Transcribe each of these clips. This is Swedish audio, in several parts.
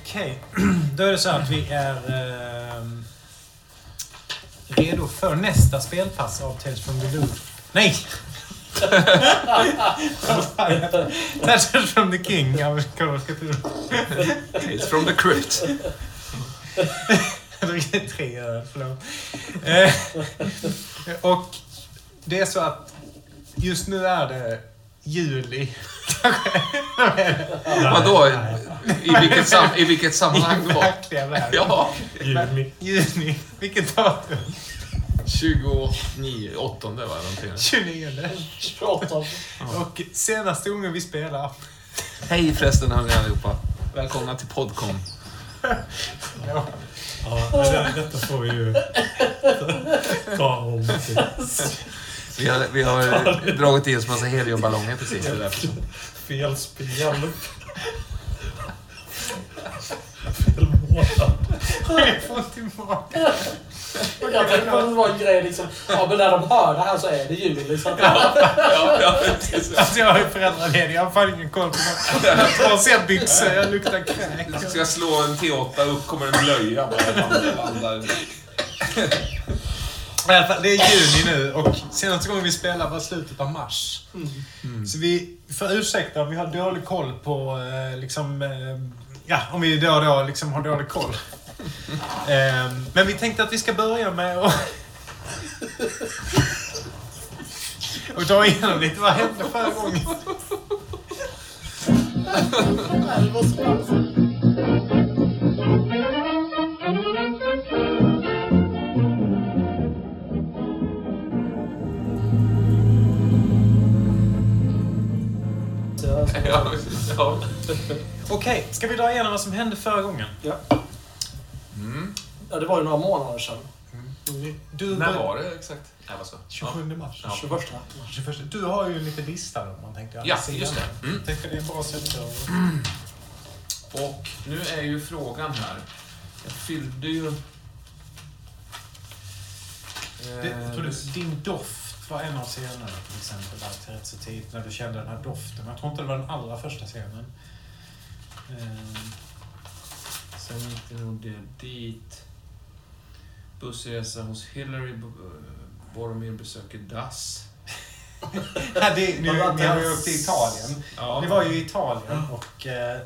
Okej, då är det så att vi är redo för nästa spelpass av Tales from the Loop. Nej! Tales from the King av Call Tales from the Crypt. Jag dricker 3 öl, förlåt. Och det är så att just nu är det juli. Vadå? I vilket sammanhang då? Verkliga värld. Ja. Juni. Vilket datum? 28 var någonting. 29. 28. Och senaste gången vi spelar. Hej förresten hörni allihopa. Välkomna till Podcom. Ja. Ja, detta får vi ju ta om. Vi har dragit i oss massa heliumballonger precis. Det där. Fel spel. Fel månad. Jag får inte tillbaka. Jag tänkte att det var en grej liksom. Ja, men när de hör det här så är det juli. Så att... Ja, precis. Alltså jag har ju föräldraledig. Jag har fan ingen koll på något. Jag har sett byxor. Jag luktar kräk. Jag ska slå en T8 upp kommer en blöja. Bara I alla fall, det är juni nu och senaste gången vi spelade var slutet av mars. Så vi får ursäkta om vi har dålig koll på om vi då liksom har dålig koll. Men vi tänkte att vi ska börja med och ta igenom lite vad hände förra gången. Det var så. Ja. Okej, ska vi dra igenom vad som hände förra gången? Ja. Ja, det var ju några månader sedan. När var det exakt? 27 mars. Ja. 21. Du har ju en liten lista då, man tänkte. Ja, just det. Jag tänker det är en bra sätt att... Och nu är ju frågan här. Jag fyllde ju... Jag tror din doft var en av scenerna till exempel där till rätt så tid när du kände den här doften. Jag tror inte det var den allra första scenen. Sen gick det nog dit. Bussresa hos Hillary. Boromir besöker dass. Ni har ju åkt till Italien. Ja. Ni var ju i Italien och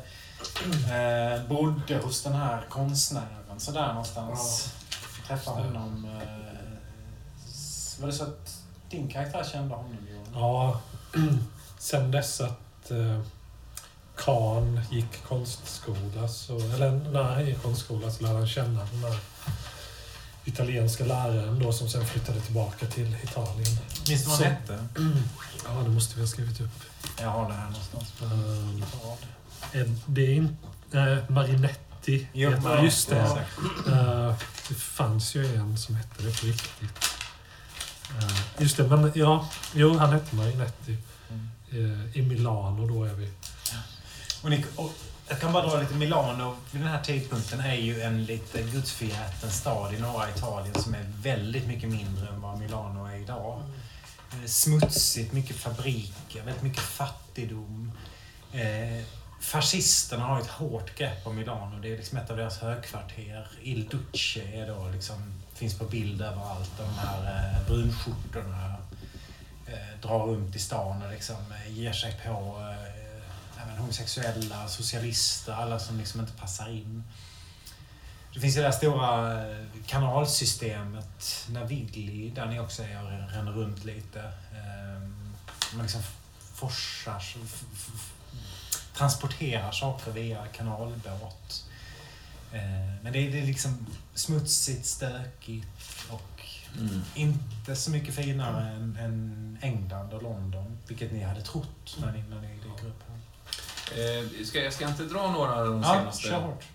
bodde hos den här konstnären. Så där någonstans. Träffade honom. Var det så att din karaktär kände honom, Johan? Ja, sen dess att Khan gick konstskola så lärde han känna den här italienska läraren då som sen flyttade tillbaka till Italien. Minns du vad han hette? Ja, det måste vi ha skrivit upp. Jag har det här någonstans. Det är inte Marinetti. Just det. Det fanns ju en som hette det på riktigt. Just det, men han hette Marinetti. I Milano då är vi. Och jag kan bara dra lite Milano. Vid den här tidpunkten är ju en lite gudsförgäten stad i norra Italien som är väldigt mycket mindre än vad Milano är idag. Smutsigt, mycket fabriker, väldigt mycket fattigdom. Fascisterna har ett hårt grepp om Milano. Det är liksom ett av deras högkvarter. Il Duce är då liksom, finns på bild överallt. De här brunskjortorna drar runt i stan och liksom ger sig på homosexuella, socialister, alla som liksom inte passar in. Det finns ju det där stora kanalsystemet Navigli, där ni också är och ränner runt lite. Man liksom forsar, transporterar saker via kanalbåt. Men det är liksom smutsigt, stökigt och inte så mycket finare än England och London, vilket ni hade trott när ni dyker upp här. Jag ska inte dra några av de senaste. Kör hårt.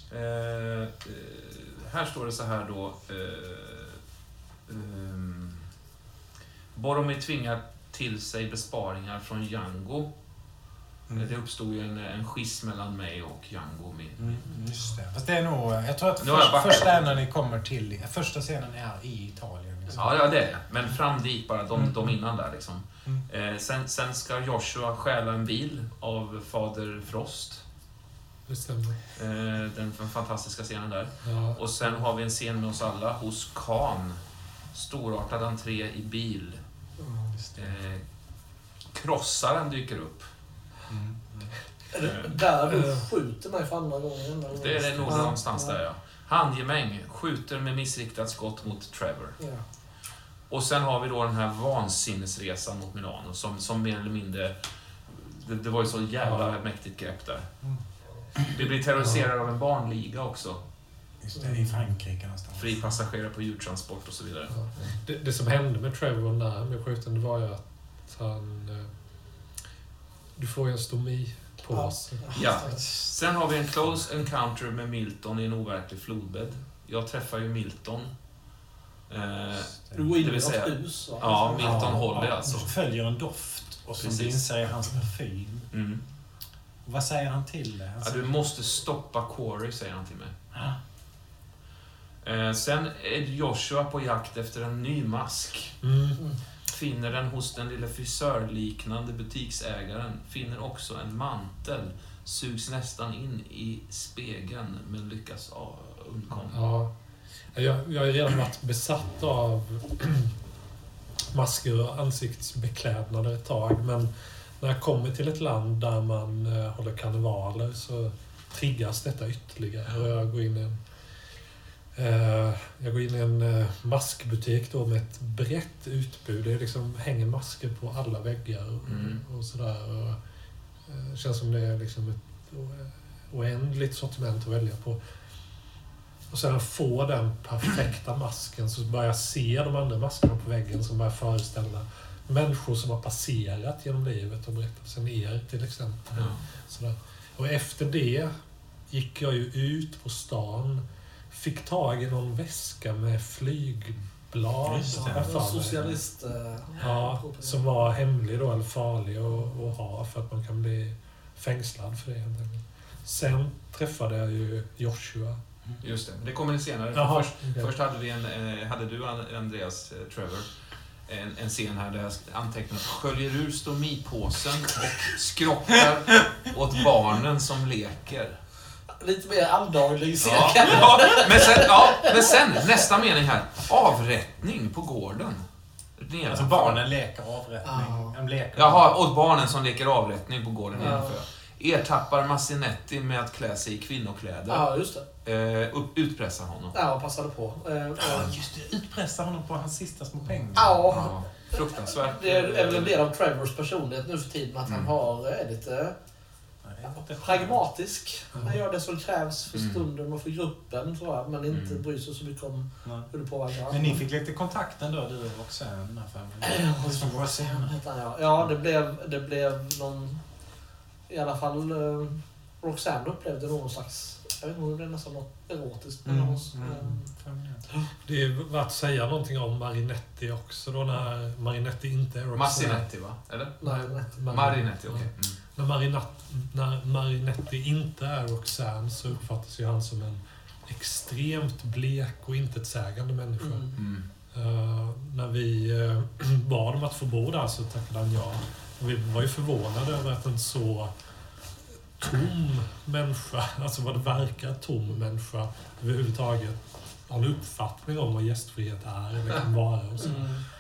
Här står det så här då. Boromir tvingar till sig besparingar från Django. Det uppstod ju en skiss mellan mig och Django. Just det. Fast det är nog... Jag tror att första är när ni kommer till... Första scenen är i Italien. Liksom. Ja, det är det. Men fram dit bara, de innan där liksom. Sen ska Joshua stjäla en bil av fader Frost. det stämmer. Den fantastiska scenen där. Ja. Och sen har vi en scen med oss alla hos Khan. Storartad entré i bil. Krossaren dyker upp. Där du skjuter mig för andra gången. Det är det nog någonstans där, ja. Handgemäng skjuter med missriktat skott mot Trevor. Ja. Och sen har vi då den här vansinnesresan mot Milano som mer eller mindre... Det var ju så jävla mäktigt grepp där. Vi blir terroriserade av en barnliga också. Just det, i Frankrike någonstans. Fri passagerare på djurtransport och så vidare. Ja. Det som hände med Trevor när han blev skjuten, det var ju att han... Du får ju en stomipåse. Ja. Sen har vi en close encounter med Milton i en overklig flodbädd. Jag träffar ju Milton. Du går in det i vill säga, något hus, va? Ja, Milton håller alltså. Du följer en doft och som du inser är hans parfym. Mm. Och vad säger han till det? Ja, du måste stoppa Corey, säger han till mig. Sen är Joshua på jakt efter en ny mask. Finner den hos den lilla frisörliknande butiksägaren. Finner också en mantel. Sugs nästan in i spegeln men lyckas undkomma. Ja. Jag har redan varit besatt av masker och ansiktsbeklädnader ett tag, men när jag kommer till ett land där man håller karnevaler så triggas detta ytterligare. Och jag går in i en maskbutik då med ett brett utbud. Det liksom hänger masker på alla väggar och sådär. Och det känns som det är liksom ett oändligt sortiment att välja på. Och sen få den perfekta masken så börjar jag se de andra maskerna på väggen som börjar föreställa människor som har passerat genom livet och berättelsen er till exempel. Sådär. Och efter det gick jag ju ut på stan, fick tag i någon väska med flygblad. Socialist. Som var hemlig då, eller farlig att ha för att man kan bli fängslad för det. Sen träffade jag ju Joshua. Just det kommer senare. Jaha, Först hade vi hade du, Andreas Trevor, en scen här där jag antecknat sköljer ur stomipåsen och skrockar åt barnen som leker. Lite mer alldaglig scen. Men sen, nästa mening här. Avrättning på gården. Alltså barnen leker avrättning. De leker. Jaha, åt barnen som leker avrättning på gården nedanför. Ertappar Massinetti med att klä sig i kvinnokläder. Ja, just det. Utpressar honom. Ja, passade på. Just det. Utpressar honom på hans sista små pengar. Ja. Fruktansvärt. Det är väl en del av Trevors personlighet nu för tiden att han är lite pragmatisk. Han gör det som krävs för stunden och för gruppen, tror jag, men inte bryr sig så mycket om hur det påverkar. Men ni fick lite kontakten då, du och sen Ja, det blev någon... I alla fall Roxanne upplevde någon slags... Jag vet inte om det är nästan något erotiskt med oss. Det är värt att säga någonting om Marinetti också då, när Marinetti inte är Roxanne. Massinetti, va? Eller? Marinetti, okej. När Marinetti inte är Roxanne så uppfattas ju han som en extremt blek och intetsägande människa. När vi bad om att få bo där så tackade han ja. Vi var ju förvånade över att en så tom människa, alltså vad det verkar tom människa överhuvudtaget, har en uppfattning om vad gästfrihet är eller kan vara. Och så.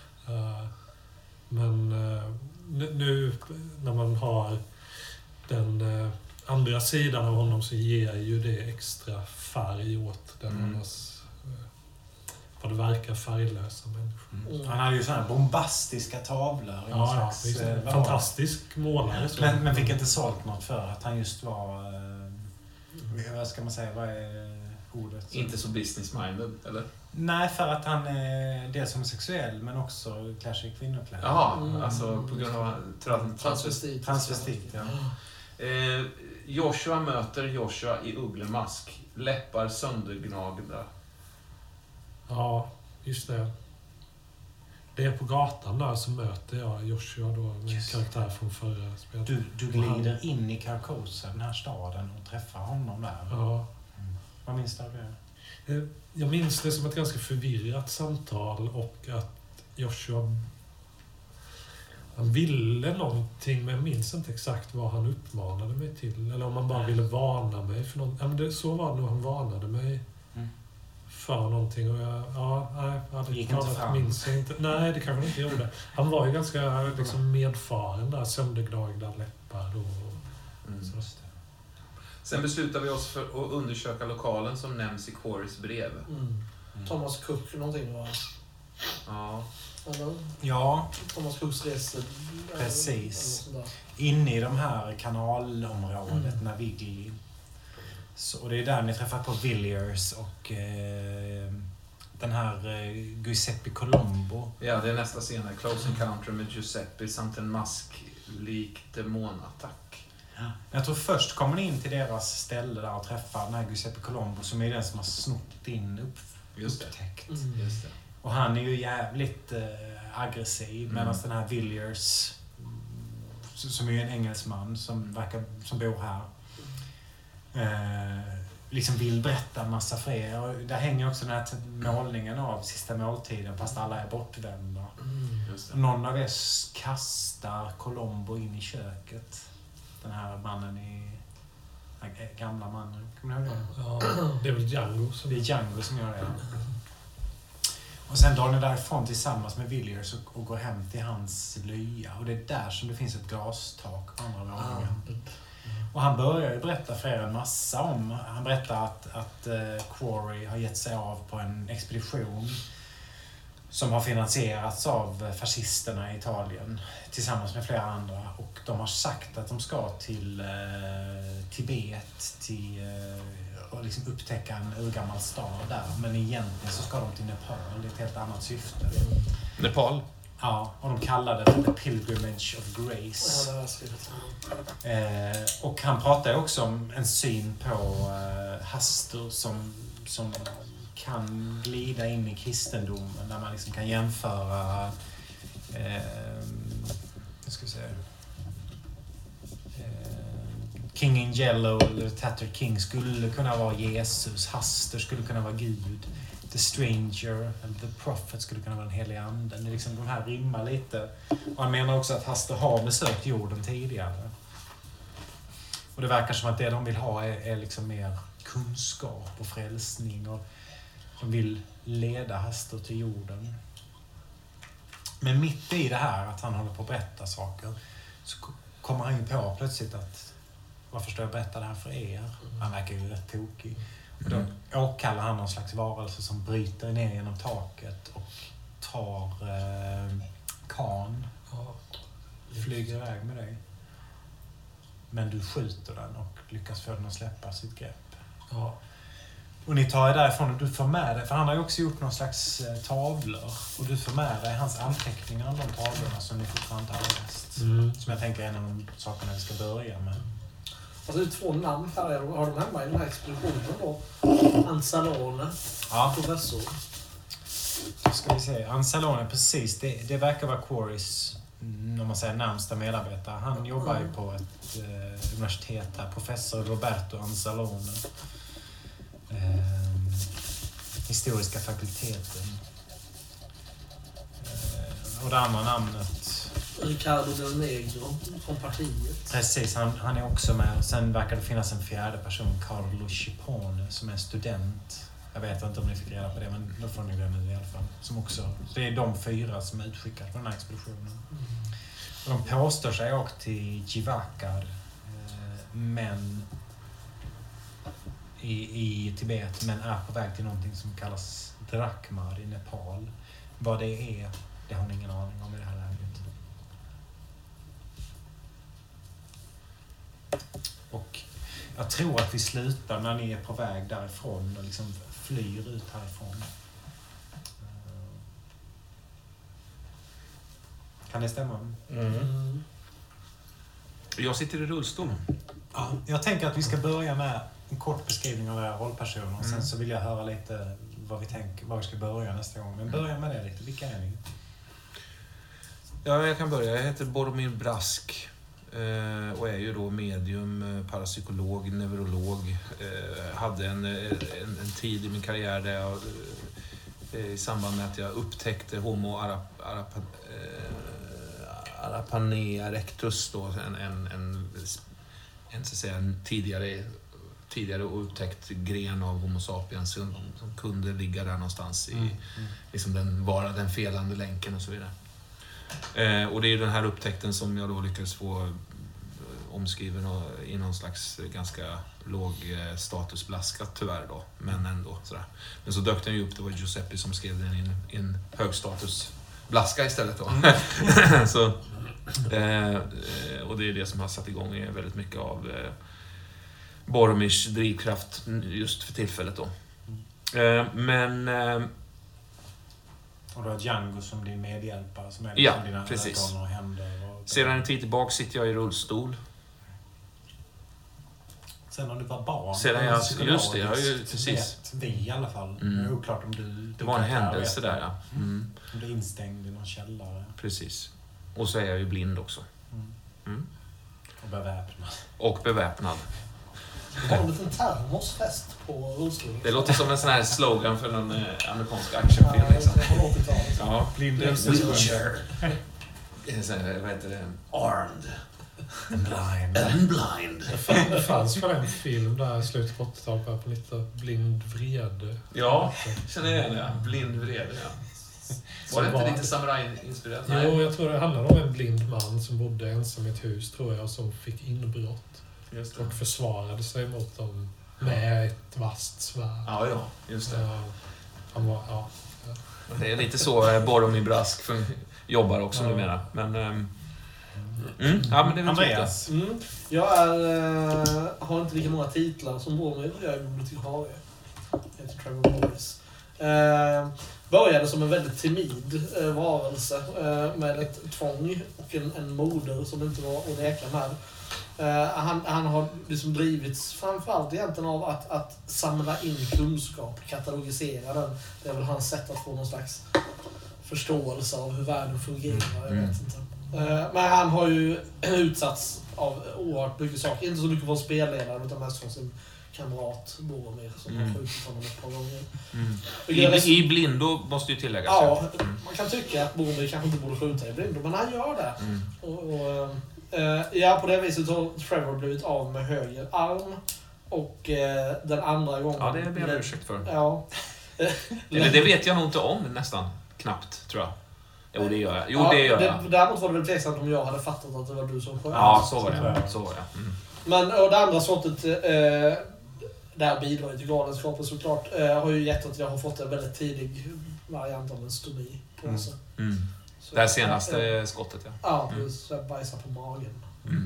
Men nu när man har den andra sidan av honom så ger ju det extra färg åt den annars vad det verkar färglösa människor. Han hade ju sådana här bombastiska tavlor. Fantastisk målare. Men fick inte sålt något för att han just var... vad ska man säga? Vad är ordet? Inte så business-minded, eller? Nej, för att han är dels homosexuell men också klär sig i kvinnokläder. Jaha, alltså på grund av transvestit. Ja. Joshua möter Joshua i ugglemask. Läppar söndergnagda. Ja, just det. Det är på gatan där så möter jag Joshua då, en karaktär från förra spelet. Du glider in i Carcosa, den här staden, och träffar honom där. Ja. Vad minns du av det? Jag minns det som ett ganska förvirrat samtal och att Joshua... Han ville någonting, men jag minns inte exakt vad han uppmanade mig till. Eller om han bara ville varna mig för något. Ja, men så var det nog, han varnade mig för någonting. Och minns jag inte. Nej, det kanske inte gjorde. Han var ju ganska liksom, medfaren där, söndergnagda läppar och Sen beslutar vi oss för att undersöka lokalen som nämns i Corys brev. Thomas Cook någonting, va? Ja. Eller? Ja, Thomas Cooks resor. precis. Inne i de här kanalområdet, Navigli. Och det är där ni träffar på Villiers och den här Giuseppe Colombo. Ja, det är nästa scen. Close encounter med Giuseppe samt en masklik demonattack. Jag tror först kommer ni in till deras ställe där och träffar den här Giuseppe Colombo som är den som har snott in upptäckt. Just det. Och han är ju jävligt aggressiv medan den här Villiers som är en engelsman som bor här liksom vill berätta en massa för er. Och där hänger också den här målningen av Sista måltiden fast alla är bortvända. Just det. Någon av er kastar Colombo in i köket. Den här mannen gamla mannen. Kommer ni ihåg det? Ja, det är väl Django som... Det är Django som gör det. Och sen drar ni därifrån tillsammans med Villiers och går hem till hans lya. Och det är där som det finns ett glastak på andra våningen. Och han börjar ju berätta för er en massa om... Han berättar att Quarry har gett sig av på en expedition som har finansierats av fascisterna i Italien tillsammans med flera andra. Och de har sagt att de ska till Tibet och liksom upptäcka en urgammal stad där. Men egentligen så ska de till Nepal. Det är ett helt annat syfte. Nepal? Ja, och de kallar det för The Pilgrimage of Grace. Ja, det har jag skrivit. Och han pratar ju också om en syn på Hastur som kan glida in i kristendomen där man liksom kan jämföra King in Yellow eller Tattered King skulle kunna vara Jesus, Hastur skulle kunna vara Gud, The Stranger eller The Prophet skulle kunna vara den heliga anden. Det är liksom, de här rimmar lite. Och han menar också att Hastur har besökt jorden tidigare. Och det verkar som att det de vill ha är liksom mer kunskap och frälsning och de vill leda Hastur till jorden. Men mitt i det här att han håller på att berätta saker så kommer han ju på plötsligt att varför ska jag berätta det här för er? Han verkar ju rätt tokig. Och då åkallar han någon slags varelse som bryter ner genom taket och tar Khan. Flyger iväg med dig. Men du skjuter den och lyckas få den att släppa sitt grepp. Ja. Och ni tar er därifrån och du får med dig, för han har ju också gjort någon slags tavlor. Och du får med dig hans anteckningar om de tavlorna som ni fortfarande har läst. Som jag tänker är en av de sakerna vi ska börja med. Alltså det är 2 namn här. Har de hemma i den här expeditionen då? Ansalone, professor. Ska vi se. Ansalone, precis. Det verkar vara Quarrys, om man säger, närmsta medarbetare. Han jobbar ju på ett universitet här. Professor Roberto Ansalone. Historiska fakulteten. Och det andra namnet... Ricardo Del Negro från partiet. Precis, han är också med. Sen verkar det finnas en fjärde person, Carlo Schipone, som är en student. Jag vet inte om ni fick reda på det, men då får ni det nu i alla fall. Som också, så det är de 4 som är utskickade på den här expeditionen. Och de påstår sig ha åkt till Jivakar, men i Tibet, men är på väg till någonting som kallas Drakmar i Nepal. Vad det är, det har ni ingen aning om i det här läget. Och jag tror att vi slutar när ni är på väg därifrån och liksom flyr ut härifrån. Kan det stämma? Jag sitter i rullstol. Ja, jag tänker att vi ska börja med en kort beskrivning av era rollpersoner. Och sen så vill jag höra lite vad vi ska börja nästa gång. Men börja med det lite. Vilka är ni? Ja, jag kan börja. Jag heter Boromir Brask. Och är ju då medium, parapsykolog, neurolog. Hade en tid i min karriär där jag i samband med att jag upptäckte Homo Arapanea rectus då, en så att säga en tidigare upptäckt gren av Homo sapiens som kunde ligga där någonstans i liksom den felande länken och så vidare. Och det är den här upptäckten som jag då lyckades få omskriven i någon slags ganska låg statusblaska tyvärr då, men ändå sådär. Men så dök den ju upp, det var Giuseppe som skrev den i en högstatusblaska istället då. Så, och det är det som har satt igång väldigt mycket av Boromirs drivkraft just för tillfället då. Men... Och du har Django som din medhjälpare som är ja, dina precis. ögon och händer. Och sedan en tid tillbaka sitter jag i rullstol. sen när du var barn. Sedan jag, just det, jag har ju precis. Vet vi i alla fall. Det är oklart om du... Det var en händelse där, ja. Om du är instängd i någon källare. Precis. Och så är jag ju blind också. Och beväpnad. Och beväpnad. Du har en liten termosfest på rullstolen. Det låter som en sån här slogan för någon amerikansk actionfilm. Liksom. Ja, Blind wheelchair. Vad heter det? Armed. And blind. Det fanns väl en film där i slutet på 80-talet, på 90-talet, Blind vrede. Ja, känner jag igen det. Blind vrede, ja. Var det inte lite samurai-inspirerat? Jo, jag tror det handlade om en blind man som bodde ensam i ett hus, tror jag, och som fick inbrott. Just det. Och försvarade sig mot dem med ett vasst svärd. Ja, just det. Han var, ja. Det är lite så Boromir Brask jobbar också numera. Men, ja, men det är väl Andreas. Jag har inte lika många titlar som Boromir. Jag är bibliotekarie. Jag heter Trevor Morris. Började som en väldigt timid varelse med ett tvång och en moder som inte var att leka med. Han har liksom drivits framförallt egentligen av att samla in kunskap, katalogisera den. Det är väl hans sätt att få någon slags förståelse av hur världen fungerar. Jag vet inte. Men han har ju utsatts av oerhört mycket saker. Inte så mycket från spelledaren utan mest från sin kamrat Boromir som har skjutit honom ett par gånger. I blindo måste ju tilläggas. Ja, man kan tycka att Boromir kanske inte borde skjuta i blindo, men han gör det. Ja, på det viset har Trevor blivit av med höger arm och den andra gången... Ja, det ber jag ursäkt för. Ja. Eller det vet jag nog inte om nästan. Knappt, tror jag. Jo, det gör jag. Jo, det gör jag. Däremot var det väl tveksamt om jag hade fattat att det var du som sköt. Ja, så var det. Men och det andra sortet, där bidrar till galenskapen såklart, har ju gett att jag har fått en väldigt tidig variant av en stomi på sig. Det här senaste skottet, ja. Ja, plus bajsa på magen.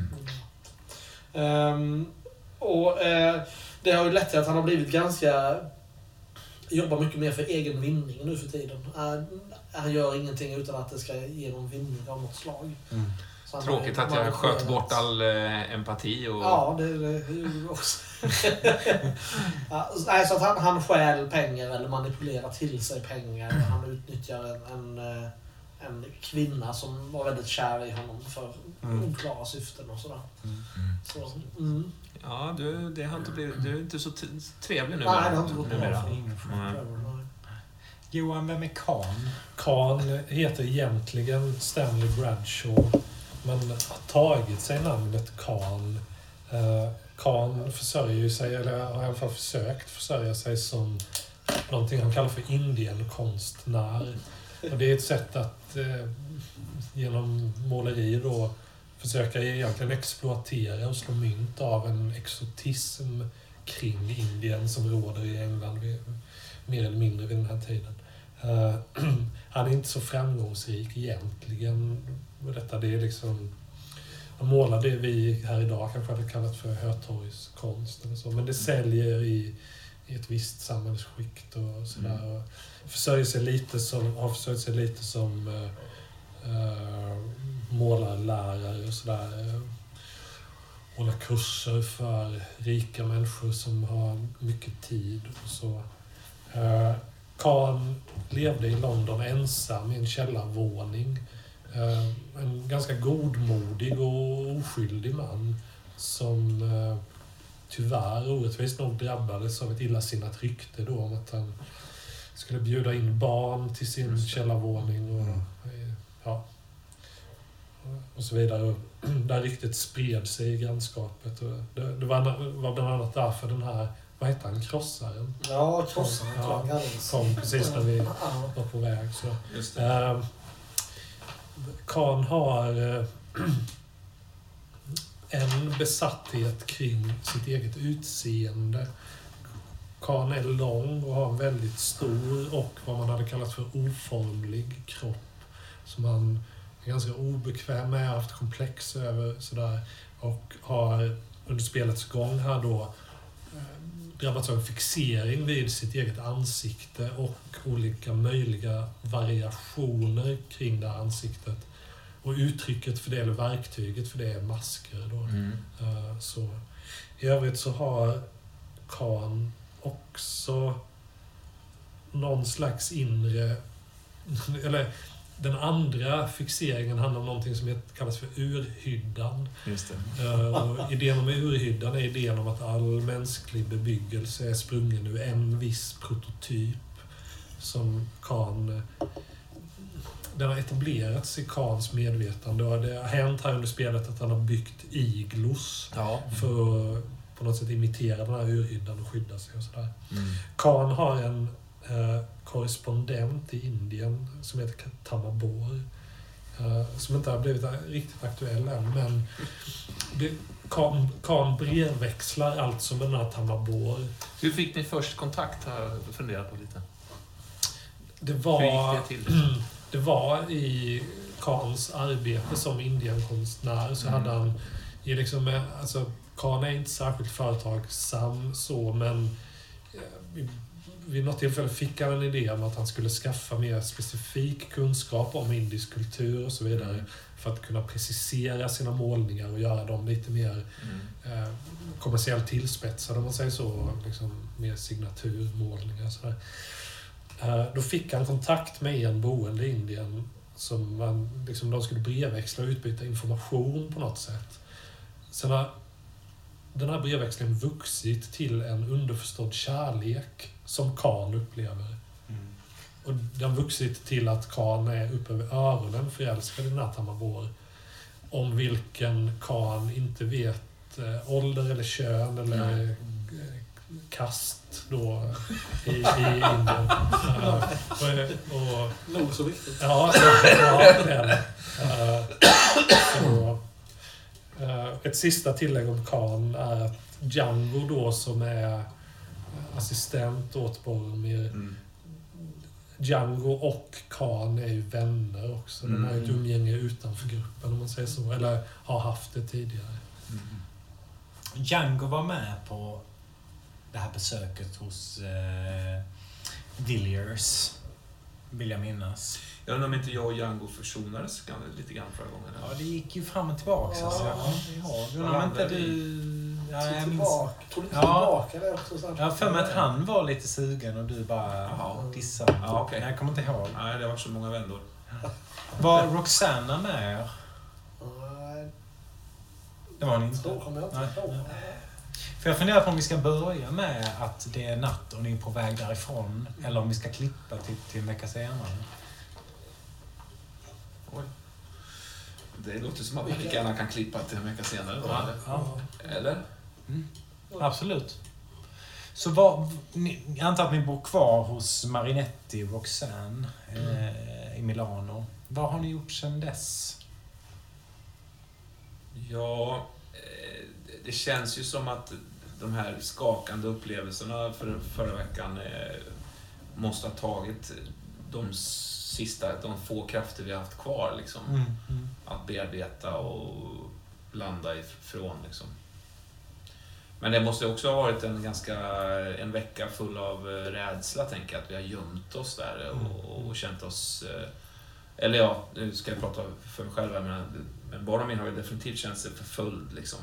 Det har ju lett till att han har blivit jobbar mycket mer för egen vinning nu för tiden. Han gör ingenting utan att det ska ge någon vinning av något slag. Tråkigt att jag sköt bort all empati. Och... Ja, det gjorde också. Så att han stjäl pengar eller manipulerar till sig pengar. Han utnyttjar en kvinna som var väldigt kär i honom för oklara syften och sådär. Ja, det har inte blivit, du är inte så trevlig nu. Nej, det har inte gått numera. Johan, vem är Khan? Khan heter egentligen Stanley Bradshaw, men har tagit sig namnet Khan. Khan försörjer sig, eller har i alla fall försökt försörja sig som någonting han kallar för indienkonstnär. Och det är ett sätt att genom måleri då försöka egentligen exploatera och slå mynt av en exotism kring Indien som råder i England mer eller mindre vid den här tiden. Han är inte så framgångsrik egentligen. Det är liksom, han målar det vi här idag kanske hade kallat för hötorgskonst eller så, men det säljer i ett visst samhällsskikt och sådär. Och har försörjt sig lite som målarlärare och sådär. Hålla kurser för rika människor som har mycket tid och så. Khan levde i London ensam i en källarvåning. En ganska godmodig och oskyldig man som tyvärr orättvist nog drabbades av ett illasinnat rykte då om att han skulle bjuda in barn till sin källarvåning och och så vidare. Och där ryktet spred sig i grannskapet. Och det var bland annat därför den här, vad heter han, krossaren? Ja, krossaren. Ja, kom precis när vi var på väg. Så. Just det. Khan har en besatthet kring sitt eget utseende. Khan är lång och har en väldigt stor och vad man hade kallat för oformlig kropp. Som han är ganska obekväm med, har haft komplex över sådär. Och har under spelets gång här då drabbats av en fixering vid sitt eget ansikte och olika möjliga variationer kring det här ansiktet. Och uttrycket för det, eller verktyget för det, är masker då. Så i övrigt så har Khan också någon slags inre, eller den andra fixeringen handlar om någonting som kallas för urhyddan. Just det. Och idén om urhyddan är idén om att all mänsklig bebyggelse är sprungen ur en viss prototyp som Khan, den har etablerats i Khans medvetande, och det har hänt här under spelet att han har byggt iglos för att på något sätt imitera den här urhyddan och skydda sig och sådär. Khan har en korrespondent i Indien som heter Tamabor, som inte har blivit riktigt aktuell än, men Khan brevväxlar alltså med den här Tamabor. Hur fick ni först kontakt här? Funderat på lite. Det var i Khans arbete som Indienkonstnär, så hade han liksom, alltså Khan är inte särskilt företagsam så, men vid något tillfälle fick han en idé om att han skulle skaffa mer specifik kunskap om indisk kultur och så vidare för att kunna precisera sina målningar och göra dem lite mer kommersiellt tillspetsade, om man säger så, liksom mer signaturmålningar så där. Då fick han kontakt med en boende i Indien som man, liksom, de skulle brevväxla och utbyta information på något sätt. Sen har den här brevväxlingen vuxit till en underförstådd kärlek som Khan upplever. Och den vuxit till att Khan är uppe över öronen förälskad i den här Tamabor, om vilken Khan inte vet ålder eller kön eller kast då i Indien. Nog så viktigt. Ja, ett sista tillägg om Khan är att Django då, som är assistent åt Boromir, Django och Khan är ju vänner också. De har ju ett umgänge utanför gruppen, om man säger så, eller har haft det tidigare. Django var med på det här besöket hos Villiers, vill jag minnas. Jag undrar om inte jag och Django försonades lite grann förra gången. Ja, det gick ju fram och tillbaka. Ja, inte du... Tog lite tillbaka det också. Jag för mig att han var lite sugen och du bara dissade. Ja, okay. Jag kommer inte ihåg. Nej, det var så många vändor. Var Roxana med? Nej. Det var hon inte. Så kommer jag inte ihåg. För jag funderar på om vi ska börja med att det är natt och ni är på väg därifrån. Eller om vi ska klippa till en vecka senare. Oj. Det låter som att man lika gärna kan klippa till en vecka senare. Ja. Eller? Absolut. Så jag antar att ni bor kvar hos Marinetti och Roxanne i Milano. Vad har ni gjort sedan dess? Ja, det känns ju som att de här skakande upplevelserna förra veckan måste ha tagit de få krafter vi har haft kvar liksom, att bearbeta och landa ifrån liksom. Men det måste också ha varit en vecka full av rädsla, tänker jag, att vi har gömt oss där och känt oss, eller ja, nu ska jag prata för mig själv, men Boromir har ju definitivt känt sig förföljd liksom.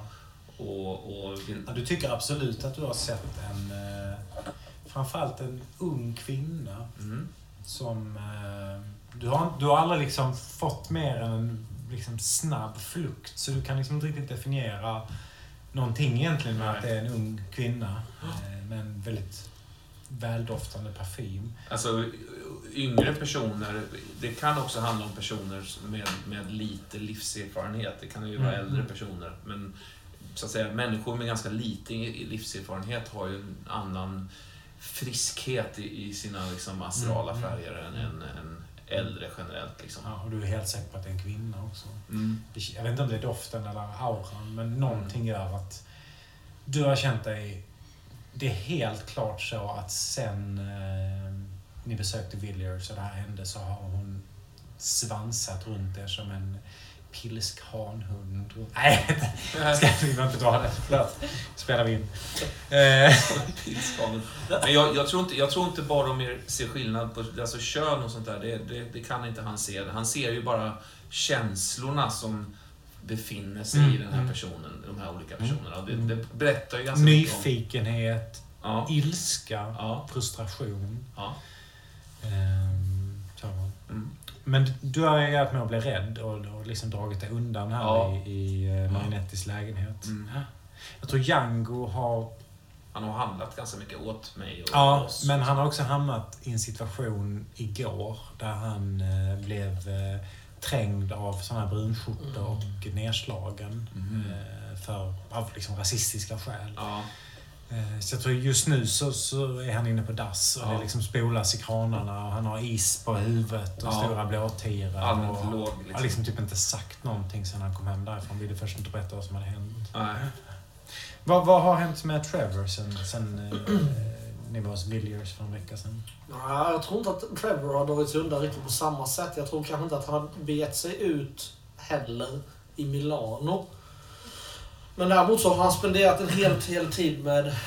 Du tycker absolut att du har sett framförallt en ung kvinna som du har aldrig liksom fått mer än en liksom snabb flukt, så du kan liksom inte riktigt definiera någonting egentligen med att det är en ung kvinna med en väldigt väldoftande parfym. Alltså, yngre personer, det kan också handla om personer med lite livserfarenhet. Det kan ju vara äldre personer. Men så att säga, människor med ganska lite livserfarenhet har ju en annan friskhet i sina liksom astrala färger än äldre generellt. Liksom. Ja, och du är helt säker på att det är en kvinna också. Jag vet inte om det är doften eller auran, men någonting gör att du har känt dig... Det är helt klart så att sen ni besökte Villiers och det här hände så har hon svansat runt er som en pilsk hanhund. Nej, ska vi inte dra det. Förlåt. Spelar vi in. Men jag tror inte bara om er ser skillnad på alltså kön och sånt där. Det kan inte han se. Han ser ju bara känslorna som befinner sig i den här personen, de här olika personerna. Det berättar ju ganska mycket om nyfikenhet, ilska, frustration. Ja. Men du har reagerat med att bli rädd och liksom dragit dig undan här i Marinettis lägenhet. Jag tror Django Han har handlat ganska mycket åt mig och oss. Men han har också hamnat i en situation igår där han blev trängd av såna här brunskjortor och nedslagen av liksom rasistiska skäl. Ja. Så jag tror just nu så är han inne på dass och det liksom spolas i kranarna och han har is på huvudet och stora blåtiror. Allmänt låg. Han har liksom typ inte sagt någonting sedan han kom hem därifrån. Ville först inte berätta vad som hade hänt. Nej. Vad har hänt med Trevor sen ni var hos Villiers för en vecka sedan? Nej, jag tror inte att Trevor har dragit sig undan riktigt på samma sätt. Jag tror kanske inte att han har begett sig ut heller i Milano. Men däremot så har han spenderat en hel tid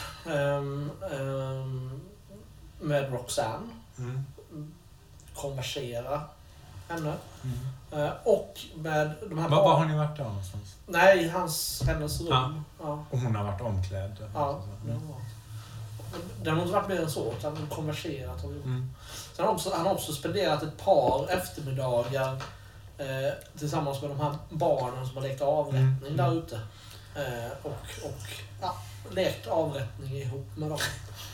med Roxanne. Konversera henne. Och med de här Var har ni varit då någonstans? Nej, hennes rum. Ja. Och hon har varit omklädd? Ja. Det har nog inte varit mer än så, utan konverserat. Sen han har också spenderat ett par eftermiddagar tillsammans med de här barnen som har lekt avrättning där ute. Och lekt avrättning ihop med dem.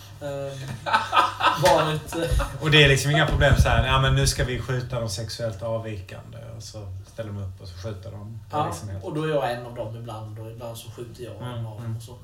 Och det är liksom inga problem så här, men nu ska vi skjuta de sexuellt avvikande och så ställer de upp och så skjuter de. Ja, liksom och då är jag en av dem ibland och ibland så skjuter jag en av dem och så.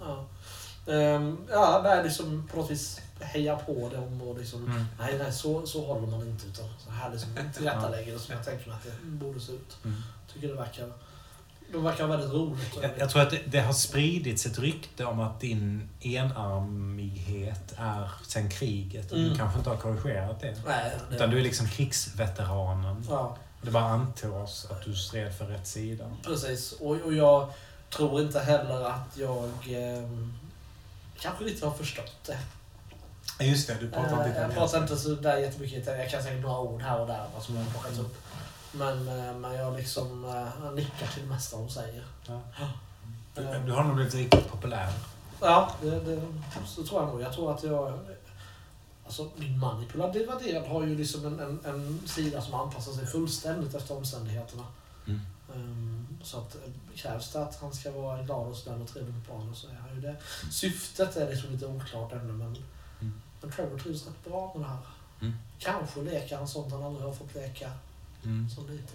Liksom på något vis heja på dem och liksom, nej, så håller man inte, utan så här liksom tillrättalägger det som jag tänker att det borde se ut. Tycker det verkar väldigt roligt. Jag tror att det har spridits ett rykte om att din enarmighet är sen kriget och du kanske inte har korrigerat det. Nej, utan du är liksom krigsveteranen. Ja. Det bara antas att du stred för rätt sida. Precis, och jag tror inte heller att jag kanske lite har förstått det. Just det, du pratar inte jag pratar inte så där jättemycket. Jag kan säga några ord här och där som jag har plockat upp. Men jag liksom nickar till det mesta de säger. Ja. Du har nog blivit riktigt populär. Ja, så tror jag nog. Jag tror att alltså min manipulativa har ju liksom en sida som anpassar sig fullständigt efter omständigheterna. Så att krävs det att han ska vara glad och sådär och trevlig med barnen så är han ju det. Syftet är liksom lite oklart ännu, men Trevor trivs rätt bra med det här. Kanske leker han sånt han aldrig har fått leka så lite.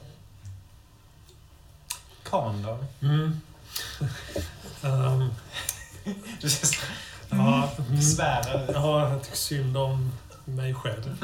Kan då? Du ser besvärad. Ja, jag tycker synd om mig själv.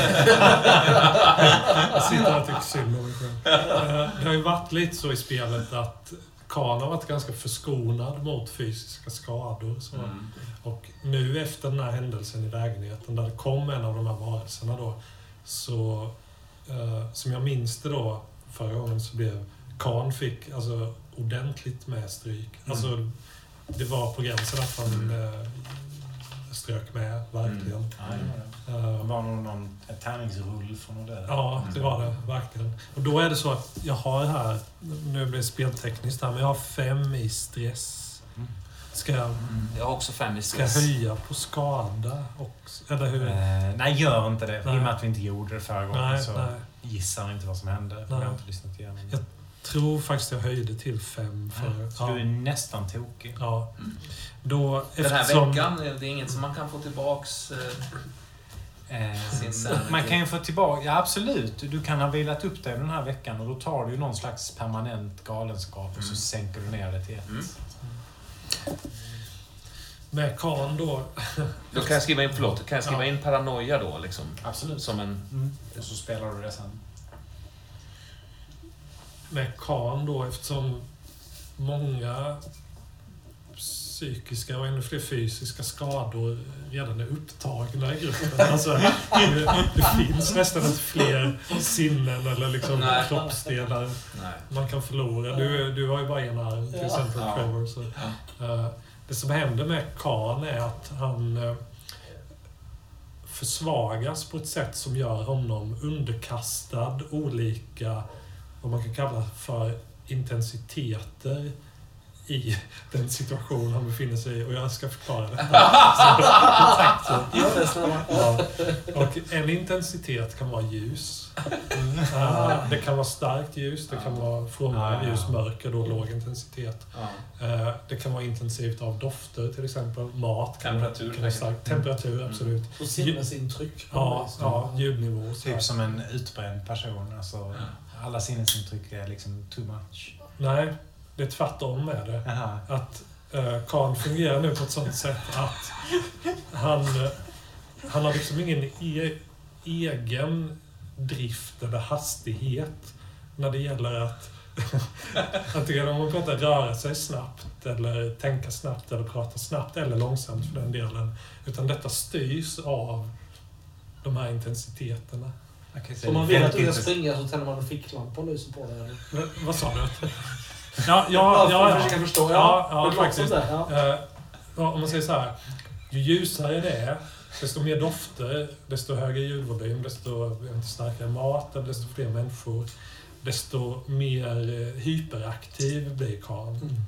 Jag sitter och tycker synd om mig själv. Det har ju varit lite så i spelet att Khan har varit ganska förskonad mot fysiska skador. Så. Och nu efter den här händelsen i lägenheten där det kom en av de här varelserna då, så som jag minns det då förra gången så blev Khan fick alltså ordentligt med stryk. Alltså det var på gränsen att han strök med, verkligen. Det var någon tärningsrull från det. Ja, det var det, verkligen. Och då är det så att jag har här, nu blir det speltekniskt här, men jag har 5 i stress. Ska jag har också 5 i Ska jag höja på skada också? Eller hur? Nej, gör inte det. I och med att vi inte gjorde det förra gången nej, så gissar inte vad som hände. Jag har inte lyssnat igenom. Jag tror faktiskt jag höjde till 5. Så du är nästan tokig. Ja. Då, Den här veckan, det är inget som man kan få tillbaks man kan ju få tillbaka, ja absolut, du kan ha vilat upp dig den här veckan och då tar du ju någon slags permanent galenskap och så sänker du ner det till 1. Med Khan då... Då kan jag skriva in paranoia då liksom? Absolut. Som en... Och så spelar du det sen. Med Khan då, eftersom många psykiska och ännu fler fysiska skador redan är upptagna i gruppen. Alltså, det finns nästan inte fler sinnen eller liksom kroppsdelar man kan förlora. Du har ju bara en arm, till exempel Trevor. Så, det som händer med Khan är att han försvagas på ett sätt som gör honom underkastad olika, vad man kan kalla för intensiteter i den situation han befinner sig i. Och jag ska förklara det. Och en intensitet kan vara ljus. Det kan vara starkt ljus, det kan vara frånvarande ljus, mörker, då låg intensitet. Det kan vara intensivt av dofter, till exempel mat. Temperatur. Kan vara starkt. Temperatur, absolut. Och sinnesintryck. Ja, ljudnivå. Typ som en utbränd person. Alltså, alla sinnesintryck är liksom too much. Nej, det är tvärtom med det. Aha. Att Khan fungerar nu på ett sånt sätt att han har liksom ingen egen drift eller hastighet när det gäller att antingen om man pratar röra sig snabbt eller tänka snabbt eller prata snabbt eller långsamt för den delen. Utan detta styrs av de här intensiteterna. Om man vill att du ska springa så tänder man en ficklampa och lyser på det. Vad sa du? Jag försöker förstå. Ja, faktiskt. Om man säger så här, ju ljusare det är, desto mer dofter, desto högre ljudvolym, desto starkare mat, desto fler människor, desto mer hyperaktiv blir Khan.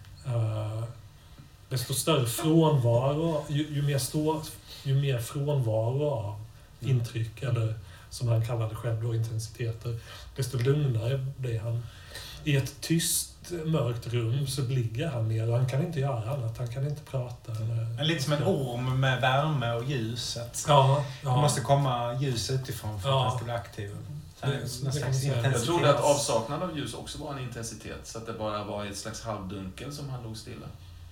Desto större frånvaro, ju mer frånvaro av intryck, eller som han kallar det själv då, intensiteter, desto lugnare blir han. I ett tyst, mörkt rum så ligger han ner och han kan inte göra annat. Han kan inte prata. Lite som en orm med värme och ljus. Det måste komma ljus utifrån för att han ska bli aktiv. Jag trodde att avsaknad av ljus också var en intensitet. Så att det bara var ett slags halvdunkel som han låg stilla.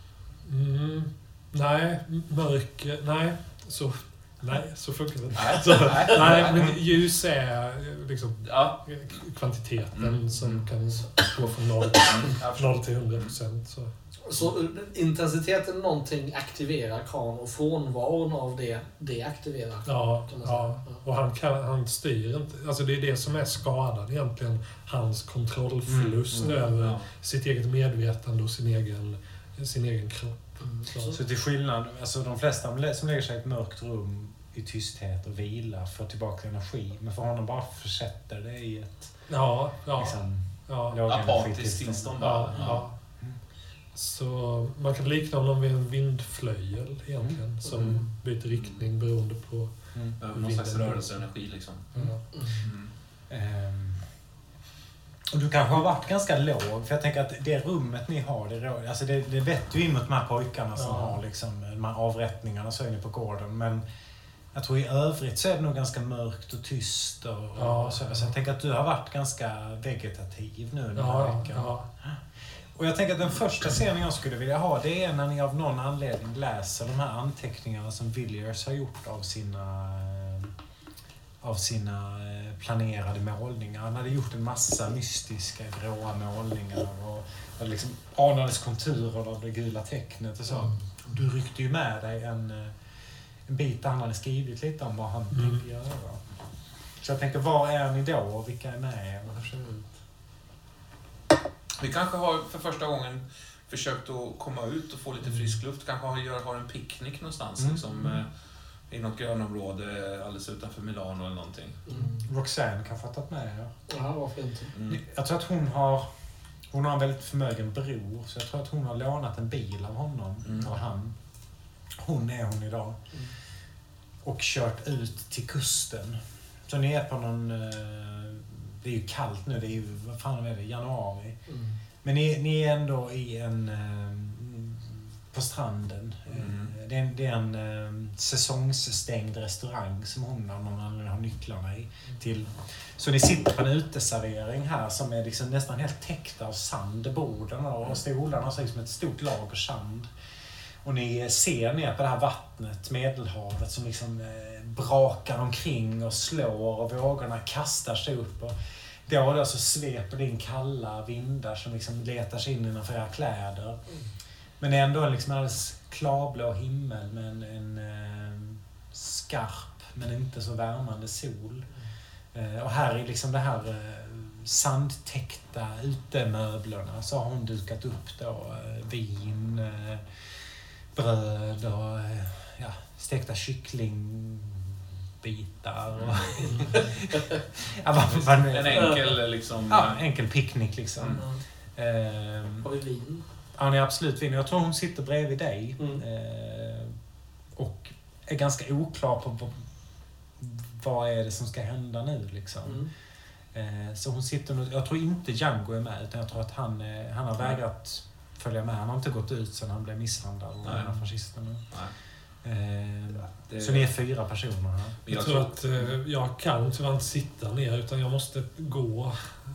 Nej, mörker... Nej, så funkar det inte. Nej, men ljus är liksom kvantiteten som kan gå från 0 till 100%. Så intensiteten någonting aktiverar Khan och frånvaron av det aktiverar. Ja. Och han styr inte. Alltså det är det som är skadan egentligen. Hans kontrollförlust över sitt eget medvetande och sin egen kropp. Så till skillnad, alltså de flesta som lägger sig i ett mörkt rum i tysthet och vila får tillbaka energi. Men för honom bara försätter det i ett apatiskt tillstånd. Så man kan likna honom vid en vindflöjel egentligen som byter riktning beroende på någon slags rörelseenergi liksom. Och du kanske har varit ganska låg, för jag tänker att det rummet ni har, alltså det vet ju in mot de här pojkarna som har liksom de här avrättningarna så är ni på gården, men jag tror i övrigt så är det nog ganska mörkt och tyst och så jag tänker att du har varit ganska vegetativ nu den här veckan. Och jag tänker att den första scenen jag skulle vilja ha, det är när ni av någon anledning läser de här anteckningarna som Villiers har gjort av sina planerade målningar. Han hade gjort en massa mystiska gråa målningar och liksom anades konturer av det gula tecknet och så. Du ryckte ju med dig en bit där han hade skrivit lite om vad han tänkte göra. Så jag tänker, var är ni då och vilka är med och hur ser det ut? Vi kanske har för första gången försökt att komma ut och få lite frisk luft. Kanske har en picknick någonstans liksom, i något grönområde alldeles utanför Milano eller någonting. Roxanne kan få tagit med er. Ja, vad fint. Jag tror att hon har en väldigt förmögen bror, så jag tror att hon har lånat en bil av honom. Och hon idag. Och kört ut till kusten. Så ni är på någon det är ju kallt nu, det är ju, vad fan är det, januari. Men ni är ändå i på stranden. Det är en säsongsstängd restaurang som hon av någon anledning har nycklarna till. Så ni sitter på en uteservering här som är liksom nästan helt täckt av sand. Borden och stolarna ser ut som ett stort lager sand. Och ni ser ner på det här vattnet, Medelhavet, som liksom brakar omkring och slår och vågorna kastar sig upp. Och då så sveper det in kalla vindar som liksom letar sig in innanför era kläder. Men det är ändå liksom en alldeles klarblå himmel med en skarp men inte så värmande sol. Och här i liksom det här sandtäckta utemöblerna så har hon dukat upp då vin, bröd och stekta kycklingbitar. Och en enkel liksom... Ja, enkel picknick liksom. Har vi vin? Ja, ni har absolut vin. Jag tror hon sitter bredvid dig. Och är ganska oklar på vad är det som ska hända nu liksom. Så hon sitter nu, jag tror inte Django är med, utan jag tror att han har vägrat följa med. Han har inte gått ut sedan han blev misshandlad av de här fascisterna. Så ni är 4 personer här. Jag tror att jag kan tyvärr inte sitta ner, utan jag måste gå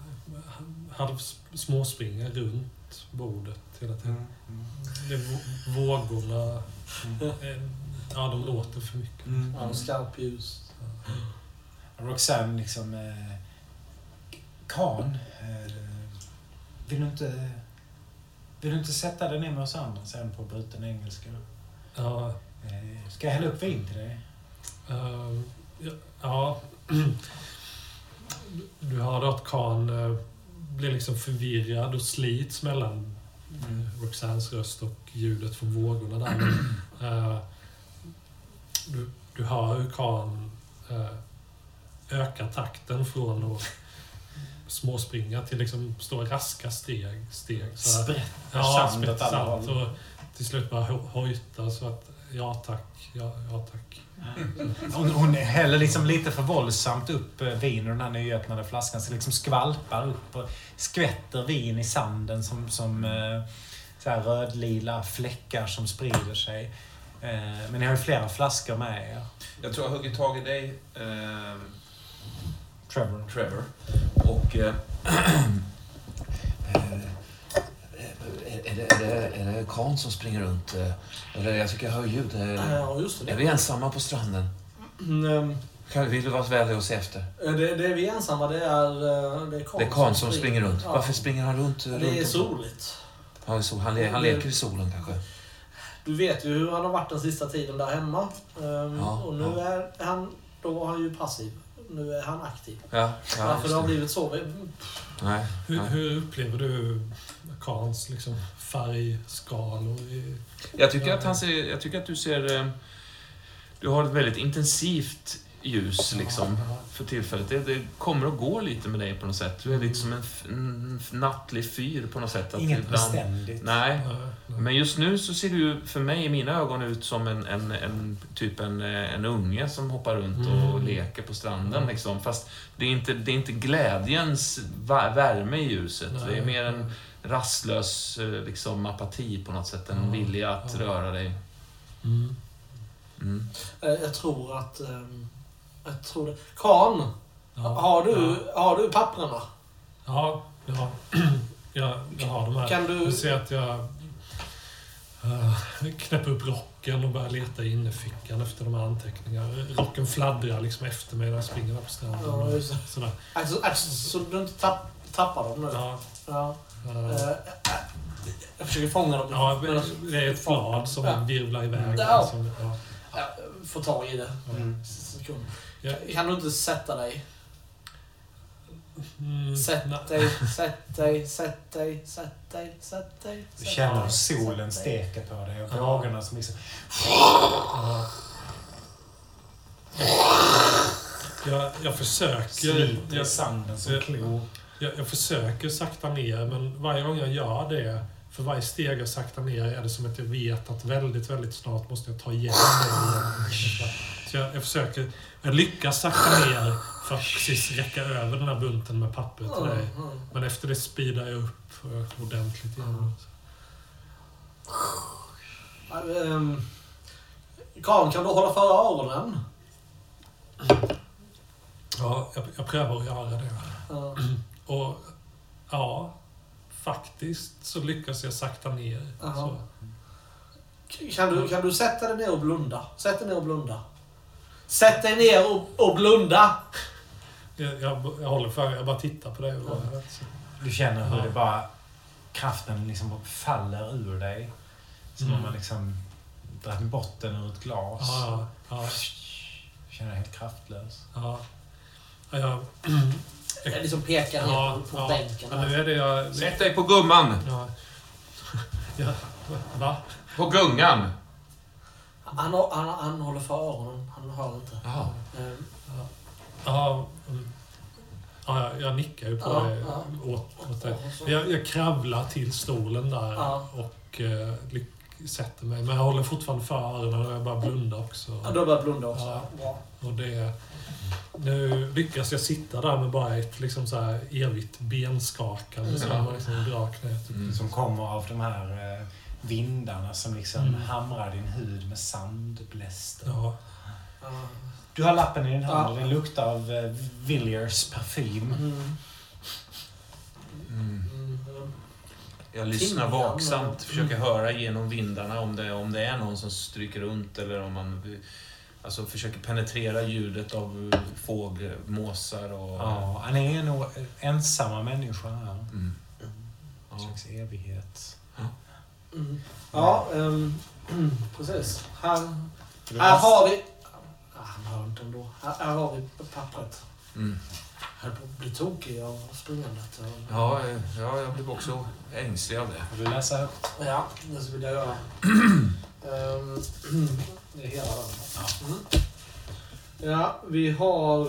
småspringa runt bordet hela tiden. Det är vågorna. Ja, de låter för mycket. Ja, skarp ljus. Roxanne liksom... Khan, vill du inte sätta dig ner med oss andra sen på bruten engelska? Ja. Ska jag hälla upp vin till dig? Ja. Du hör att Khan blir liksom förvirrad och slits mellan Roxannes röst och ljudet från vågorna där. Du hör hur Khan ökar takten från att småspringa till liksom stå raska steg. Sprätta sandet och till slut bara hojta så att ja tack. Hon häller liksom lite för våldsamt upp vin och den här nyöppnade flaskan så liksom skvalpar upp och skvätter vin i sanden som så här rödlila fläckar som sprider sig. Men ni har ju flera flaskor med er. Jag tror jag hugger tag i dig, Trevor. Och är det Khan som springer runt? Eller jag tycker jag hör ljud. Ja, just det. Är vi ensamma på stranden? Vill du vara vänlig och se efter? Det är vi ensamma, det är Khan. Det är Khan som springer runt. Ja. Varför springer han runt? Det är soligt. Ja, han leker i solen kanske. Du vet ju hur han har varit den sista tiden där hemma. Och nu är han, då var han ju passiv. Nu är han aktiv. Varför det har blivit så? Nej. Hur upplever du Khans liksom färgskalor? Jag tycker att du ser... Du har ett väldigt intensivt ljus liksom, för tillfället. Det kommer att gå lite med dig på något sätt. Du är liksom en nattlig fyr på något sätt. Inget beständigt. Nej. Men just nu så ser du för mig i mina ögon ut som en unge som hoppar runt och leker på stranden liksom. Fast det är inte glädjens värme i ljuset. Det är mer en rastlös liksom apati på något sätt. En vilja att röra dig. Jag tror det. Khan, har du papperna? Ja, jag har de här. Kan du se att jag knäpper upp rocken och börjar leta i innerfickan efter de här anteckningarna. Rocken fladdrar liksom efter mig när jag springer där på stranden. Ja, just det. Så du inte tappar dem nu? Ja. Jag försöker fånga dem. Ja, det är ett blad som virvlar iväg. Får tag i det. Kan du inte sätta dig? Sätt dig. Du känner solen steker på dig och vågorna som liksom... Jag försöker... Sliter i sanden som klor. Jag försöker sakta ner, men varje gång jag gör det, för varje steg jag saktar ner är det som att jag vet att väldigt, väldigt snart måste jag ta igen det igen. Så jag lyckas sakta ner för att precis räcka över den här bunten med papper till dig. Men efter det speedar jag upp ordentligt igen. Kan du hålla för öronen? Ja, jag prövar att göra det. Och ja, faktiskt så lyckas jag sakta ner. Så. Kan du sätta dig ner och blunda? Sätt dig ner och blunda. Sätt dig ner och blunda! Jag håller för jag bara tittar på det. Du känner hur det bara... Kraften liksom faller ur dig. Som om man liksom dragit botten ur ett glas. Ja. Känner dig helt kraftlös. Ja. Jag liksom pekar ner på bänken. Men nu är det jag... Sätt dig på gumman! Ja. Va? På gungan! Han håller för öronen. Han hör inte. Ja, jag nickar ju på det åt det. Jag kravlar till stolen där och sätter mig. Men jag håller fortfarande för öronen och jag bara blundar också. Ja, du bara blundar också. Ja. Och nu lyckas jag sitta där med bara ett liksom så här evigt benskakande som man liksom drar knät. Som kommer av de här vindarna som liksom hamrar din hud med sandbläster. Ja. Du har lappen i din hand och den luktar av Villiers parfym. Jag lyssnar vaksamt, försöker höra genom vindarna om det är någon som stryker runt eller om man försöker penetrera ljudet av fågelmåsar och... Ja, han är nog ensamma människor här. En slags evighet. Precis. Här har vi... Han hör inte ändå. Här har vi pappret. Jag höll på att bli tokig av springandet. Ja, jag blev också ängslig av det. Vill du läsa högt? Ja, det vill jag göra. Det är hela den. Ja, vi har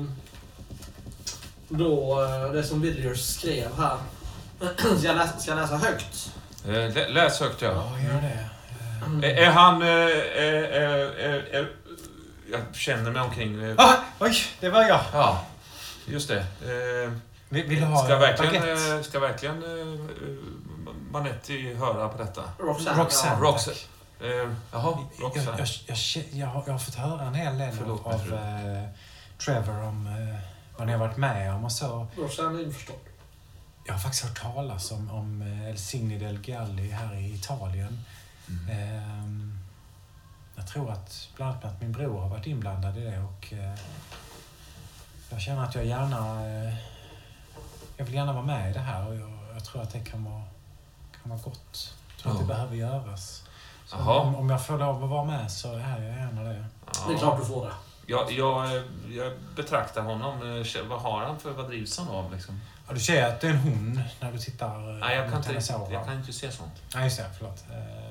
då det som Villiers skrev här. Ska jag läsa högt? Läs högt, Ja, gör det. Är han... jag känner mig omkring... Oj, det var jag. Ja, just det. Vill du ha ska verkligen Manetti höra på detta? Roxanne. Roxanne. Jaha, Roxanne. Jag har fått höra en hel del av Trevor om vad ni har varit med om och så. Roxanne är införstådd. Jag har faktiskt hört talas om El Signi del Galli här i Italien. Jag tror att bland annat min bror har varit inblandad i det och jag känner att jag vill gärna vara med i det här och jag tror att det kan vara gott. Jag tror att det behöver göras. Så om jag får lov att vara med så är jag gärna det. Ja. Det är klart du får det. Jag betraktar honom. Vad drivs han av liksom? Ja, du ser att det är en hon när du tittar. Nej, jag kan inte se sånt. Nej, just det. Förlåt.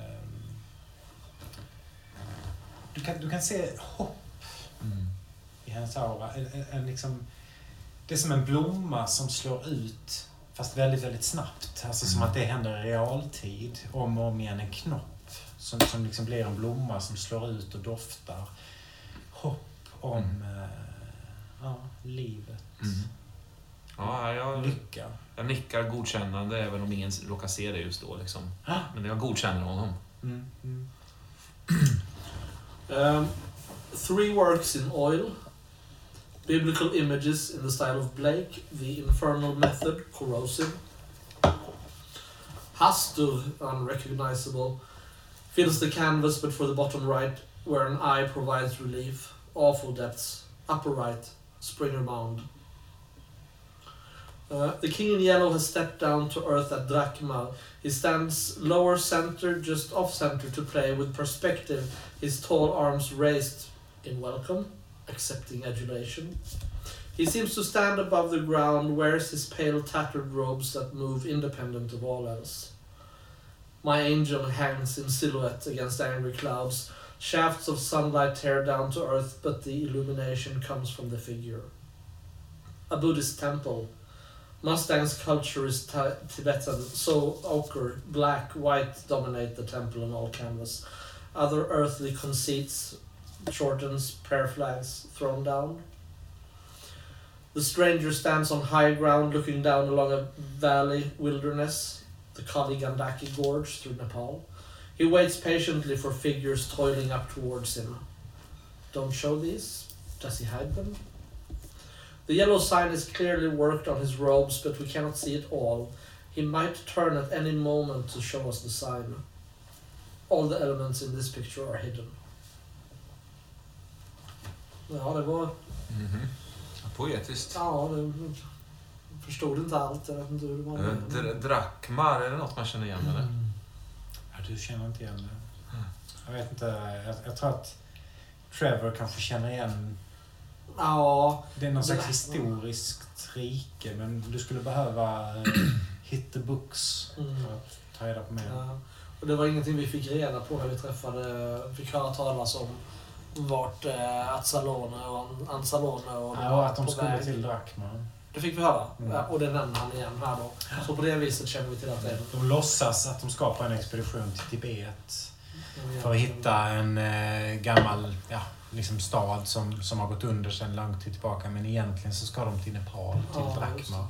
Du kan se hopp i hennes aura. Det är som en blomma som slår ut fast väldigt, väldigt snabbt. Alltså som att det händer i realtid. Om och om igen en knopp som liksom blir en blomma som slår ut och doftar. Hopp om livet. Lycka. Jag nickar godkännande även om ingen råkar se det just då. Liksom. Men jag godkänner honom. 3 works in oil. Biblical images in the style of Blake. The infernal method, corrosive. Hastur, unrecognizable. Fills the canvas but for the bottom right, where an eye provides relief. Awful depths. Upper right, Springer Mound. The king in yellow has stepped down to earth at Drakmal. He stands lower center, just off center to play with perspective, his tall arms raised in welcome, accepting adulation. He seems to stand above the ground, wears his pale tattered robes that move independent of all else. My angel hangs in silhouette against angry clouds. Shafts of sunlight tear down to earth, but the illumination comes from the figure. A Buddhist temple. Mustang's culture is Tibetan, so ochre, black, white dominate the temple and all canvas. Other earthly conceits shortens prayer flags thrown down. The stranger stands on high ground looking down along a valley wilderness, the Kali Gandaki Gorge through Nepal. He waits patiently for figures toiling up towards him. Don't show these. Does he hide them? The yellow sign is clearly worked on his robes, but we cannot see it all. He might turn at any moment to show us the sign. All the elements in this picture are hidden. Ja, det var... Poetiskt. Ja, det förstod inte allt. Jag vet inte hur det var. Drakmar, är det något man känner igen eller? Ja, du känner inte igen det. Jag vet inte. Jag tror att Trevor kanske känner igen... Ja. Det är någon slags historiskt rike, men du skulle behöva hit the books för att ta reda på mer. Ja. Och det var ingenting vi fick reda på när vi fick höra talas om vart Anzalone och Ja, att de skulle till Drakmar. Det fick vi höra. Ja, och det nämner han igen här då. Så på det viset känner vi till att det är... De låtsas att de ska på en expedition till Tibet för att hitta en gammal liksom stad som har gått under sedan lång tid tillbaka. Men egentligen så ska de till Nepal, till Drakmar.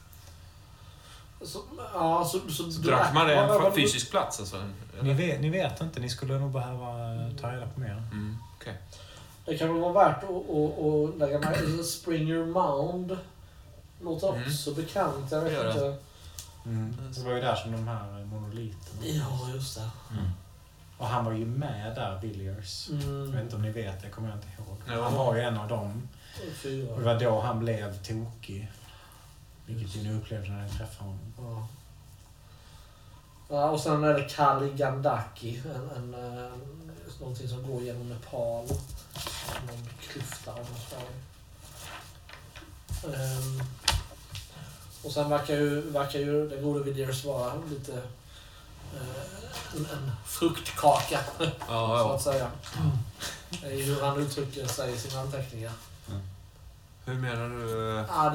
Så Drakmar är en fysisk plats alltså? Ni vet inte, ni skulle nog behöva ta reda på mer. Okay. Det kan väl vara värt att lägga med Springer Mound. Låter också bekant, jag vet inte. Det var ju där som de här monoliterna. Ja, just det. Och han var ju med där, Villiers. Jag vet inte om ni vet, det kommer jag inte ihåg. Ja. Han var ju en av dem. Och det var då han blev tokig. Vilket ju nu upplevde när jag träffade honom. Ja. Ja, och sen är det Kali Gandaki. Någonting som går genom Nepal. Någon klyfta av något slag. Och sen verkar ju den gode Villiers vara lite en fruktkaka, så att säga. Det är hur han uttrycker sig i sina anteckningar. Hur menar du? Ja,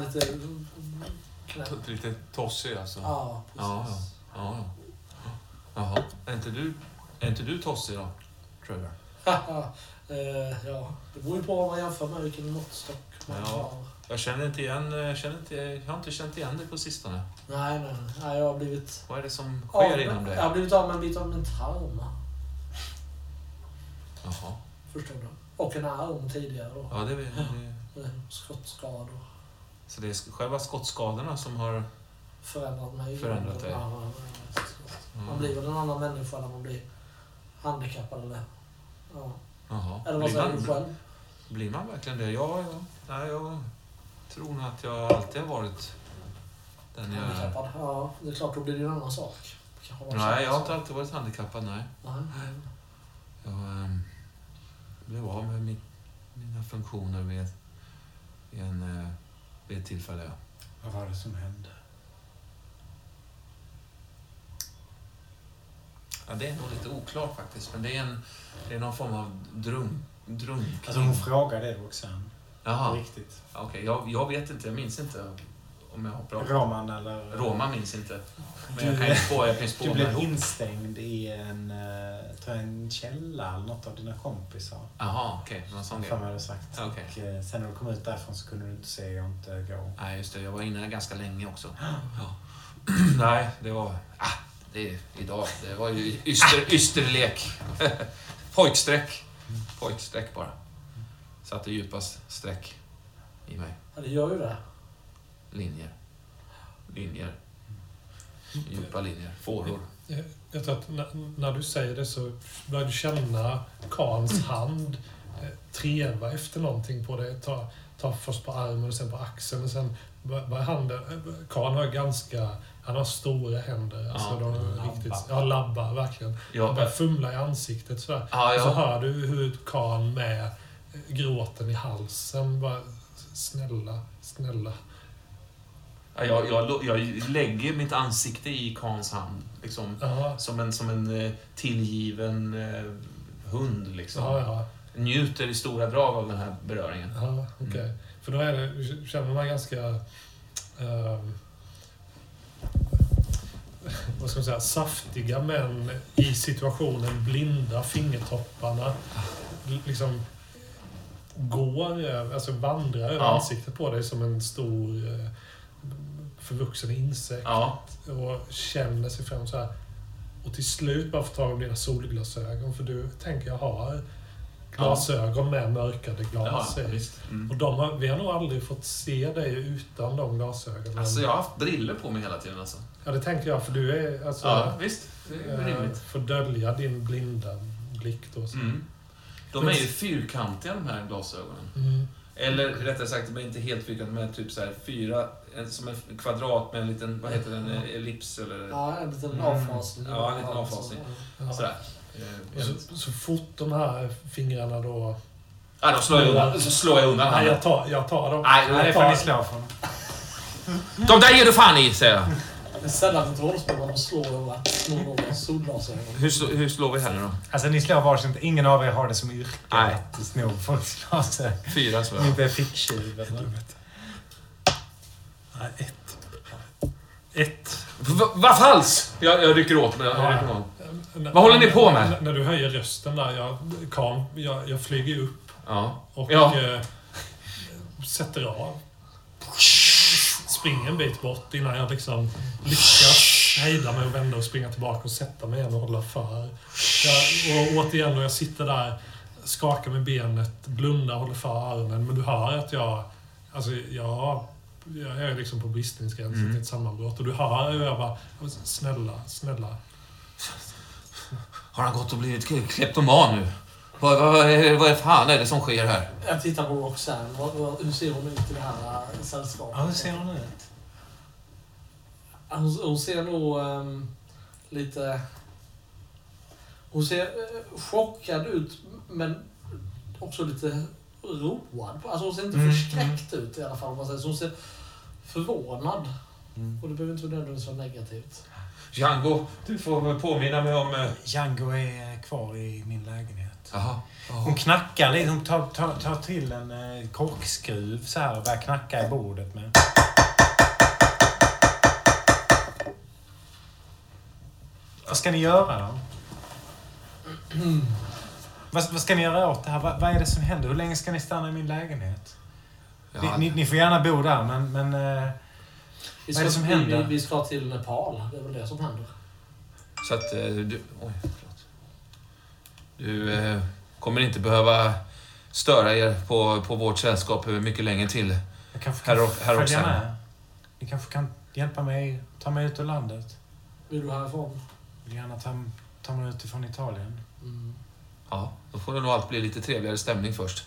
Lite tossig alltså? Ja, precis. Ja. Jaha. Är inte du tossig då, Trevor? Ja, det beror ju på vad man jämför med vilken måttstock man har. Jag har inte känt igen dig på sistone. Nej, jag har blivit... Vad är det som sker inom dig? Jag har blivit av med en bit av min tarm. Jaha. Förstår du? Och en arm tidigare då. Ja, det Skottskador. Så det är själva skottskadorna som har förändrat dig? Ja. Man blir väl en annan människa när man blir handikappad eller... Ja. Jaha. Eller vad säger du själv? Blir man verkligen det? Ja. Nej, jag tror nog att jag alltid har varit den jag... Handikappad? Ja, det är klart, då blir det ju en annan sak. Nej, jag har inte alltid varit handikappad, nej. Jag blev av med mina funktioner vid ett tillfälle. Vad var det som hände? Ja, det är nog lite oklart faktiskt, men det är någon form av drunkning. Alltså hon frågade det också. Jaha. Riktigt. Okej, jag vet inte, jag minns inte om jag har pratat. Roman eller... Roma minns inte. Men jag kan ju spå Du blev instängd i en källa eller något av dina kompisar. Jaha, okej. Någon sån grej. Som jag hade sagt. Okay. Och sen när du kom ut därifrån så kunde du inte se och inte gå. Nej, just det. Jag var inne ganska länge också. Ja. Nej, det var... idag. Det var ju ysterlek. Pojksträck bara. Satte djupast streck i mig. Ja, det gör ju det. Linjer. Djupa linjer. Fåror. Jag tror att när du säger det så börjar du känna Kans hand treva efter någonting på det. Ta först på armen och sen på axeln och sen börjar handen... Kan har han har stora händer. Alltså de är riktigt... Ja, labbar verkligen. Ja. Börjar fumla i ansiktet sådär. Ja. Och så hör du hur Kan med gråten i halsen bara snälla. Ja, jag lägger mitt ansikte i Kans hand. Liksom, som en tillgiven hund. Liksom. Ja. Njuter i stora drag av den här beröringen. Ja, okej. För då känner man ganska... vad ska man säga, saftiga män i situationen, blinda fingertopparna, liksom går, alltså vandrar över ansiktet på dig som en stor förvuxen insekt. Ja. Och känner sig fram så här. Och till slut bara får tag om dina solglasögon. För du tänker jag har glasögon med mörkade glas i. Visst. Och vi har nog aldrig fått se dig utan de glasögonen. Alltså jag har haft briller på mig hela tiden alltså. Ja, det tänker jag, för du är alltså... Ja, visst. Det är rimligt. Får dölja din blinda blick då. Så. De är ju fyrkantiga de här glasögonen. Eller rättare sagt, de är inte helt fyrkantiga, men typ så här 4, som en kvadrat med en liten, vad heter den, ellips eller... Ja, en liten avfasning. Ja, en liten avfasning. Sådär. Så fort de här fingrarna då... Ja, då slår jag undan. Nej, jag tar dem. Nej, får ni slå för. De där ger du fan i, säger jag. Det är sällan ett rollspel man slår över att snå några solglasögon. Hur slår vi här nu då? Alltså ni slår varsin. Ingen av er har det som yrke Nej. att sno folks glasögon. 4 slår Ni jag. inte är ficktjuv eller något. Nej, 1. Vad falskt! Jag rycker åt mig. Vad håller ni på med? När du höjer rösten där, jag flyger upp och sätter av. Springer en bit bort innan jag liksom lyckas hejda mig och vända och springa tillbaka och sätta mig igen och hålla för. Och återigen då jag sitter där, skakar med benet, blundar, håller för öronen. Men du hör att jag är liksom på bristningsgränsen till ett sammanbrott. Och du hör hur jag bara, snälla. Har han gått och blivit kleptoman nu? Vad fan är det som sker här? Jag tittar på Roxanne. Hur ser hon ut i det här sällskapet? Ja, hur ser hon ut? Hon ser nog lite... Hon ser chockad ut, men också lite road. Alltså hon ser inte förskräckt ut i alla fall. Så hon ser förvånad. Och det behöver inte vara nödvändigtvis vara negativt. Django, du får påminna mig om... Django är kvar i min lägenhet. Jaha. Hon knackar lite. Hon tar till en korkskruv så här och börjar knacka i bordet med. Vad ska ni göra då? Vad ska ni göra åt det här? Vad är det som händer? Hur länge ska ni stanna i min lägenhet? Ja. Ni får gärna bo där, men vad är det som händer? Vi ska till Nepal. Det är väl det som händer. Så att du... Oj, förlåt. Du kommer inte behöva störa er på vårt sällskap mycket länge till. Jag kanske Herr följa Roxanne. med. Ni kanske kan hjälpa mig, ta mig ut ur landet. Vill du härifrån? Vill gärna ta mig ut ifrån Italien. Ja, då får det nog allt bli lite trevligare stämning först.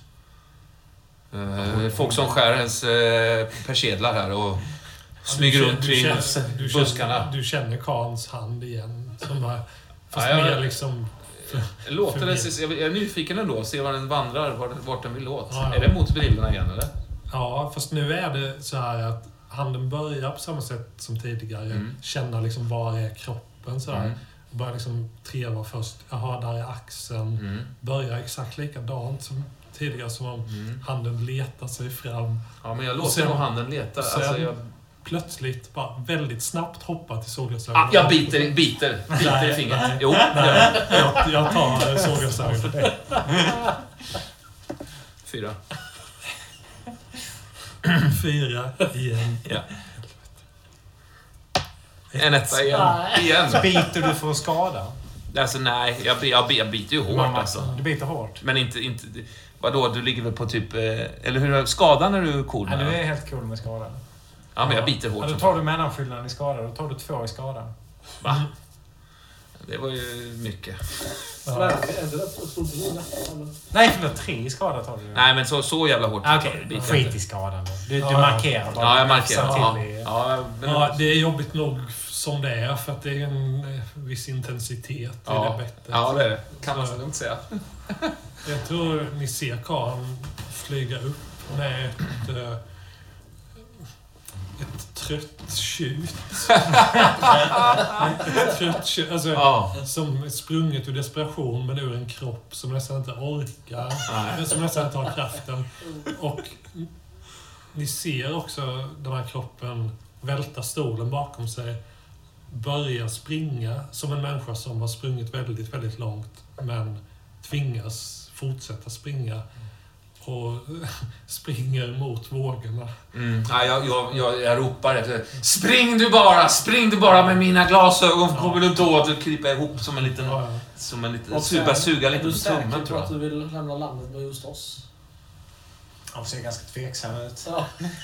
Folk som skär ens persedlar här och smyger runt kring buskarna. Du känner Kans hand igen. Som här, fast Ja, mer liksom... Låter det, jag är nyfiken ändå, se var den vandrar, vart den vill åt. Ja. Är det mot brillorna igen eller? Ja, fast nu är det så här att handen börjar på samma sätt som tidigare. Känna liksom var är kroppen så här. Börjar liksom treva först. Jaha, där är axeln. Börjar exakt likadant som tidigare, som om handen letar sig fram. Ja, men jag låter nog handen leta. Sen Alltså, plötsligt bara väldigt snabbt hoppa till solglasögonen. jag biter i fingret. Jo, jag tar solglasögonen. 4. 4 igen. Ja. En etta igen. Biter du för att skada? Alltså nej, jag biter ju hårt alltså. Du biter hårt? Men inte... Vadå, du ligger väl på typ... Eller hur, skadan är du cool med? Ja, du är helt cool med skada. Ja, men jag biter hårt. Ja, då tar du mellanskillnaden i skada. Då tar du 2 i skada. Va? Det var ju mycket. Nej, förlåt. 3 i skada tar du. Nej, men så jävla hårt. Okej, skit i skadan då. Du markerar bara. Ja, jag markerar. Ja, det är jobbigt nog som det är, för att det är en viss intensitet i det bettet. Ja, det är det. Kan man så lugnt säga. Jag tror ni ser Karin flyga upp med ett trött tjut. Ett trött tjut, alltså, som är sprunget ur desperation, men ur en kropp som nästan inte orkar. Som nästan inte har kraften. Och ni ser också den här kroppen välta stolen bakom sig, börja springa som en människa som har sprungit väldigt, väldigt långt, men tvingas fortsätta springa. och springer mot vågorna. Ja, jag ropar efter. Spring du bara med mina glasögon. Kommer du inte åt att krypa ihop som en liten... Som en liten... Suga lite på tummen, tror jag. Är du säker på jag. att du vill lämna landet med just oss? Han ser ganska tveksam ut. Ja.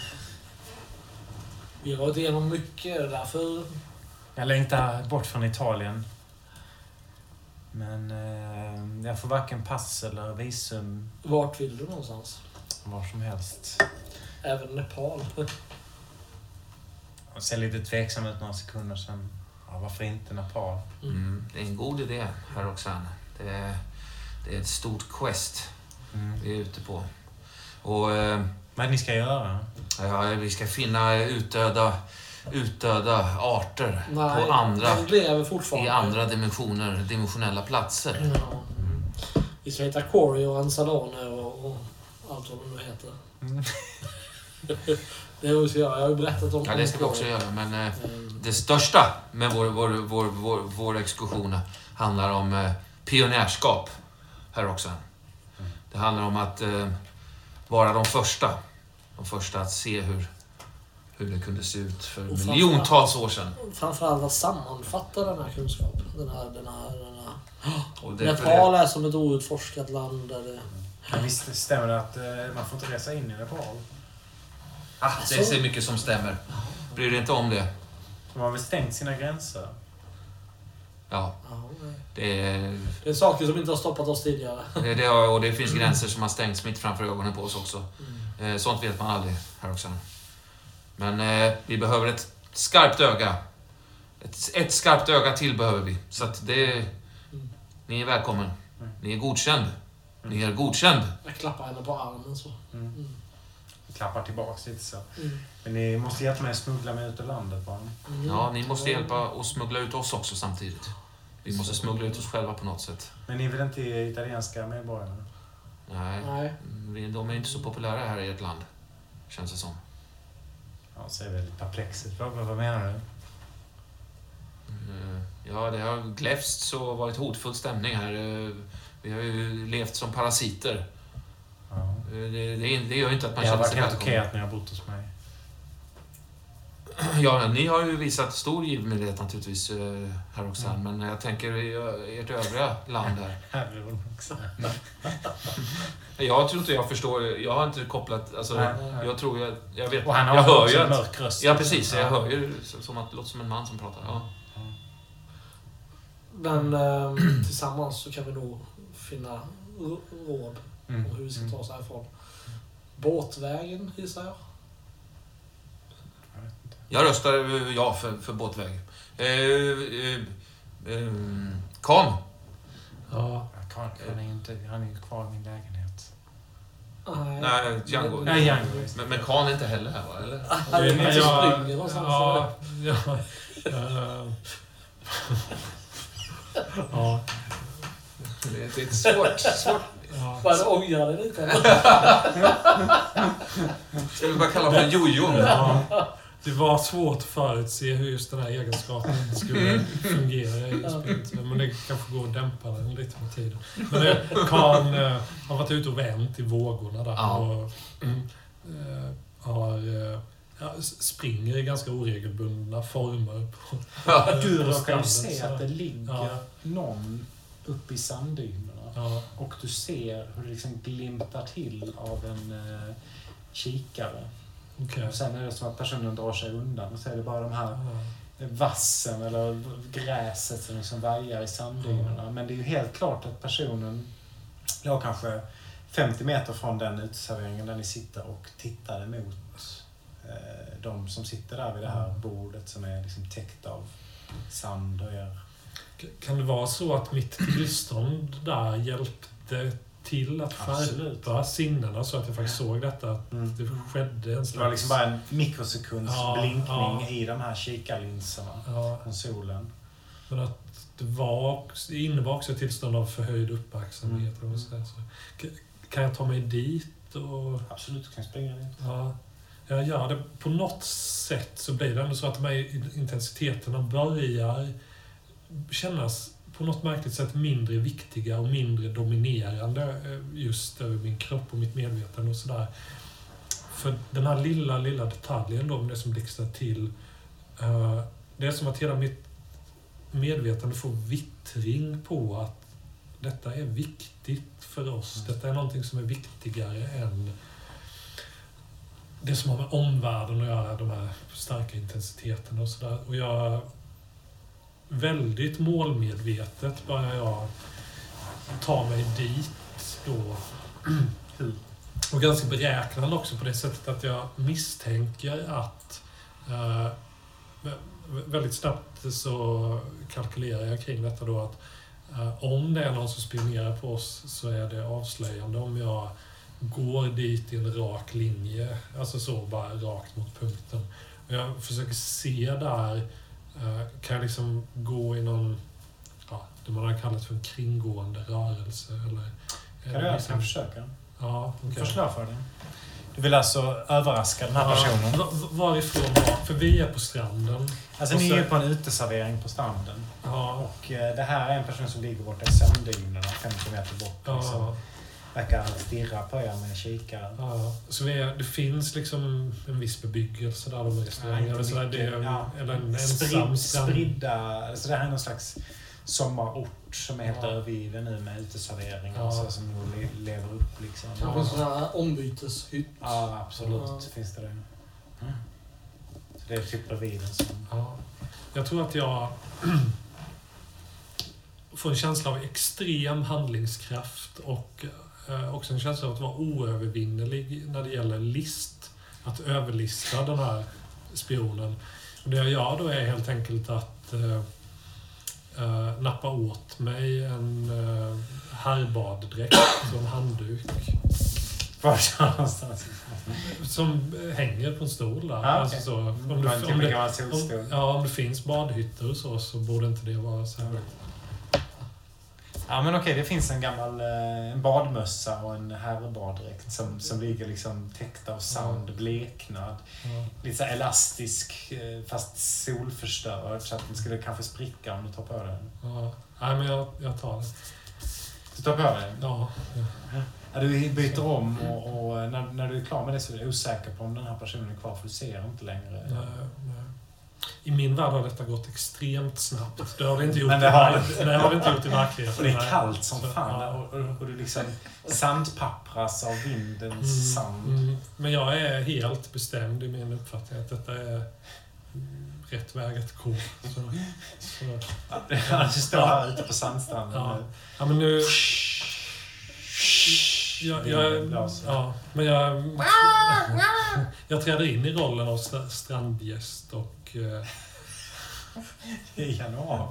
Vi har varit igenom mycket, därför... Jag längtar bort från Italien. Men jag får varken pass eller visum. Vart vill du någonstans? Var som helst. Även Nepal. Jag ser lite tveksam ut några sekunder sen. Ja, varför inte Nepal? Det är en god idé här också. Det är ett stort quest vi är ute på. Och Vad ni ska göra? ja, vi ska finna utdöda arter på andra, i andra dimensionella platser. Ja. Vi ska hitta Corey och Ansalone och allt vad de nu heter. Det är också jag har ju berättat om. Ja, det ska vi också göra, men det största med vår exkursion handlar om pionjärskap här också. Det handlar om att vara de första att se hur det kunde se ut för miljontals år sedan. Framförallt att sammanfatta den här kunskapen. Den här. Och Nepal är som ett outforskat land där det... Men visst stämmer det att man får inte resa in i Nepal? Det är så mycket som stämmer. Bryr dig inte om det. De har väl stängt sina gränser? Ja. Det är saker som inte har stoppat oss tidigare. Och det finns gränser som har stängts mitt framför ögonen på oss också. Sånt vet man aldrig här också. Men vi behöver ett skarpt öga. Ett skarpt öga till behöver vi. Så att ni är välkommen. Ni är godkänd. Ni är godkänd. Jag klappar henne på armen så. Klappar tillbaka lite så. Men ni måste hjälpa mig att smuggla mig ut ur landet bara. Ja, ni måste hjälpa och smuggla ut oss också samtidigt. Vi måste smuggla ut oss själva på något sätt. Men ni är väl inte italienska medborgare? Nej. De är inte så populära här i ert land. Känns det som. Ja, så är det lite perplexigt. Vad menar du? Ja, det har gläfsts och varit hotfull stämning här. Vi har ju levt som parasiter. Ja. Det gör ju inte att man känner sig välkommen. Jag har varit helt okej att ni har bott hos mig. Ja, ni har ju visat stor givmildhet naturligtvis här också. Men jag tänker ert övriga land här. Herren också. Jag tror inte jag förstår. Jag har inte kopplat... Alltså, jag tror jag vet... Och han har jag hör också ju en mörk röst. Ja, precis. Jag hör ju som att det låter som en man som pratar. Ja. Men tillsammans så kan vi nog finna råd om hur vi ska ta oss härifrån. Båtvägen, gissar jag. Jag röstar ja för båtväg. Kan? Ja. Han är ju kvar i min lägenhet. Nej, Django. Nej, Django. Men Kan är inte heller här, va? Eller? Han är inte springer någonstans. Ja. Det är svårt. Bara ångrar det lite. Ska vi bara kalla för jojo? Ja. Det var svårt att förutse hur just den här egenskapen skulle fungera i spelet. Men det kanske går att dämpa den lite med tiden. Men Kan har varit ute och vänt i vågorna där. Och springer i ganska oregelbundna former. Du råkar ju se att det ligger någon uppe i sanddynerna. Ja. Och du ser hur det liksom glimtar till av en kikare. Okay. Och sen är det som att personen drar sig undan. Och så är det bara de här vassen eller gräset som liksom vajar i sanddynerna. Men det är ju helt klart att personen låg kanske 50 meter från den uteserveringen där ni sitter och tittar emot de som sitter där vid det här bordet som är liksom täckt av sand och Kan det vara så att mitt tillstånd där hjälpte till att skärpa sinnena så att jag faktiskt såg detta, att det skedde en slags... Det var liksom bara en mikrosekunds blinkning i de här kikarlinserna från solen. Men att det innebar också ett tillstånd av förhöjd uppmärksamhet. Så. Kan jag ta mig dit? Och... Absolut, du kan springa dit. Jag gör det. På något sätt så blir det ändå så att de här intensiteterna börjar kännas på något märkligt sätt mindre viktiga och mindre dominerande just över min kropp och mitt medvetande och sådär. För den här lilla detaljen då, det som blixtrar till, det är som att hela mitt medvetande får vittring på att detta är viktigt för oss. Detta är någonting som är viktigare än det som har med omvärlden att göra, de här starka intensiteterna och sådär. Och jag väldigt målmedvetet börjar jag ta mig dit då. Och ganska beräknande också på det sättet att jag misstänker att väldigt snabbt så kalkylerar jag kring detta då att om det är någon som spionerar på oss så är det avslöjande om jag går dit i en rak linje, alltså så bara rakt mot punkten. Och jag försöker se där, kan jag liksom gå i någon, det man har kallat för en kringgående rörelse eller... Kan du liksom försöka? Ja, okej. Förslå för det. Du vill alltså överraska den här personen? Varifrån var? För vi är på stranden. Alltså ni är på en uteservering på stranden. Ja. Och det här är en person som ligger borta i sanddynerna 50 meter bort. Ja. Liksom. Verkar stirra på er med kikare. Ja. Så det finns liksom en viss bebyggelse där, de restauranger. Eller sådär, eller en ensam spridda. Så det här är någon slags sommarort som är helt övergiven nu med uteserveringar. Ja. Som nog lever upp liksom. Kanske en sån här ombyteshytt. Ja, absolut. Finns det. Så det är typ bredvid en sån. Ja. Jag tror att jag får en känsla av extrem handlingskraft och också en känsla av att vara oövervinnerlig när det gäller list. Att överlista den här spionen. Och det jag gör då är helt enkelt att nappa åt mig en herrbaddräkt och en handduk. Var någonstans? Som hänger på en stol där. Alltså så, om det finns badhytter och så borde inte det vara så här. Ja, men okej, det finns en gammal en badmössa och en herrbaddräkt som ligger liksom täckt av sand, bleknad. Lite så elastisk fast solförstörd så att den skulle kanske spricka om du tar på den. Ja, nej men jag tar det. Du tar på den? Ja. Ja, du byter om och när du är klar med det så är du osäker på om den här personen är kvar för du ser inte längre. Nej. I min värld har detta gått extremt snabbt. Det har vi inte gjort, det har vi inte gjort i verkligheten. Och det är kallt som fan och du liksom sandpappras av vindens sand. Men jag är helt bestämd i min uppfattning att detta är rätt väg att gå. Du står här ute på sandstranden. Ja, men nu... Jag träder in i rollen av strandgäst och... I januari.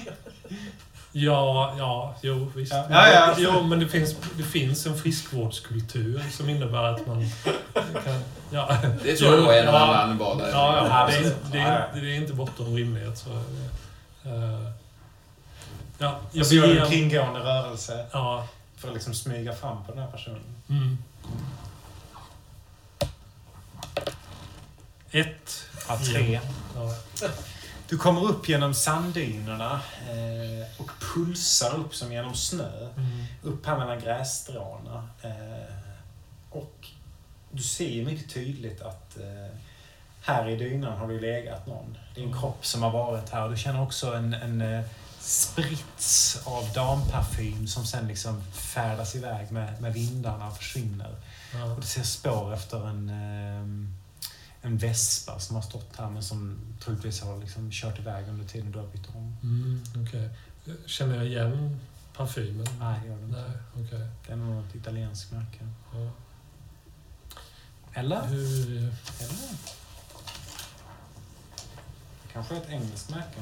Jo, visst. Ja. Jo, men det finns en friskvårdskultur som innebär att man kan... Ja. Det tror jag är en annan badare. Ja. Det är inte bortom rimlighet. Så, jag så gör en kringgående rörelse. Ja. För att liksom smyga fram på den här personen. 1. 3. Ja. Du kommer upp genom sanddynerna och pulsar upp som genom snö. Upp här mellan grässtråna. Och du ser mycket tydligt att här i dynan har du legat någon. Det är en kropp som har varit här. Du känner också en sprits av damparfym som sen liksom färdas iväg med vindarna och försvinner. Ja. Och du ser spår efter en vespa som har stått här men som troligtvis har liksom kört iväg under tiden du har bytt om. Okay. Känner jag igen parfymen? Nej, gör du inte. Nej, okay. Det är nog något italienskt märke. Ja. Eller? Eller? Kanske ett engelskt märke.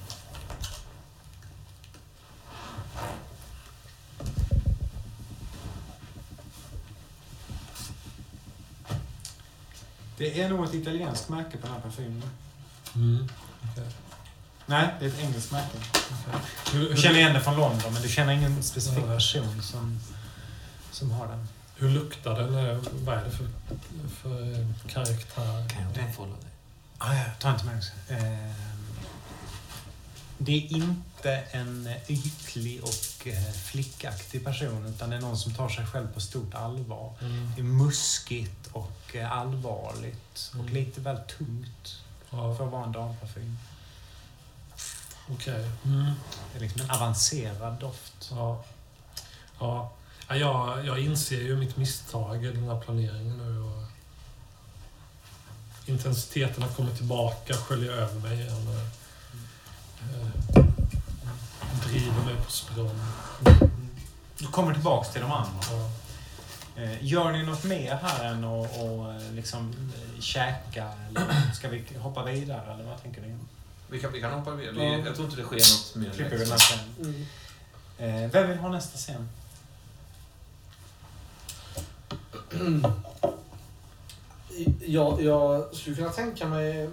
Det är nog ett italienskt märke på den här parfymen. Okay. Nej, det är ett engelskt märke. Okay. Du känner igen det från London, men du känner ingen specifik person som har den. Hur luktar den? Vad är det för karaktär? Kan jag få dig? Jag tar inte med också. Det är inte en ytlig och flickaktig person, utan det är någon som tar sig själv på stort allvar. Det är muskigt och allvarligt och lite väl tungt för att vara en damparfym. Okej. Det är liksom en avancerad doft. Ja, jag inser ju mitt misstag i den här planeringen nu. Och intensiteten har kommit tillbaka, sköljer över mig igen. Driver mig på språng. Du kommer tillbaka till de andra. Ja. Gör ni något mer här än att liksom käka? Eller ska vi hoppa vidare? Eller vad tänker ni? Vi kan hoppa vidare. Jag tror inte det sker något mer. Klipper vi den här scenen. Vem vill ha nästa scen? Jag skulle kunna tänka mig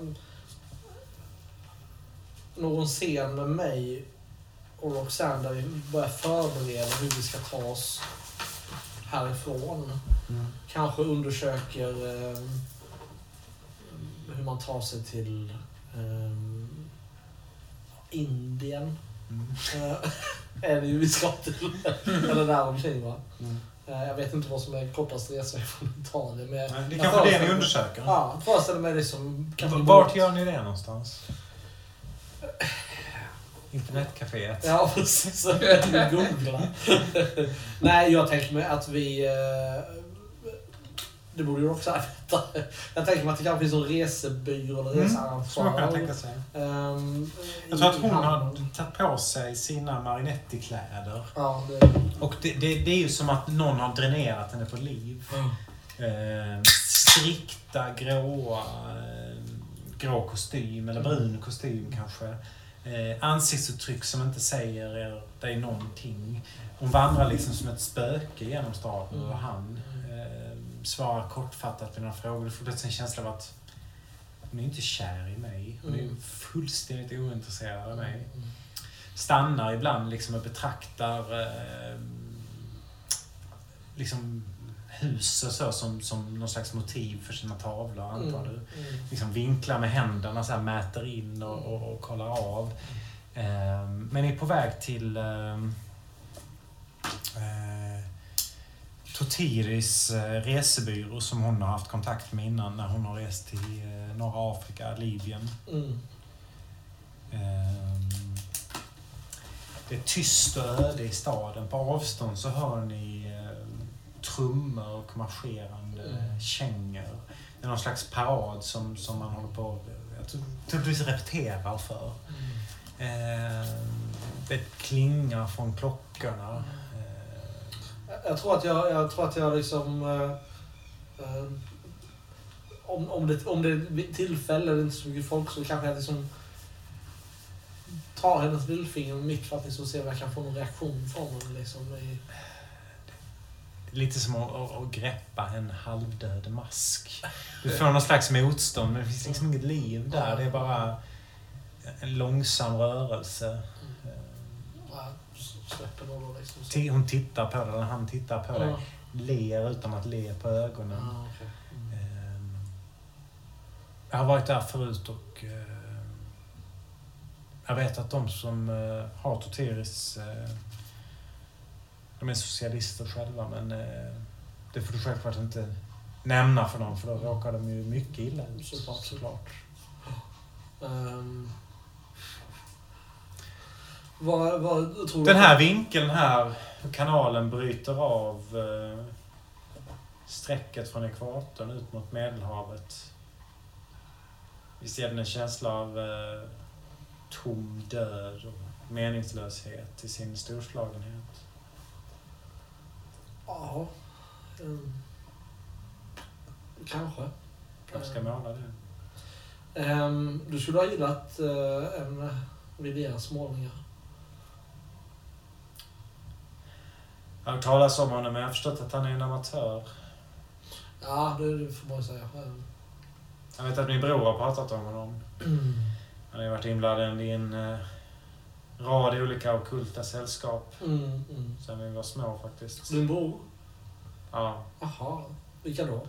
någon scen med mig och Roxanne där vi börjar förbereda hur vi ska ta oss härifrån. Kanske undersöker hur man tar sig till Indien. Är det ju vi ska till. Eller där omkring, va? Jag vet inte vad som är kortast resa från Italien. Men det är kanske det ni undersöker. Ja, föreställer mig det som... Vart gör ni det någonstans? Internetcaféet. Ja, precis. Googla. Nej, jag tänker mig att vi... Det borde ju också veta. Jag tänker mig att det kanske finns en resebyrå eller researrangör. Som man kan tänka sig. Jag tror att hon har tagit på sig sina Marinetti-kläder. Ja, och det är ju som att någon har dränerat henne på liv. Strikta, grå kostym, eller brun kostym kanske. Ansiktsuttryck som inte säger dig någonting. Hon vandrar liksom som ett spöke genom staden och han svarar kortfattat på några frågor. Du får plötsligt en känsla av att hon är inte kär i mig. Hon är fullständigt ointresserad av mig. Stannar ibland liksom och betraktar liksom huset så som någon slags motiv för sina tavlor, antar du. Liksom vinklar med händerna, så här, mäter in och kollar av. Men är på väg till Totiris resebyrå som hon har haft kontakt med innan när hon har rest till norra Afrika, Libyen. Det är tyst och öde i staden. På avstånd så hör ni trummor och marscherande kängor. Det är någon slags parad som man håller på att repeterar för. Det klingar från klockorna. Jag tror att jag liksom om det är tillfälle eller inte så mycket folk så kanske jag liksom tar hennes lillfinger mitt för att liksom se om jag kan få någon reaktion från henne liksom. Lite som att greppa en halvdöd mask. Du får någon slags motstånd men det finns liksom inget liv där. Det är bara en långsam rörelse. Hon tittar på dig, eller han tittar på dig. Ler utan att le på ögonen. Jag har varit där förut och jag vet att de som har Totiris de är socialister själva, men det får du självklart inte nämna för dem, för då råkar de ju mycket illa ut. Såklart. Vad tror den här vinkeln här, kanalen bryter av strecket från ekvatorn ut mot Medelhavet. Visst ger den en känsla av tom död och meningslöshet i sin storslagenhet. Ja, kanske. Kanske ska måla det. Du skulle ha gillat en Vidias målningar. Jag har hört talas om honom, men jag har förstått att han är en amatör. Ja, det får man säga. Jag vet att min bror har pratat om honom. Han har ju varit inblandad i en rad olika ockulta sällskap. Sen vi var små faktiskt. Din bror? Ja. Jaha, vilka då? Jag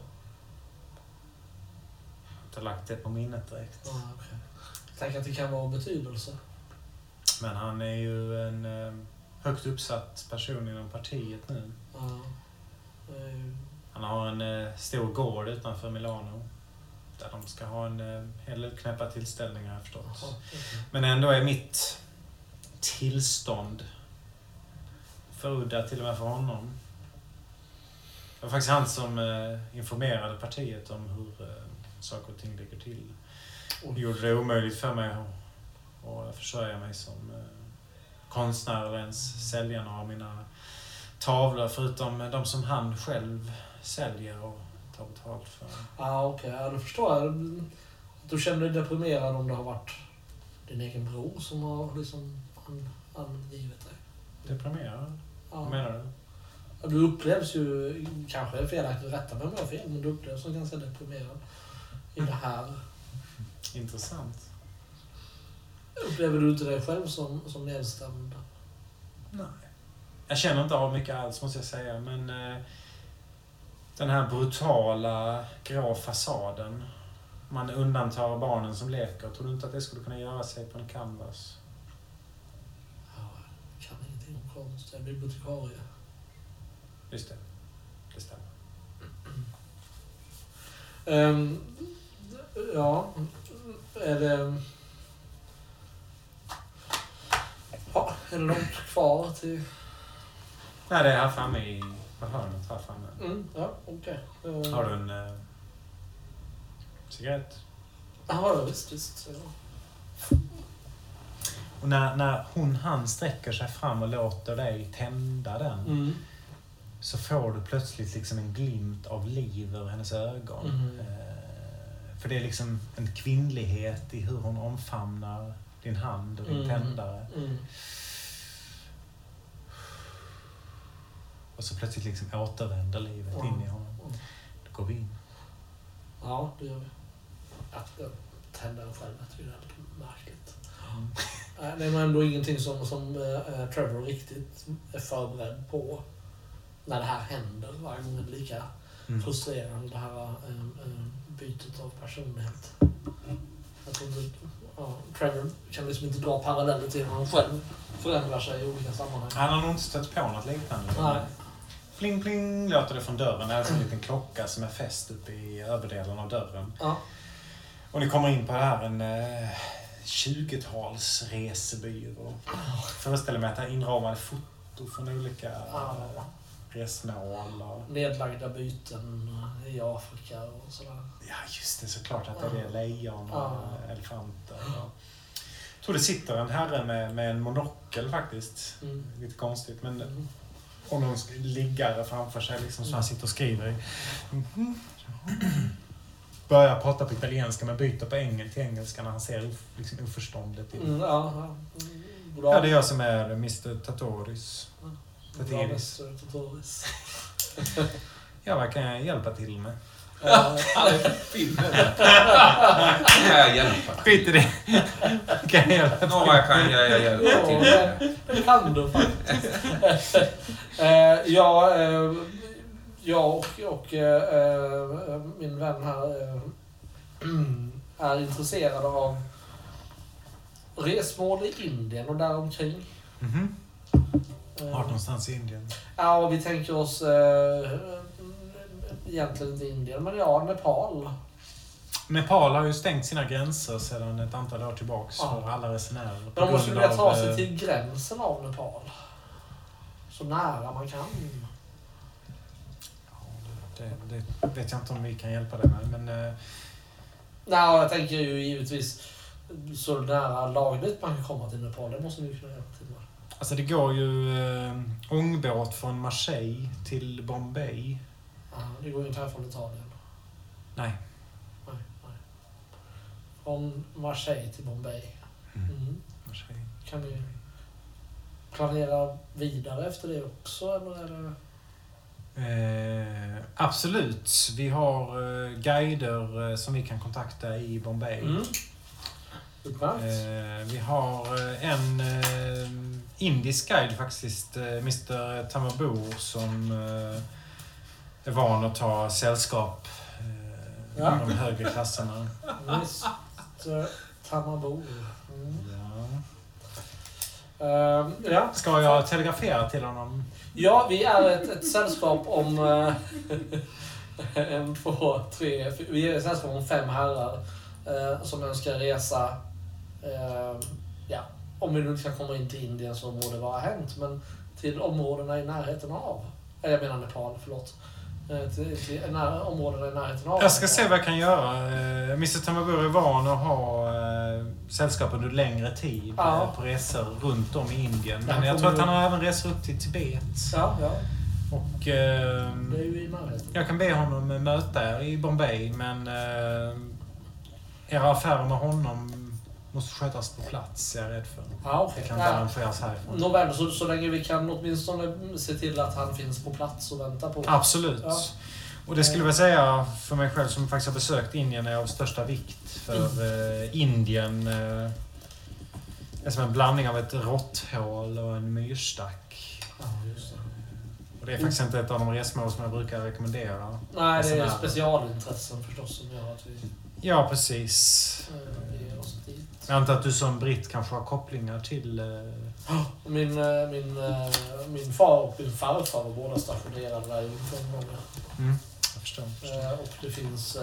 har inte lagt det på minnet direkt. Okay. Tänk att det kan vara betydelse. Men han är ju en högt uppsatt person inom partiet nu. Ja. Han har en stor gård utanför Milano. Där de ska ha en hel del knäppa tillställningar förstås. Men ändå är mitt tillstånd föruddat till och med för honom. Det var faktiskt han som informerade partiet om hur saker och ting ligger till. Det gjorde det omöjligt för mig att försörja mig som konstnär eller ens sälja några av mina tavlor förutom de som han själv säljer och tar betalt för. Okej. Ja, då förstår jag. Du känner dig deprimerad om det har varit din egen bror som har liksom angivit dig. Deprimerad? Ja. Vad menar du? Du upplevs ju, kanske felaktigt, rätta mig om jag har fel, men du upplevs som ganska deprimerad i det här. Intressant. Upplever du inte dig själv som nedstämd? Nej. Jag känner inte av mycket alls måste jag säga, men den här brutala grå fasaden, man undantar barnen som leker, tror du inte att det skulle kunna göra sig på en canvas? Ja, jag kan ingenting om konst, jag är bibliotekarie. Just det. Det stämmer. Ja, är det... Ja, är det långt kvar till... Nej, det är här framme på hörnet här framme. Ja, okej. Har du en cigarett? Ja, visst. Ja. Och när han sträcker sig fram och låter dig tända den så får du plötsligt liksom en glimt av liv ur hennes ögon. För det är liksom en kvinnlighet i hur hon omfamnar din hand och din tändare. Och så plötsligt liksom återvänder livet in i honom. Då går vi in. Ja, det gör vi. Jag tänder den själv, jag tycker det är lite märkligt. Det är ändå ingenting som Trevor riktigt är förberedd på när det här händer. Varje gång är det lika frustrerande, det här bytet av personlighet. Jag tror inte, Trevor kan liksom inte dra paralleller till hur han själv förändrar sig i olika sammanhang. Han har nog inte stött på något liknande. Nej. Pling pling låter det från dörren. Det är en liten klocka som är fäst uppe i överdelen av dörren. Ja. Och ni kommer in på det här en 20-tals resebyrå. Föreställer mig att det är inramade foto från olika resmål. Och... nedlagda byten i Afrika och sådär. Ja, just det. Såklart att det är lejon och elefanter. Och... Jag tror det sitter en herre med en monokel faktiskt. Lite konstigt, men... Och någon liggare framför sig liksom, så han sitter och skriver. Börjar prata på italienska men byter på till engelska när han ser liksom oförståndet i det. Ja, det är jag som är Mr. Tatoris. Tatoris. Ja, vad kan jag hjälpa till med? Jag hjälpa. Skit i det. Kan jag hjälpa till? Några kan jag hjälpa till. Det kan du faktiskt. Jag och min vän här är intresserade av resmål i Indien och däromkring. Vart någonstans i Indien? Ja, vi tänker oss egentligen inte Indien, men Nepal. Nepal har ju stängt sina gränser sedan ett antal år tillbaks för alla resenärer. Men de måste vilja ta sig till gränsen av Nepal. Så nära man kan. Det vet jag inte om vi kan hjälpa dig med, men... Nej, jag tänker ju givetvis så nära lagligt man kan komma till Nepal. Det måste vi kunna hjälpa till med. Alltså det går ju ångbåt från Marseille till Bombay. Ja, det går ju inte här från Italien. Nej. Från Marseille till Bombay. Marseille. Kan vi planera vidare efter det också, eller är det... Absolut. Vi har guider som vi kan kontakta i Bombay. Vi har en indisk guide faktiskt, Mr. Tamabur, som är van att ta sällskap i de högre klasserna. Mr. Tamabur. Ja. Ja. Ska jag telegrafera till honom? Ja, vi är ett sällskap om... 1, 2, 3... Vi är ett sällskap om 5 herrar som önskar resa. Om vi nu ska komma in till Indien så må det vara hänt. Men till områdena i närheten av... Jag menar Nepal, förlåt. Till områdena i närheten av... Jag ska se vad jag kan göra. Mr. Tamabur är van att ha sällskap under längre tid på resor runt om i Indien. Men jag tror att han har även resor upp till Tibet. Ja. Och Det är ju i närheten. jag kan be honom möta er i Bombay, men era affärer med honom måste skötas på plats, jag är rädd för. Ja, okej. Det kan inte arrangeras härifrån. Nåväl, så länge vi kan åtminstone se till att han finns på plats och vänta på... Absolut. Ja. Och det skulle jag säga för mig själv som faktiskt har besökt Indien är av största vikt. För Indien är som en blandning av ett råtthål och en myrstack. Ja, just det. Och det är faktiskt inte ett av de resmål som jag brukar rekommendera. Nej, det är specialintressen förstås som gör att vi Ja, precis. ger oss dit. Jag antar att du som britt kanske har kopplingar till... Min far och min farfar var båda stationerade där i gånger. Jag förstår. Och det finns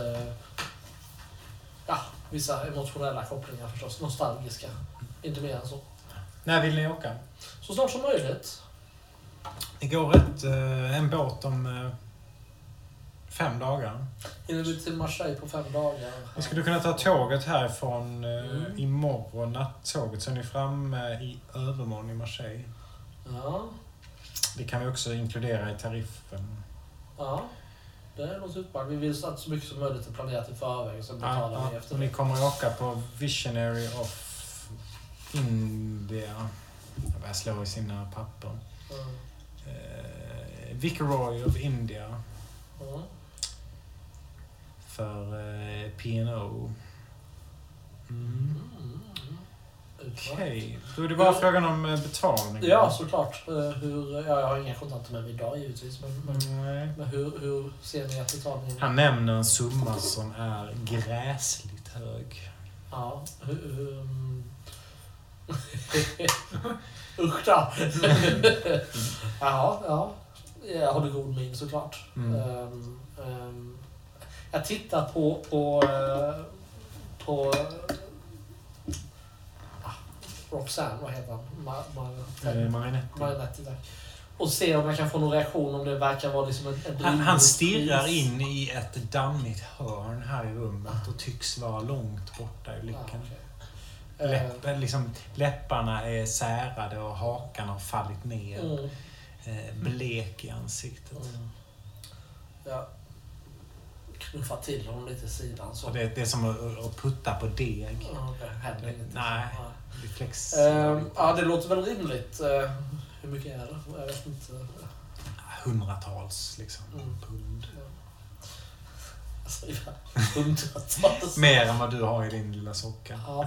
vissa emotionella kopplingar förstås, nostalgiska. Inte mer än så. När vill ni åka? Så snart som möjligt. Det går en båt om 5 dagar. Hinner vi till Marseille på 5 dagar? Vi skulle kunna ta tåget härifrån imorgon, nattåget, så är ni framme i övermorgon i Marseille. Ja. Det kan vi också inkludera i tariffen. Ja. Det är något utmärkt. Vi vill att så mycket som möjligt är planerat i förväg, sen betalar vi efter och ni kommer att åka på Visionary of India. Jag slår i sina papper. Viceroy of India. För P&O. Okej. Då är det bara frågan om betalning. Ja, såklart. Jag har inga kontakter med mig idag givetvis. Men hur ser ni att betalningen... Han nämner en summa som är gräsligt hög. Ja, Usch då. Ja. Jag håller god min såklart. Jag tittar på Roxanne, vad heter han? Marinetti, tack. Och se om jag kan få någon reaktion, om det verkar vara liksom han stirrar in i ett dammigt hörn här i rummet och tycks vara långt borta i blicken. Läpparna är särade och hakan har fallit ner. Blek i ansiktet. Ja. Knuffa till honom lite i sidan. Så. Det är som att putta på deg. Nej, reflex. Det låter väl rimligt. Hur mycket är det? Jag vet inte. Hundratals pund. Hundratals. Mer än vad du har i din lilla socka. Ja.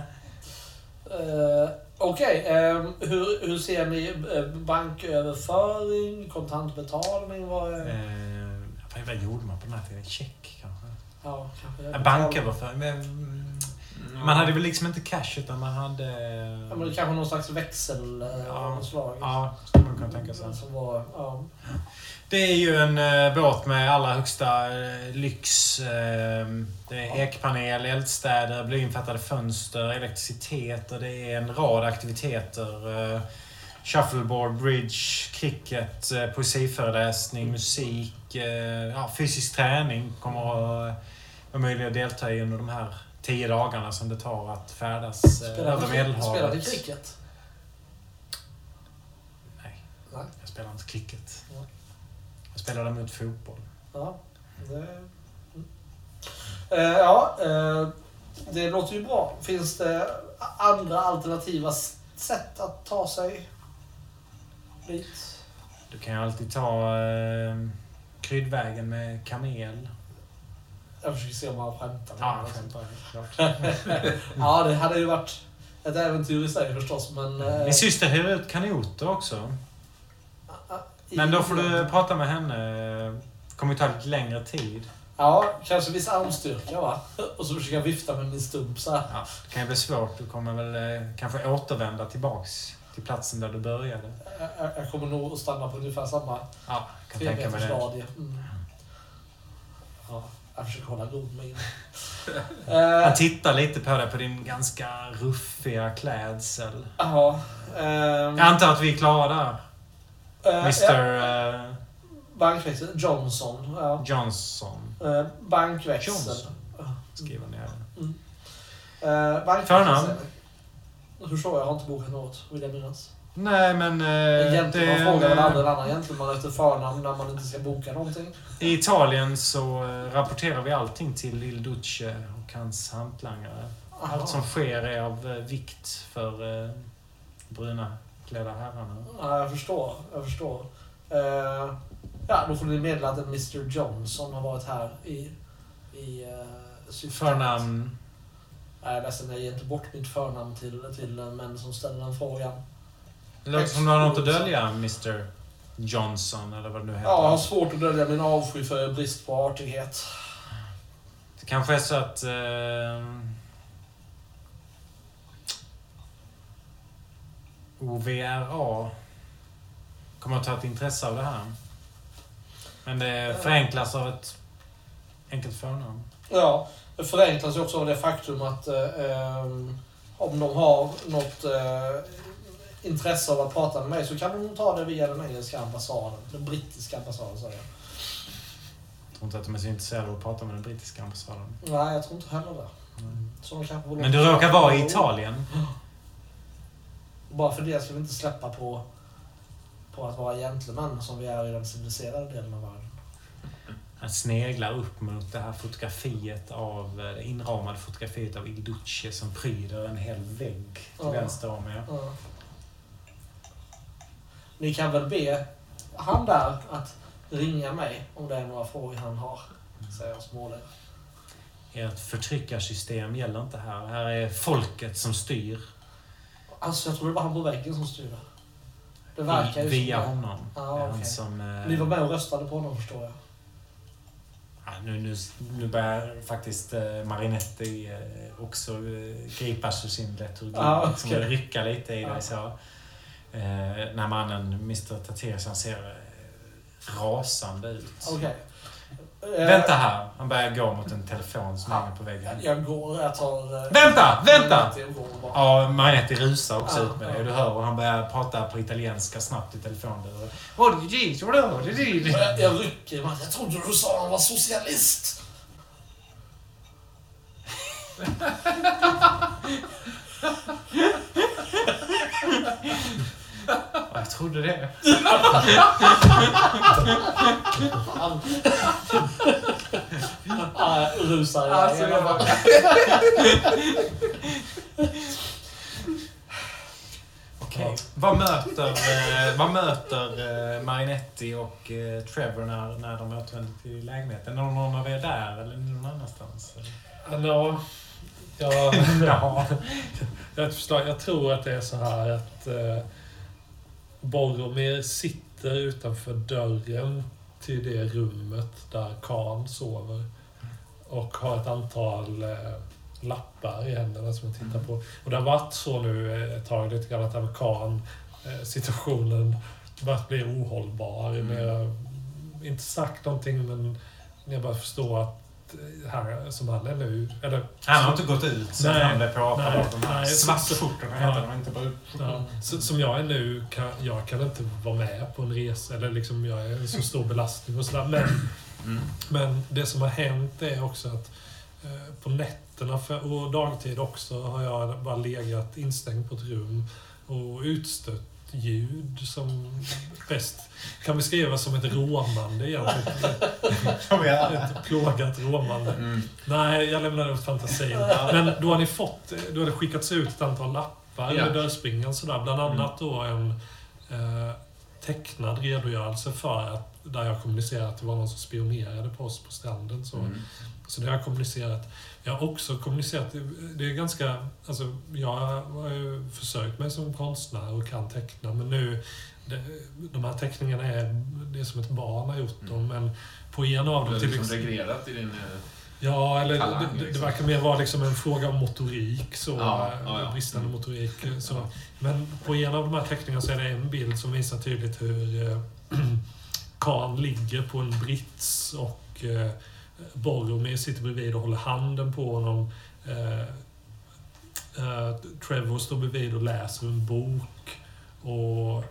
Okej. Hur ser ni banköverföring, kontantbetalning? Vad gjorde man på den här tiden? Check kanske? Ja, kanske. Banköverföring. Man hade väl liksom inte cash, utan man hade... Ja, men det kanske någon slags växel av något slag. Ja, skulle man kunna tänka sig. Som var, Det är ju en båt med allra högsta lyx. Det är ekpanel, eldstäder, blyinfattade fönster, elektricitet och det är en rad aktiviteter. Shuffleboard, bridge, cricket, poesiföreläsning, musik, fysisk träning kommer att vara möjligt att delta i under de här 10 dagarna som det tar att färdas över Medelhavet. Spelar du cricket? Nej, jag spelar inte cricket. Jag spelar däremot fotboll. Ja, det låter ju bra. Finns det andra alternativa sätt att ta sig dit? Du kan ju alltid ta kryddvägen med kamel. Jag försöker se om man skämtar. Ja, jag skämtar klart. Ja, det hade ju varit ett äventyr i sig förstås, men... Min syster hyr ut kanoter också. Men då får du prata med henne. Det kommer ju ta lite längre tid. Ja, kanske viss armstyrka, va? Och så försöka vifta med min stump så här. Ja, det kan ju bli svårt. Du kommer väl kanske återvända tillbaks till platsen där du började. Jag kommer nog att stanna på ungefär samma Ja, kan tänka mig det. stadie. Ja, jag försöker hålla god min. Han tittar lite på dig på din ganska ruffiga klädsel. Ja. Jag antar att vi är klara där. Mr. Bankväxel. Johnson. Ja. Johnson. Bankväxel. Johnson. Skriver ner det. Bankväxel. Förnamn? Hur så? Jag har inte bokat något, vill jag minnas. Nej, men... Egentligen man frågar väl aldrig en annan gentleman efter förnamn när man inte ska boka någonting. I Italien så rapporterar vi allting till Il Duce och hans hantlangare. Aha. Allt som sker är av vikt för bruna klädda herrarna. Ja, jag förstår. Ja, då får ni meddela att en Mr. Johnson har varit här i syftet. Förnamn? Nej, jag ger inte bort mitt förnamn till män som ställer den frågan. Det låter som du har något att dölja, Mr. Johnson, eller vad det nu heter. Ja, jag har svårt att dölja min avsky för brist på artighet. Det kanske är så att... OVRA kommer att ta ett intresse av det här. Men det förenklas av ett enkelt förnamn. Ja, det förenklas ju också av det faktum att om de har något intresse av att prata med mig så kan de ta det via den engelska ambassaden. Den brittiska ambassaden, säger jag. Jag tror inte att de är så intresserade av att prata med den brittiska ambassaden. Nej, jag tror inte heller det. Så de kanske Men du råkar vara i Italien. Bara för det ska vi inte släppa på att vara gentleman som vi är i den civiliserade delen av världen. Han sneglar upp mot det här fotografiet av det inramade fotografiet av Il Duce som pryder en hel vägg till vänster om er. Ja. Ni kan väl be han där att ringa mig om det är några frågor han har, säger jag småler. Ert förtryckarsystem gäller inte här. Här är folket som styr. Alltså, jag tror det var han på väggen som styrde. Det verkar ju via som honom. Ja, Det är han okej. som... Ni var med och röstade på honom, förstår jag. Ja, nu börjar faktiskt Marinetti också gripas ur sin liturgi. Som rycka lite i det. Så. När mannen, Mr. Taterian, ser rasande ut. Okej. Vänta här. Han börjar gå mot en telefon som hänger på väggen. Jag tar... Vänta! Jag går bara. Ja, Marinetti rusar också ut med det. Du hör och han börjar prata på italienska snabbt i telefonen. Jag rycker mig. Jag trodde du sa att han var socialist. Jag trodde det. Rusar Alltså, jag. jag var... Okej. Vad möter Marinetti och Trevor när de återvänder till lägenheten? Är någon av er där eller någon annanstans? Jag tror att det är så här att Boromir sitter utanför dörren till det rummet där Khan sover och har ett antal lappar i händerna som han tittar på. Och det har varit så nu ett tag lite grann att det med Khan situationen börjat bli ohållbar. Mer, inte sagt någonting, men jag bara förstår att här som han är nu. Eller, Han har inte gått ut så han blev pratad av de här svartskjortorna heter de inte bara. som jag är nu, jag kan inte vara med på en resa. Eller liksom, jag är en så stor belastning och sådär. Men det som har hänt är också att på nätterna och dagtid också har jag bara legat instängd på ett rum och utstött ljud som bäst kan beskrivas som ett råmande egentligen. Ett plågat råmande. Nej, jag lämnar ut fantasin. Men då har ni då har det skickats ut ett antal lappar med dörrspringan sådär. Bland annat då en tecknad redogörelse för att där jag kommunicerat att det var någon som spionerade på oss på stranden. Så det har jag kommunicerat. Jag har också kommunicerat, det är ganska, alltså jag har ju försökt mig som konstnär och kan teckna, men nu, de här teckningarna det är som ett barn har gjort dem, men på en av dem till liksom reglerat i din Ja, eller det verkar mer vara liksom en fråga om motorik. Bristande motorik. Så. Men på en av de här teckningarna så är det en bild som visar tydligt hur Khan ligger på en brits och Boromir sitter bredvid och håller handen på honom. Trevor står bredvid och läser en bok. Och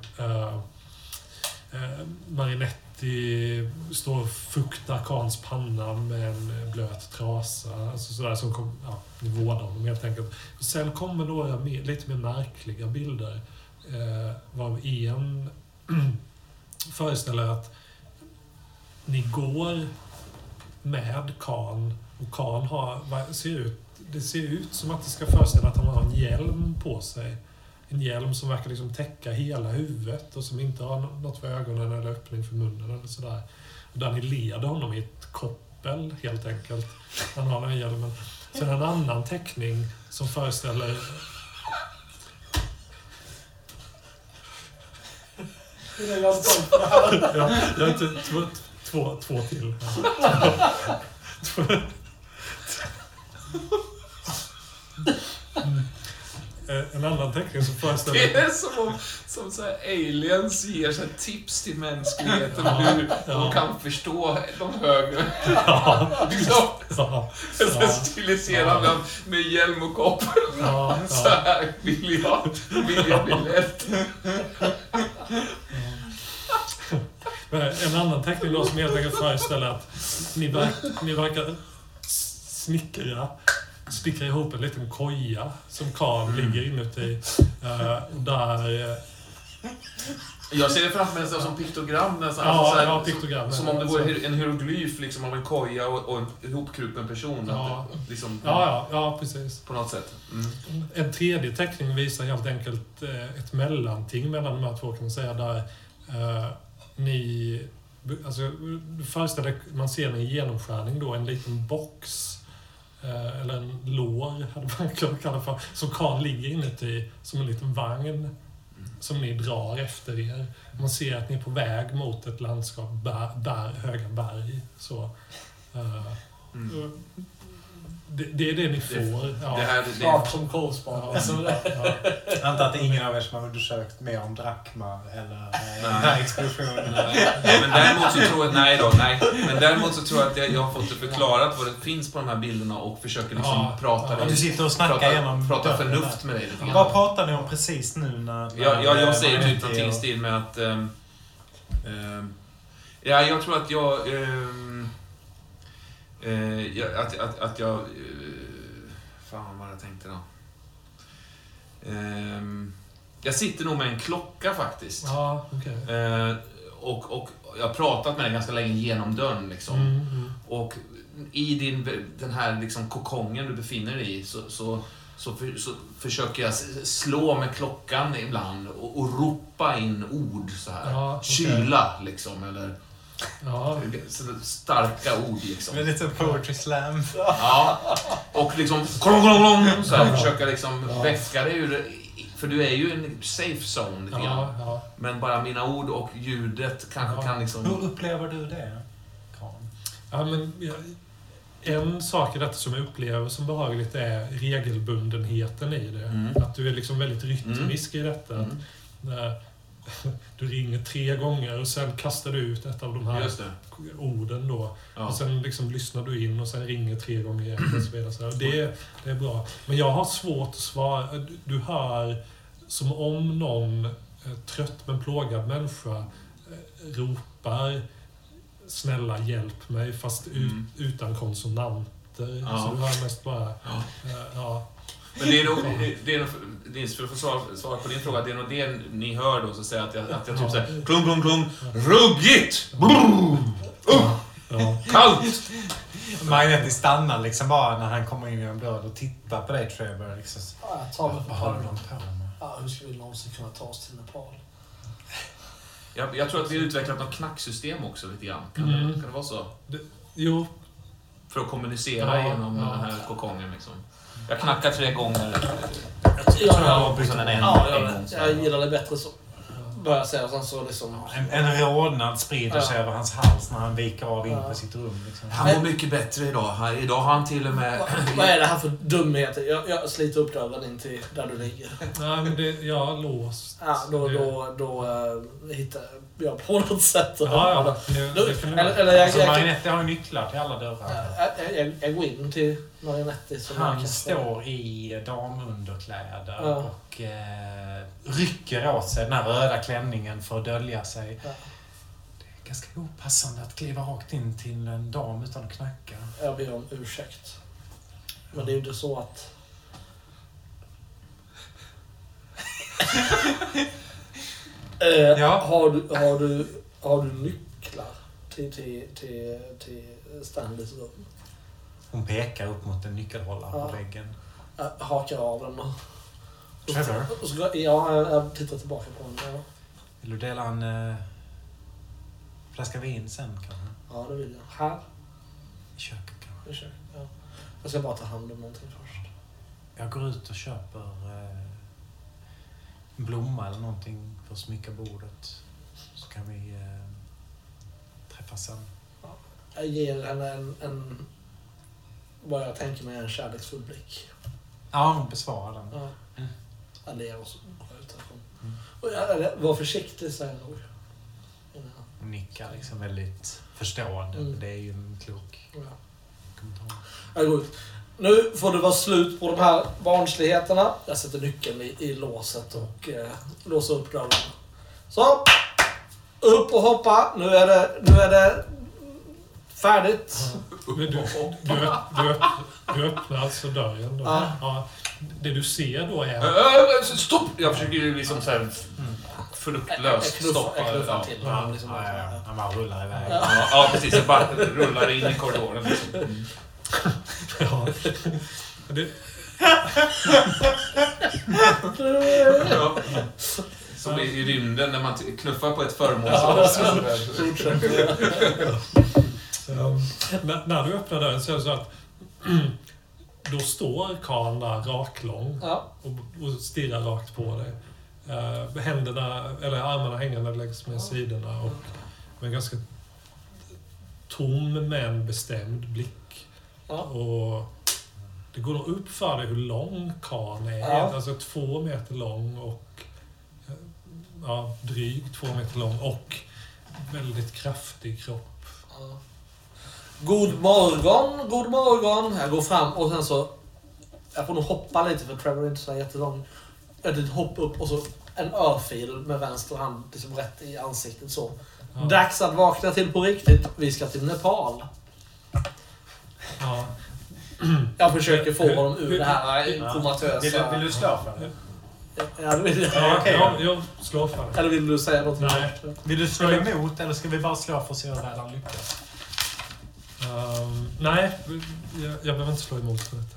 Marinetti står och fuktar Khans panna med en blöt trasa. Alltså sådär som ni vårdar honom helt enkelt. Och sen kommer några lite mer märkliga bilder. Var en föreställer att ni går med Khan och Khan det ser ut som att det ska föreställa att han har en hjälm på sig. En hjälm som verkar liksom täcka hela huvudet och som inte har något för ögonen eller öppning för munnen eller sådär. Och där ni leder honom i ett koppel helt enkelt. Han har den här hjälmen. Sen en annan teckning som föreställer... Jag har inte två till. En annan teckning som föreställer... Det är som så här aliens ger sig tips till mänskligheten hur de kan förstå de högre. Stiliserade med hjälm och koppel. Så här vill jag bli lätt. En annan teckning då som helt enkelt föreställer att ni verkar snickra ihop en liten koja som Khan ligger inuti. Där... Jag ser det framför mig som piktogram nästan. Piktogram. Som om det vore en hieroglyf liksom, av en koja och en ihopkrupen person. Liksom, precis. På något sätt. En tredje teckning visar helt enkelt ett mellanting mellan de här två, kan man säga, där man ser en genomskärning då, en liten box eller en lår hade man kunnat kalla för, som Khan ligger inuti som en liten vagn som ni drar efter er. Man ser att ni är på väg mot ett landskap höga berg. Så, det är det ni får. Snart som Kolspan. Jag antar att det är ingen av er som har undersökt mer om Drakma eller den här explosionen. Men däremot så tror jag att jag har fått det förklarat vad det finns på de här bilderna och försöker liksom prata. Du sitter och snackar igenom... Prata förnuft med dig lite grann. Vad pratar ni om precis nu när jag säger typ någonting i stil med att... jag tror att fan vad jag tänkte då. Jag sitter nog med en klocka faktiskt. Ja, okej. Och jag har pratat med dig ganska länge genom dörren liksom. Och i den här liksom kokongen du befinner dig i så försöker jag slå med klockan ibland och ropa in ord så här. Ja, okay. Kyla liksom, eller starka ord liksom. Det är lite poetry slam. Ja. Och liksom så här, försöka liksom väcka dig ur, för du är ju en safe zone lite grann. Men bara mina ord och ljudet kanske kan liksom... Hur upplever du det, Khan? Ja, men en sak i detta som jag upplever som behagligt är regelbundenheten i det. Att du är liksom väldigt rytmisk i detta. Du ringer 3 gånger och sen kastar du ut ett av de här orden då. Ja. Och sen liksom lyssnar du in och sen ringer 3 gånger igen och så vidare. Så det är bra. Men jag har svårt att svara. Du hör som om någon trött men plågad människa ropar snälla hjälp mig, fast utan konsonanter. Ja. Så du hör mest bara Men det är nog, för att få svara på din fråga, det är nog det ni hör då, så att säga, att jag typ säger klung, klung, klung, ruggigt! Kallt! Magnetti stannar liksom bara när han kommer in i en blöd och tittar på dig, Trevor. Liksom. Vad håller de på med? Hur ska vi någonsin kunna ta oss till Nepal? Jag tror att vi har utvecklat något knacksystem också lite grann. Kan det vara så? Jo. För att kommunicera genom den här kokongen liksom. Jag knackar 3 gånger. Jag gillar det bättre så. börjar säga och sen så liksom... En rodnad sprider sig över hans hals när han viker av in på sitt rum. Liksom. Han mår mycket bättre idag. Idag har han till och med... Vad är det här för dumheter? Jag sliter upp dörren in till där du ligger. Nej, men jag har låst. Ja, då hittar jag på något sätt. Ja. Marinetti har ju nycklar till alla dörrar. Jag går in till Marinetti. Han står i damunderkläder och rycker åt sig den här röda klänningen för att dölja sig. Ja. Det är ganska opassande att kliva rakt in till en dam utan att knacka. Jag ber om ursäkt. Men det är ju inte så att... Har du nycklar till Stanleys rum? Hon pekar upp mot en nyckelhållare på väggen. Jag hakar av den och... Trevor? Jag tittar tillbaka på den. Ja. Vill du dela en flaska vin sen kanske? Ja, det vill jag. Här? I köket kanske? I köket, ja. Jag ska bara ta hand om någonting först. Jag går ut och köper en blomma eller någonting för att smycka bordet. Så kan vi träffas sen. Ja. Jag ger henne en vad jag tänker mig en kärleksfull blick. Ja, hon besvarar den. Ja. Mm. Jag ler och så går jag ut härifrån. Och var försiktig, säger jag nog. Hon nickar liksom väldigt förstående. Det är ju en klok kommentar. Jag går ut. Nu får det vara slut på de här barnsligheterna. Jag sätter nyckeln i låset och låser upp dörren. Så! Upp och hoppa. Nu är det färdigt. Men du öppnar alltså dörren då. Ja. Det du ser då är... Stopp! Jag försöker ju liksom så här fruktlöst stoppa. Jag knuffar till honom. Liksom. Han bara rullar iväg. Ja, precis. Jag bara rullar in i korridoren. Liksom. Ja. Som i rymden när man knuffar på ett föremål. När du öppnar dörren så är det så att då står Karl där raklång och stirrar rakt på dig. Armarna hängande längs med sidorna och med en ganska tom men bestämd blick. Ja. Och det går nog upp för dig hur lång Karl är. Ja. Alltså 2 meter lång och drygt 2 meter lång och väldigt kraftig kropp. Ja. God morgon. Jag går fram och sen så... Jag får nog hoppa lite för Trevor är inte så jättelång. Ett hopp upp och så en örfil med vänster hand liksom rätt i ansiktet så. Ja. Dags att vakna till på riktigt. Vi ska till Nepal. Ja. Jag försöker få honom ur det här komatösa... Vill du slå för det? Ja, det vill jag. Jag slår för det. Eller vill du säga något? Nej. Vill du slå emot eller ska vi bara slå för att se hur väl han lyckas? Nej, jag behöver inte slå emot för detta.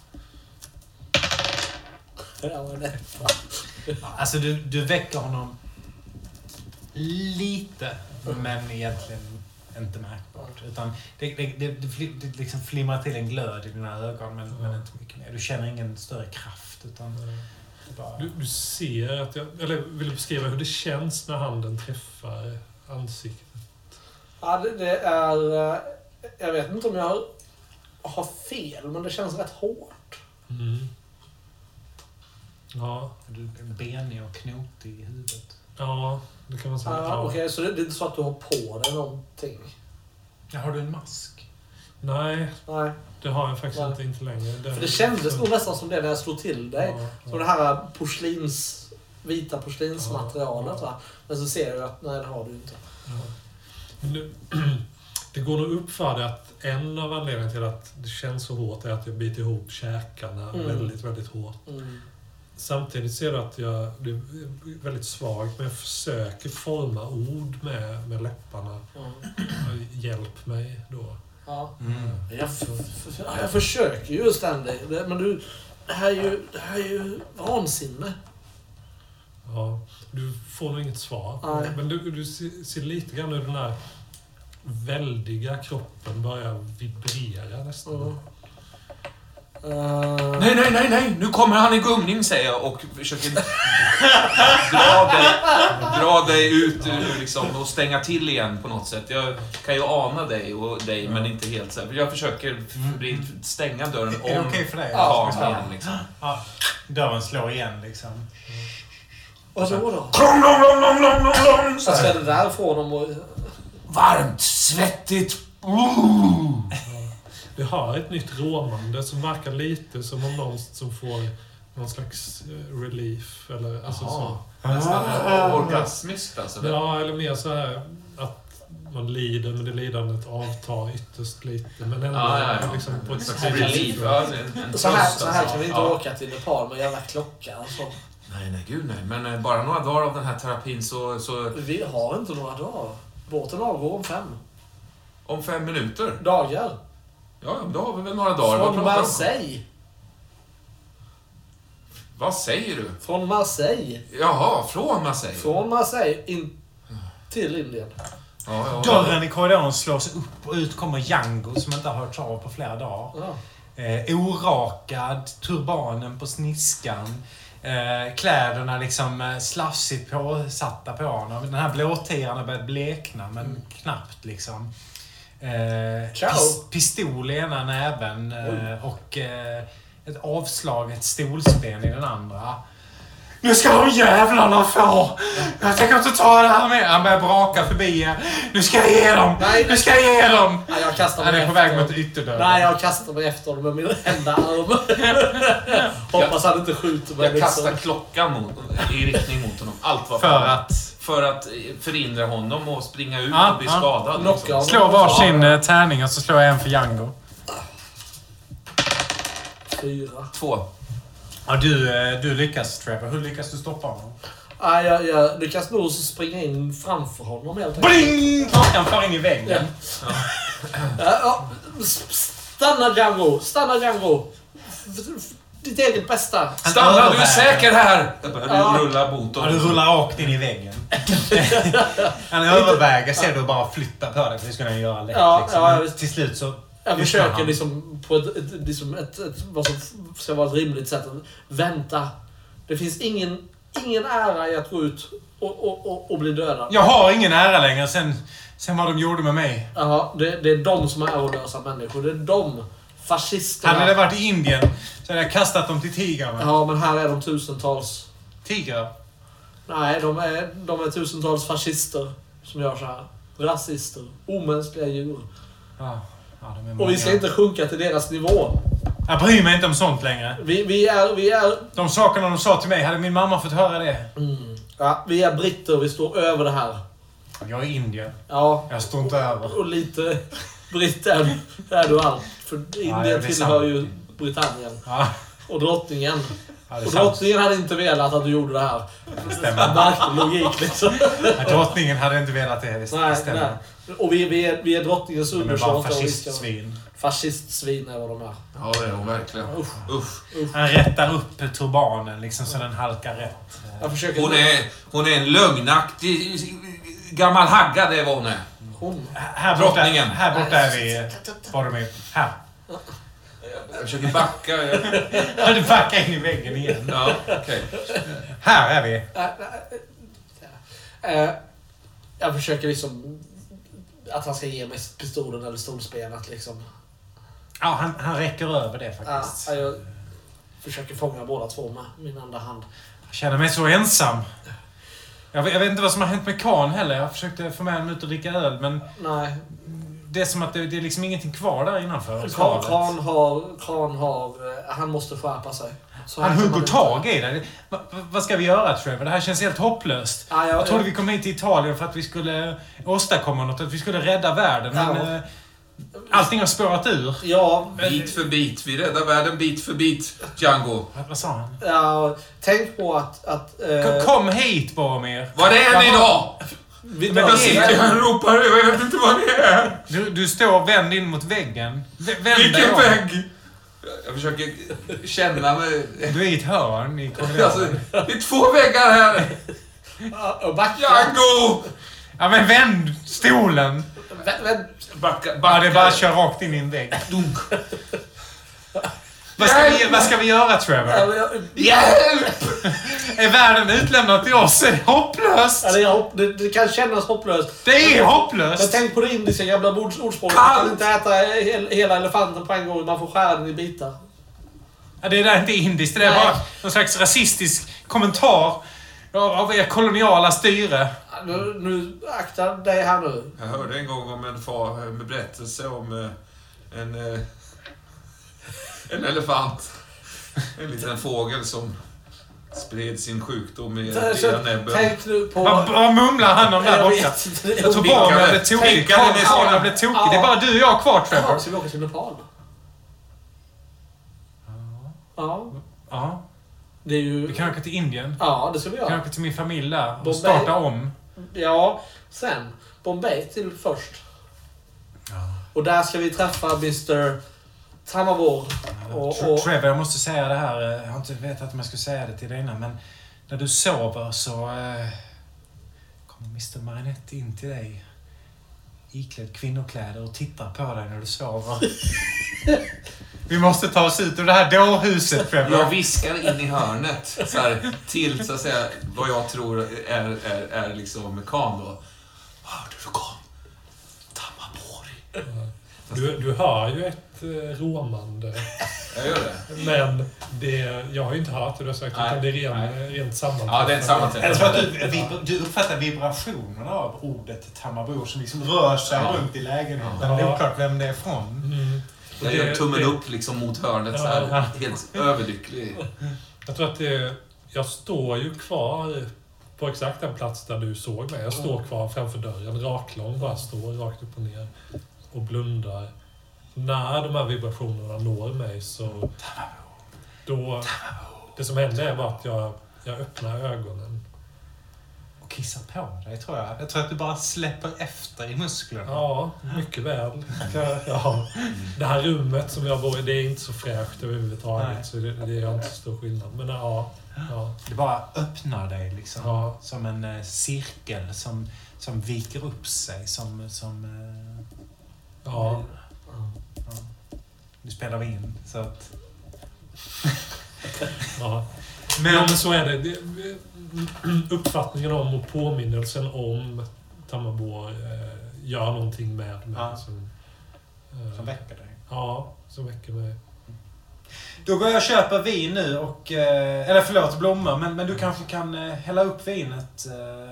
Alltså du väcker honom lite, men egentligen inte märkbart. Utan det liksom flimrar till en glöd i dina ögon, men inte mycket mer. Du känner ingen större kraft, utan bara... Du ser att eller vill du beskriva hur det känns när handen träffar ansiktet? Ja, det är... Jag vet inte om jag har fel, men det känns rätt hårt. Mm. Ja. Du är benig och knotig i huvudet. Ja, det kan man säga. Okej, så det är inte så att du har på dig någonting? Ja, har du en mask? Nej, det har jag faktiskt inte längre. För det kändes nog nästan som det när jag slog till dig. Som det här vita porslinsmaterialet. Va? Men så ser jag att nej, det har du inte. Det går nog upp för dig att en av anledningarna till att det känns så hårt är att jag biter ihop käkarna väldigt, väldigt hårt. Samtidigt ser du att det är väldigt svagt, men jag försöker forma ord med läpparna. Hjälp mig då. Ja. Jag försöker ju ständigt. Men det här är ju vansinne. Ja, du får nog inget svar. Nej. Men du ser lite grann hur den här väldiga kroppen börjar vibrera nästan. Nej, nu kommer han i gungning, säger jag och försöker dra dig ut liksom, och stänga till igen på något sätt. Jag kan ju ana dig men inte helt så här. Jag försöker stänga dörren om. Är det okej för dig? Igen, liksom. Ja, dörren slår igen liksom. Och så då? Klong. Så ska det därifrån om och... Varmt, svettigt. Vi har ett nytt råmande som verkar lite som om någon som får någon slags relief. Eller, alltså så. Orgasmiskt alltså. Ja, eller mer så här att man lider, men det lidandet avtar ytterst lite. Men ändå liksom på ett sätt. Relief. Så här kan vi inte åka till Nepal med jävla klocka. Alltså. Nej, gud nej. Men bara några dagar av den här terapin så... Vi har inte några dagar. Båten avgår om 5. Om 5 minuter? Dagar. Ja, då har vi väl några dagar. Från Marseille. Vad säger du? Från Marseille. Jaha, från Marseille. Från Marseille in till Indien. Ja. Dörren i korridoren slås upp och ut kommer Django som inte har hörts av på flera dagar. Ja. Orakad, turbanen på sniskan. Kläderna liksom slafsigt påsatta på honom. Den här blåtiran har börjat blekna, men knappt liksom. Pistol i ena näven och ett avslaget stolsben i den andra. Nu ska de jävlarna få! Jag tänker inte ta det här med. Han börjar braka förbi. Nu ska jag ge dem! Nu ska jag ge dem! Nej, jag kastar Han mig är på väg mot ytterdörren. Nej, jag kastar mig efter honom med min enda arm. Hoppas han inte skjuter mig. Jag kastar klockan i riktning mot honom. Allt var för att förhindra honom och springa ut och bli skadad. Liksom. Slå varsin tärning och så slår jag en för Django. 4. 2. Ja, du lyckas, Trevor. Hur lyckas du stoppa honom? Jag lyckas nog springa in framför honom helt enkelt. Bling! Klockan far in i väggen. Stanna Django! Ditt eget bästa. Stanna, du är säker här! Jag börjar rulla mot honom. Ja, du rullar rakt in i väggen. Han överväger, ser du bara flytta på dig för det skulle han göra lätt. Liksom. Till slut så... Jag försöker liksom på ett vad som ska vara ett rimligt sätt att vänta. Det finns ingen ära i att gå ut och bli dödad. Jag har ingen ära längre sen vad de gjorde med mig. Ja, det är de som är ärolösa människor. Det är de fascisterna. Hade det varit i Indien så hade jag kastat dem till tigrarna. Ja, men här är de tusentals. Tigrar? Nej, de är tusentals fascister som gör så här. Rasister. Omänskliga djur. Ja, de är många. Och vi ska inte sjunka till deras nivå. Jag bryr mig inte om sånt längre. Vi är... De sakerna de sa till mig, hade min mamma fått höra det? Ja, vi är britter, vi står över det här. Jag är indier. Ja. Jag står inte över. Och lite britt är du allt. För Indien tillhör ju Britannien. Ja. Och drottningen. Ja, och drottningen hade inte velat att du gjorde det här. Det stämmer. Märklig logik liksom. Ja, drottningen hade inte velat det. Det stämmer. Nej. Och vi är drottningens undersåtar. De är bara fascistsvin. Fascistsvin är vad de är. Ja, det är de verkligen. Usch. Han rättar upp turbanen liksom så den halkar rätt. Hon är en lögnaktig gammal hagga, det är vad hon är. Här borta är vi. Var de är. Här. Jag försöker backa. Ja, du backar in i väggen igen. Ja, okej. Här är vi. Jag försöker liksom att han ska ge mig pistolen eller stolsbenet liksom. Ja, han räcker över det faktiskt. Ja, jag försöker fånga båda två med min andra hand. Jag känner mig så ensam. Jag vet inte vad som har hänt med Khan heller. Jag försökte få med honom ut och dricka öl, men... Nej. Det är som att det är liksom ingenting kvar där innanför. Khan har... Han måste skärpa sig. Så han hugger tag i det. Vad ska vi göra, Trevor? Det här känns helt hopplöst. Jag trodde vi kom hit till Italien för att vi skulle åstadkomma något. Att vi skulle rädda världen. Men allting har spårat ur. Ja. Bit för bit. Vi räddar världen bit för bit, Django. Vad sa han? Ja, tänk på att kom hit, Boromir. Vad är ni då? Men jag sitter här och ropar. Jag vet inte vad det är. Du står vänd in mot väggen. Vilken vägg? Jag försöker känna mig... Du är i ett hörn i korridoren. Alltså, det är 2 väggar här. Django! Ja, men vänd stolen. Backa. Ja, det är bara att köra rakt in i en vägg. Vad ska vi göra, Trevor? Hjälp! Är världen utlämnad till oss? Är det hopplöst? Ja, det kan kännas hopplöst. Det är hopplöst! Men tänk på det indiska gamla ordspråket. Man kan inte äta hela elefanten på en gång. Man får skära den i bitar. Ja, det där är inte indiskt. Det är bara någon slags rasistisk kommentar av er koloniala styre. Nu akta dig här nu. Jag hörde en gång om en far med berättelse om en elefant. En liten fågel som spred sin sjukdom i näbben. Tänk nu på... Vad mumlar han om där borta? Jag tror bara om jag blev tokig. Jag blev tokig. Det är bara du och jag kvar, Trevor. Ska vi åka till Nepal? Ja. Ja. Det är ju... Vi kan åka till Indien. Ja, det ska vi Vi kan göra. åka till min familj där och Bombay. starta om. Ja, sen. Bombay till först. Ja. Och där ska vi träffa Mr. Tamavor. Trevor, jag måste säga det här. Jag har inte vetat om jag skulle säga det till dig innan, men när du sover så kommer Mr. Marinetti in till dig iklädd kvinnokläder och tittar på dig när du sover. Vi måste ta oss ut ur det här dårhuset, Trevor. Jag viskar in i hörnet så här, till så att säga vad jag tror är liksom Khan då. Hörde du Khan? Tamabori. Du hör ju ett råmande. Jag gör det. Men jag har ju inte hört det du har sagt. Nej, utan det är rent sammanträffande. Ja, det är ett sammanträffande. Jag tror att du uppfattar vibrationerna av ordet Tamabor som liksom rör sig runt i lägenheten. Ja. Det är oklart vem det är från. Mm. Jag gör tummen upp liksom mot hörnet så här, helt överlycklig. Jag tror att jag står ju kvar på exakt den plats där du såg mig. Jag står kvar framför dörren, raklång, bara står rakt upp och ner och blundar. När de här vibrationerna når mig så... Då... Det som händer är bara att jag öppnar ögonen. Och kissar på dig, tror jag. Jag tror att du bara släpper efter i musklerna. Ja, mycket väl. Ja. Det här rummet som jag bor i, det är inte så fräscht överhuvudtaget. Nej. Så det gör inte så stor skillnad. Men ja. Det bara öppnar dig liksom. Ja. Som en cirkel som viker upp sig. Ja. Nu spelar vi in, så att... Ja. Men Men så är det. Uppfattningen om och påminnelsen om Tamabor gör någonting med mig. Ja. Som väcker dig. Ja, som väcker mig. Då går jag och köper vin nu och... Eller förlåt, blommor. Men du kanske kan hälla upp vinet.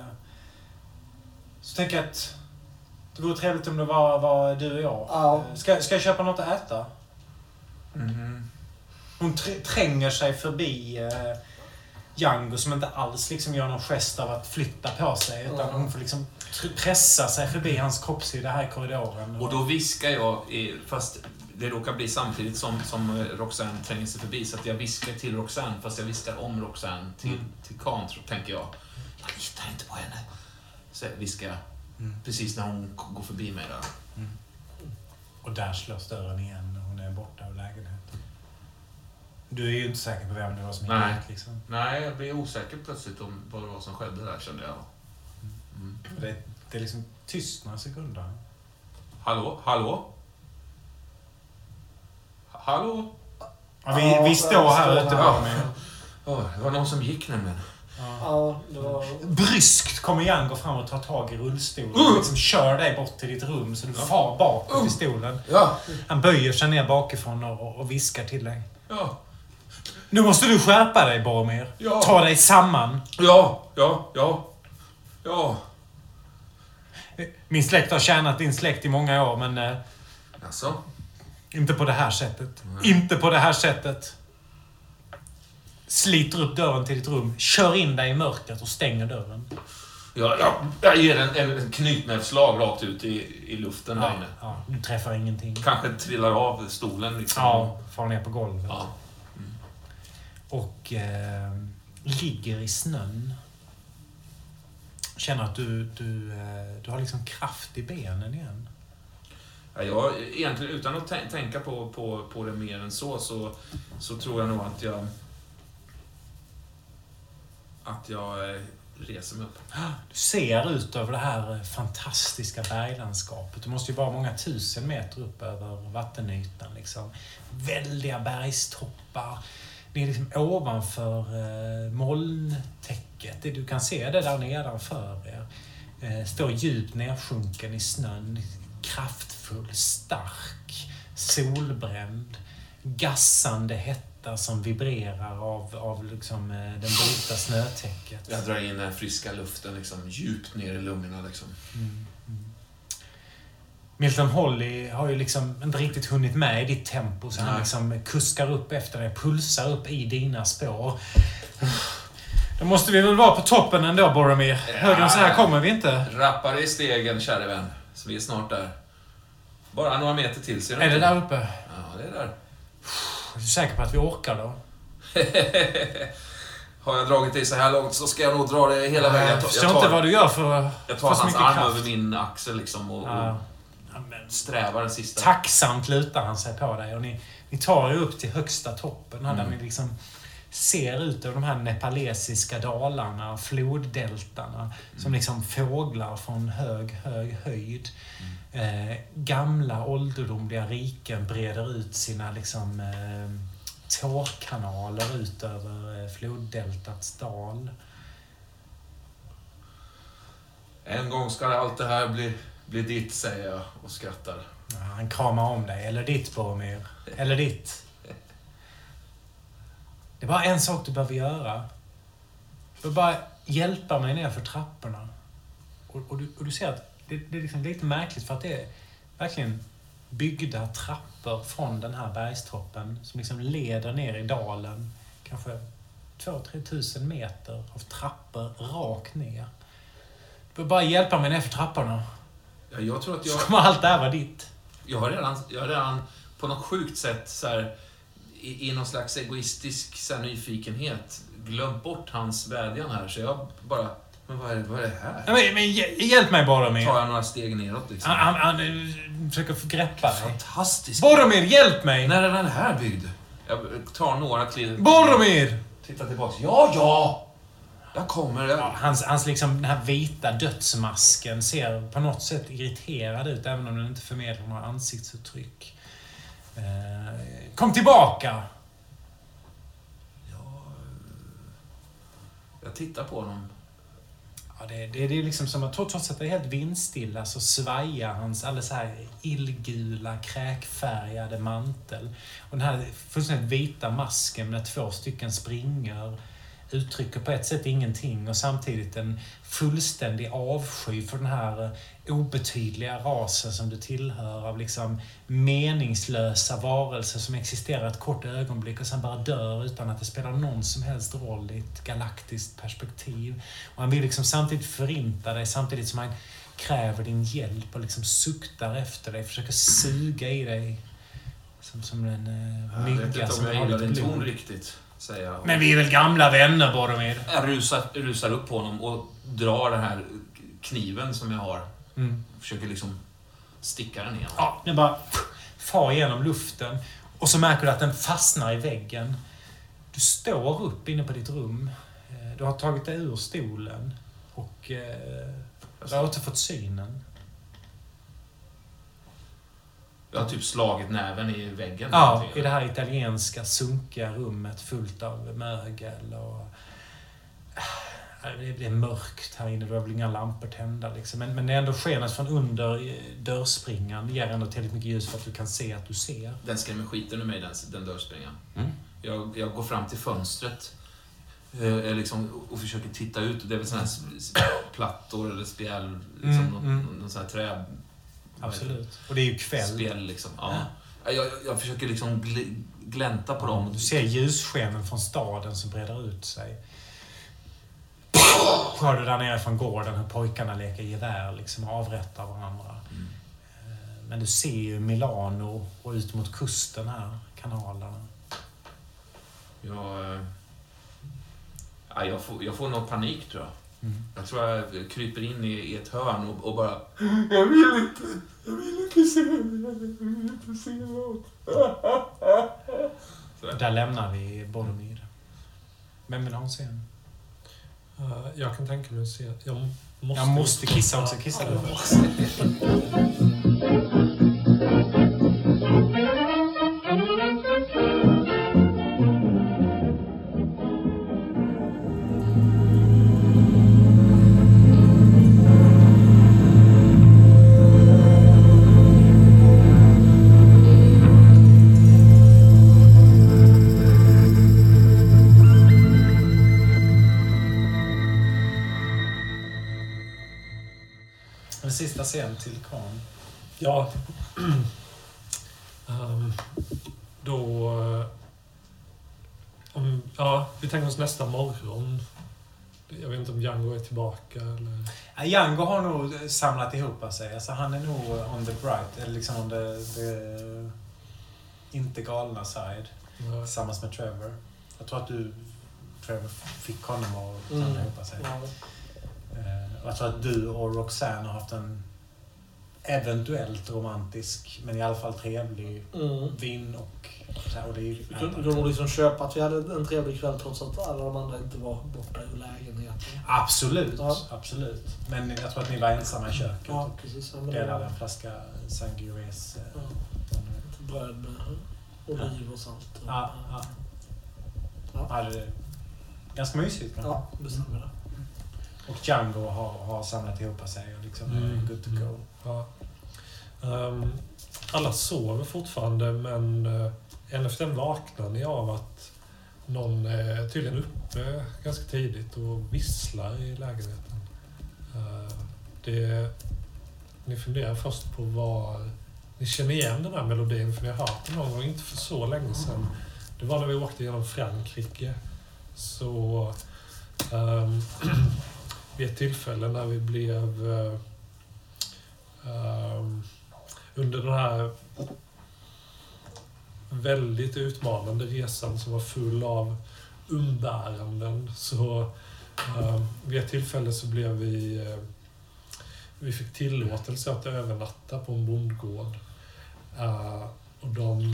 Så tänker jag att det vore trevligt om det var du och jag. Ja. Ska jag köpa något att äta? Mm. Hon tränger sig förbi Django som inte alls liksom gör någon gest av att flytta på sig. Utan hon får liksom pressa sig förbi hans kroppshydda här i korridoren. Och då viskar jag, fast det råkar bli samtidigt som Roxanne tränger sig förbi. Så att jag viskar till Roxanne, fast jag viskar om Roxanne till Khan, tänker jag. Jag litar inte på henne. Så viskar jag. Precis när hon går förbi mig där. Och där slås dörren igen och hon är borta ur lägenheten. Du är ju inte säker på vem det var som gick ut liksom. Nej, jag blev osäker plötsligt om vad det var som skedde där, kände jag. Det är liksom tyst några sekunder. Hallå? Ja, vi står här ute bara med... Det var någon som gick nämligen. Ja, det var... Bryskt kommer Django fram och tar tag i rullstolen och liksom kör dig bort till ditt rum så du far bakåt i stolen. Ja. Han böjer sig ner bakifrån och viskar till dig. Ja. Nu måste du skärpa dig, Boromir. Ja. Ta dig samman. Ja. Min släkt har tjänat din släkt i många år, men Alltså? inte på det här sättet. Inte på det här sättet. Sliter upp dörren till ditt rum, kör in dig i mörkret och stänger dörren. Jag ger en knytnävsslag rakt ut i luften där inne. Ja, du träffar ingenting. Kanske trillar av stolen liksom. Ja, far ner på golvet. Ja. Och ligger i snön. Känner att du har liksom kraft i benen igen. Ja, jag, egentligen utan att tänka på det mer än så tror jag nog att jag reser mig upp. Du ser ut över det här fantastiska berglandskapet. Du måste ju vara många tusen meter upp över vattenytan. Liksom. Väldiga bergstoppar. Det är liksom ovanför molntäcket. Du kan se det där nedanför er. Står djupt nedsjunken i snön. Kraftfull, stark, solbränd, gassande hetta som vibrerar av liksom, den vita snötäcket. Jag drar in den friska luften liksom, djupt ner i lungorna. Liksom. Milton Holly har ju liksom inte riktigt hunnit med i ditt tempo, så han liksom kuskar upp efter dig, pulsar upp i dina spår. Då måste vi väl vara på toppen ändå, Boromir. Högre än så här kommer vi inte. Rappar i stegen, kära vän. Så vi är snart där. Bara några meter till. Ser du Är det där uppe? Ja, det är där. Är du säker på att vi orkar då? Har jag dragit dig så här långt så ska jag nog dra det hela vägen. Jag förstår inte vad du gör för jag tar för hans mycket arm kraft. över min axel liksom och strävar den sista. Tacksamt lutar han sig på dig och ni tar er upp till högsta toppen där ni liksom ser ut över de här nepalesiska dalarna och floddeltarna som liksom fåglar från hög höjd. Gamla ålderdomliga riken breder ut sina liksom tårkanaler ut över floddeltats dal. En gång ska allt det här bli ditt, säger jag och skrattar. Ja, han kramar om dig. Eller ditt, Boromir. Eller ditt. Det är bara en sak du behöver göra. Du behöver bara hjälpa mig ner för trapporna. Och du ser att det är liksom lite märkligt för att det är verkligen byggda trappor från den här bergstoppen som liksom leder ner i dalen. Kanske 2-3 tusen meter av trappor rakt ner. Du behöver bara hjälpa mig ner för trapporna. Ja, jag tror att Så kommer allt det här vara ditt. Jag har redan på något sjukt sätt så här, i någon slags egoistisk så här, nyfikenhet glömt bort hans vädjan här. Så jag bara, men vad är det här? Ja, men hjälp mig, Boromir. Tar jag några steg neråt liksom. Han försöker få greppa dig. Fantastiskt. Boromir, hjälp mig! När är den här byggd? Jag tar några kliv. Boromir! Titta tillbaka. Ja! Jag kommer. Ja, hans liksom, den här vita dödsmasken ser på något sätt irriterad ut, även om den inte förmedlar några ansiktsuttryck. Kom tillbaka! Jag tittar på honom. Ja, det är liksom som att trots att det är helt vindstilla så svajar hans alldeles så här illgula, kräkfärgade mantel. Och den här fullständigt vita masken med 2 stycken springor uttrycker på ett sätt ingenting och samtidigt en fullständig avsky för den här obetydliga rasen som du tillhör av liksom meningslösa varelser som existerar ett kort ögonblick och sen bara dör utan att det spelar någon som helst roll i ett galaktiskt perspektiv. Och han vill liksom samtidigt förinta dig samtidigt som han kräver din hjälp och liksom suktar efter dig, försöker suga i dig som en mygga som har Jag gillar lite din ton blod. riktigt, säger jag. Men vi är väl gamla vänner, Boromir? Jag rusar upp på honom och drar den här kniven som jag har. Försöker liksom sticka den igenom. Ja, den bara far igenom luften. Och så märker du att den fastnar i väggen. Du står upp inne på ditt rum. Du har tagit dig ur stolen. Och du har återfått synen. Jag har typ slagit näven i väggen. Ja, i det här italienska sunkiga rummet fullt av mögel och... Det är mörkt här inne, du har väl inga lampor tända liksom. Men det är ändå skenet från under dörrspringan ger ändå tillräckligt mycket ljus för att du kan se att du ser. Den skrämmer skiten ur mig, den dörrspringan. Jag går fram till fönstret liksom, och försöker titta ut. Det är väl såna här plattor eller spjäll, liksom, någon sån här trä. Absolut. Och det är ju kväll. Spjäll liksom, ja. Jag försöker liksom glänta på dem. Du ser ljusskenen från staden som breder ut sig. Hör du där nere från gården hur pojkarna leker gevär liksom avrättar varandra. Men du ser ju Milano och ut mot kusten här, kanalerna. Jag får nog panik, tror jag. Jag tror jag kryper in i ett hörn och bara... Jag vill inte se något. Där lämnar vi Boromir. Vem vill ha en scen? Jag kan tänka mig att se... Jag måste kissa också. Kissa du först. En sista scen till Khan. Ja. Vi tänker oss nästa morgon. Jag vet inte om Django är tillbaka eller... Django har nog samlat ihop sig. Alltså, han är nog on the bright, eller liksom on the inte galna side. Ja. Tillsammans med Trevor. Jag tror att Trevor fick honom att samla ihop sig. Ja. Jag tror att du och Roxanne har haft en eventuellt romantisk, men i alla fall trevlig vin och det är ju... Du kunde liksom köpa att vi hade en trevlig kväll trots att alla de andra inte var borta ur lägenheten. Absolut, ja. Absolut. Men jag tror att ni var ensamma i köket. Ja, precis. Ja, delade en flaska Sangires. Bröd med oliv och salt. Ja. Det är ganska mysigt. Ja, bestämmer det. Och Django har samlat ihop sig och liksom är good to go. Ja. Alla sover fortfarande, men en efter en vaknar ni av att någon är tydligen uppe ganska tidigt och visslar i lägenheten. Ni funderar först på var... Ni känner igen den här melodin, för ni har hört den någon gång, inte för så länge sedan. Det var när vi åkte genom Frankrike. Så... vid ett tillfälle när vi blev under den här väldigt utmanande resan som var full av umbäranden, så vid ett tillfälle så blev vi fick tillåtelse att övernatta på en bondgård, och de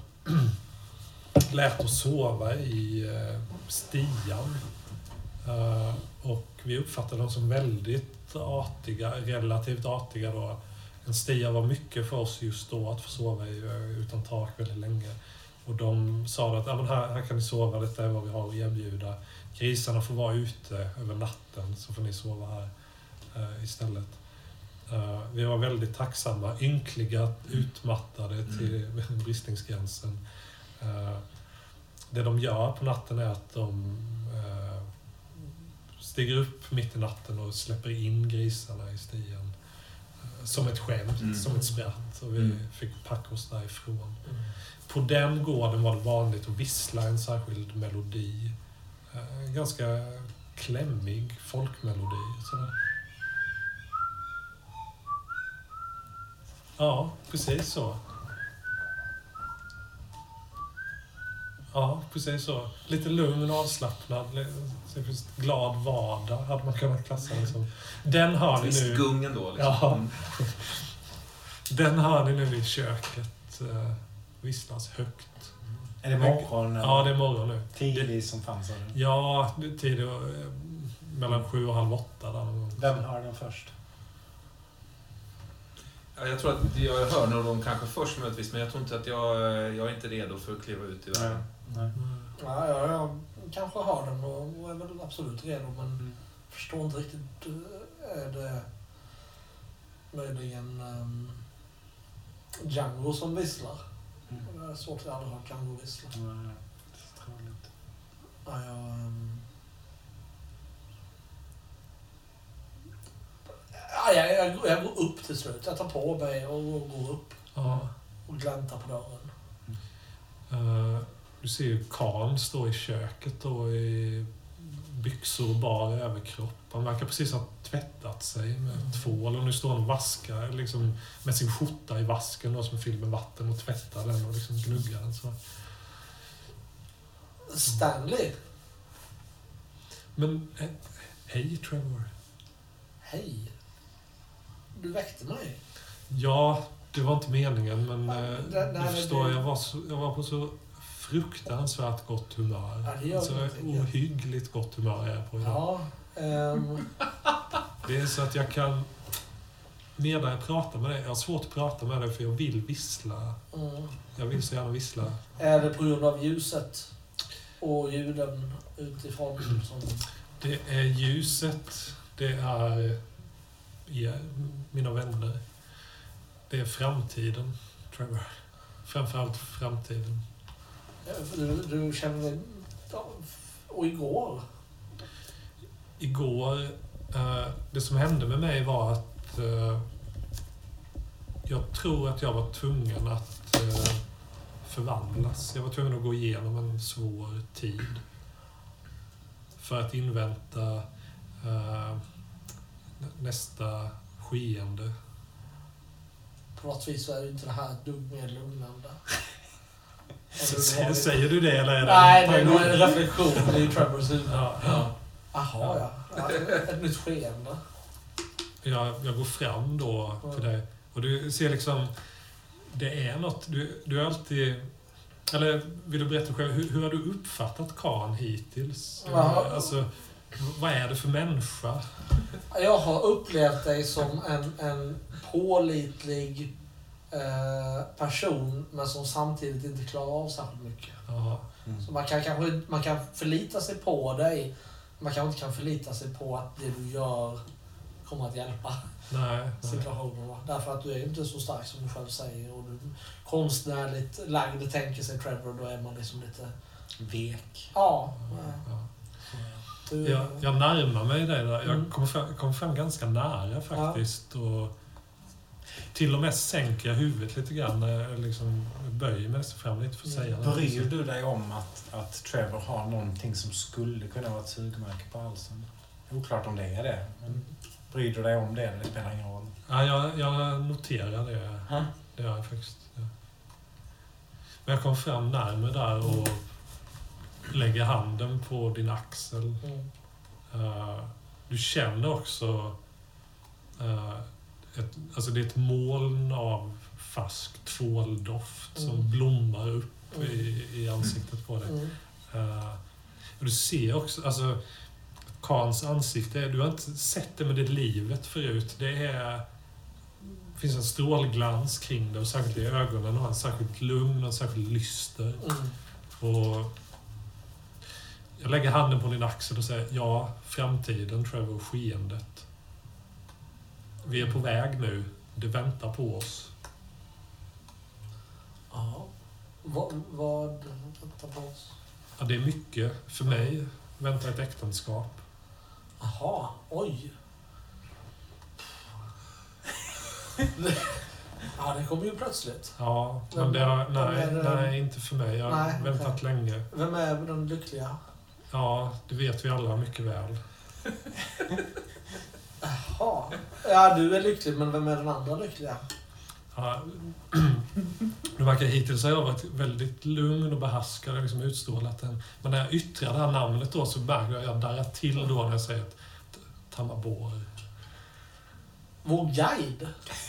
lät oss sova i stian. Och vi uppfattade dem som väldigt artiga, relativt artiga då. En stia var mycket för oss just då, att få sova utan tak väldigt länge. Och de sa att men här kan ni sova, detta är vad vi har att erbjuda. Grisarna får vara ute över natten, så får ni sova här istället. Vi var väldigt tacksamma, ynkliga, utmattade till bristningsgränsen. Det de gör på natten är att de stiger upp mitt i natten och släpper in grisarna i stigen. Som ett skämt, som ett spratt. Och vi fick packa oss därifrån. På den gården var det vanligt att vissla en särskild melodi. Ganska klämmig folkmelodi. Sådär. Ja, precis så. Ja, precis så. Lite lugn och avslappnad. Glad vardag hade man kunnat klassa det som. Den hör ni nu... gungen då, liksom. Ja. Den hör ni nu i köket. Visslas högt. Är det morgon? Ja, det är morgon nu. Tidigt som fanns det. Ja, det är tidigt. Mellan 7 och halv 8. Vem hör den först? Ja, jag tror att jag hör nog dem kanske först möjligtvis, men jag tror inte att jag är inte redo för att kliva ut i världen. Nej. Ja, jag kanske har den och är väl absolut redo, men förstår inte riktigt. Är det möjligen Django som visslar? Det är svårt att jag aldrig hört Django vissla. Nej, det tror jag inte. Ja, jag går upp till slut. Jag tar på mig och går upp. Ja. Och gläntar på dörren. Du ser ju Karl stå i köket då i byxor och bar överkropp. Han verkar precis ha tvättat sig med tvål. Och nu står han och vaskar liksom, med sin skjorta i vasken då, som är fylld med vatten, och tvättar den och liksom gnuggar den. Så. Stanley? Men, hej Trevor. Hej. Du väckte mig. Ja, det var inte meningen, men du förstår, jag var på så fruktansvärt gott humör. Ja, det gör så ingenting. ohyggligt gott humör är jag på idag. Ja, Det är så att jag kan... Medan jag pratar med dig, jag har svårt att prata med dig för jag vill vissla. Jag vill så gärna vissla. Är det på grund av ljuset och ljuden utifrån? Som... Det är ljuset, det är mina vänner. Det är framtiden, Trevor. Framförallt framtiden. Du känner... Och igår? Igår, det som hände med mig var att jag tror att jag var tvungen att förvandlas. Jag var tvungen att gå igenom en svår tid för att invänta nästa skeende. På något vis så är ju inte det här ett dugg mer lugnande. Säger du det eller är det... Nej, det är nog en reflektion i Trevors huvud. Ja. Aha, ja. Ett nytt skeende. Jag går fram då för dig. Och du ser liksom... Det är något... Du är alltid... Eller vill du berätta själv, hur har du uppfattat Khan hittills? Alltså, vad är det för människa? Jag har upplevt dig som en pålitlig person, men som samtidigt inte klarar av särskilt mycket. Ja. Så man kan förlita sig på dig. Man kanske inte kan förlita sig på att det du gör kommer att hjälpa situationen. Därför att du är inte så stark som du själv säger. Och du konstnärligt lagd, tänker sig Trevor, då är man liksom lite... Vek. Ja. Jag närmar mig dig där. Jag kommer fram ganska nära faktiskt. Och till och med sänker jag huvudet lite grann när jag liksom böjer mig fram lite för att säga något. Bryr du dig om att Trevor har någonting som skulle kunna vara ett sugmärke på halsen? Oklart om det är det. Men bryr du dig om det? Det spelar ingen roll. Ja, jag noterar det. Det gör jag faktiskt. Ja. Men jag kom fram närmare där och lägger handen på din axel. Du känner också... det är ett moln av färsk tvåldoft som blommar upp i ansiktet på dig. Och du ser också, alltså Khans ansikte, du har inte sett det med det livet förut. Det finns en strålglans kring det och särskilt i ögonen och en särskilt lugn och en särskilt lyster. Och jag lägger handen på din axel och säger, ja, framtiden, Trevor, skeendet. Vi är på väg nu. Det väntar på oss. Ja. Vad väntar på oss? Ja, det är mycket. För mig väntar ett äktenskap. Aha, oj. Ja, det kommer ju plötsligt. Ja, men nej, inte för mig. Jag har väntat länge. Vem är den lyckliga? Ja, det vet vi alla mycket väl. Jaha. Ja, du är lycklig, men vem är den andra lyckliga? Ja, du verkar hittills ha varit väldigt lugn och behärskad och liksom utstrålat den. Men när jag yttrar det här namnet då så märker jag darrar till då när jag säger att Tamabor. Vår guide?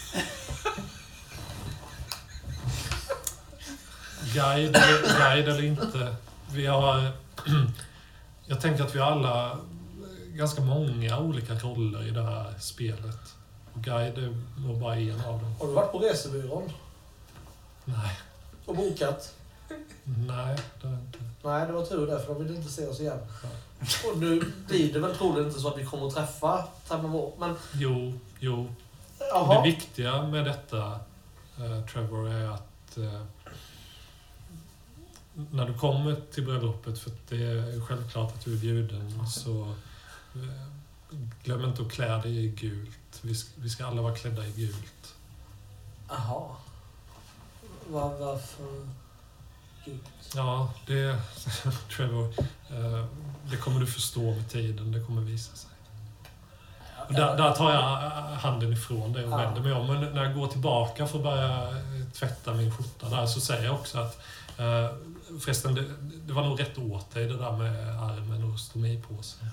Guide eller inte. Vi har... Jag tänker att vi har alla ganska många olika roller i det här spelet. Och guide är nog bara en av dem. Har du varit på resebyrån? Nej. Och bokat? Nej, det har jag inte. Nej, det var tur där, för de ville inte se oss igen. Ja. Och nu blir det väl troligen inte så att vi kommer att träffa Tamavor, men... Jo. Jaha. Och det viktiga med detta, Trevor, är att när du kommer till bröllopet, för att det är självklart att du är bjuden, så glöm inte att klä dig i gult. Vi ska alla vara klädda i gult. Jaha. Varför gult? Ja, det Trevor, det kommer du förstå med tiden. Det kommer visa sig. Och där tar jag handen ifrån dig och vänder mig om. Men när jag går tillbaka för att börja tvätta min skjorta där så säger jag också att förresten, det var nog rätt åt dig det där med armen och stomipåsen.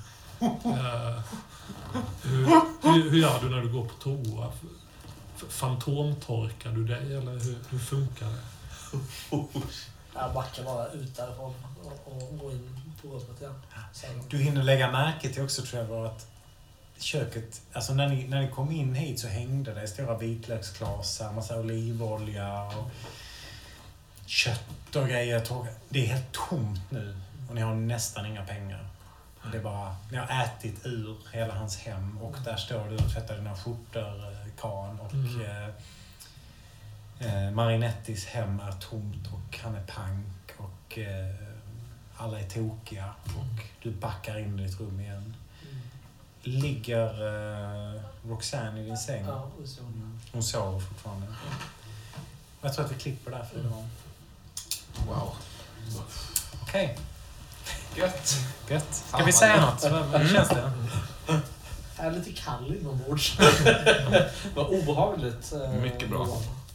Hur gör du när du går på toa? Fantomtorkar du dig eller hur funkar det? Jag backar bara ut därifrån och går in på rummet. igen. Du hinner lägga märke till också, Trevor, att köket, alltså när ni kom in hit så hängde det stora vitlöksklasar, massa olivolja och kött och grejer. Det är helt tomt nu och ni har nästan inga pengar. Det är bara, ni har ätit ur hela hans hem och där står du och tvättar dina skjortor, Kan, och Marinettis hem är tomt och han är pank och alla är tokiga och du backar in i ditt rum igen. Ligger Roxanne i din säng? Ja, det så. Hon sover fortfarande. Jag tror att vi klipper där för idag. Wow. Okej. Gött. Gött. Ska vi säga något? Hur känns det? Jag är lite kall inombords. Vad obehagligt. Mycket bra.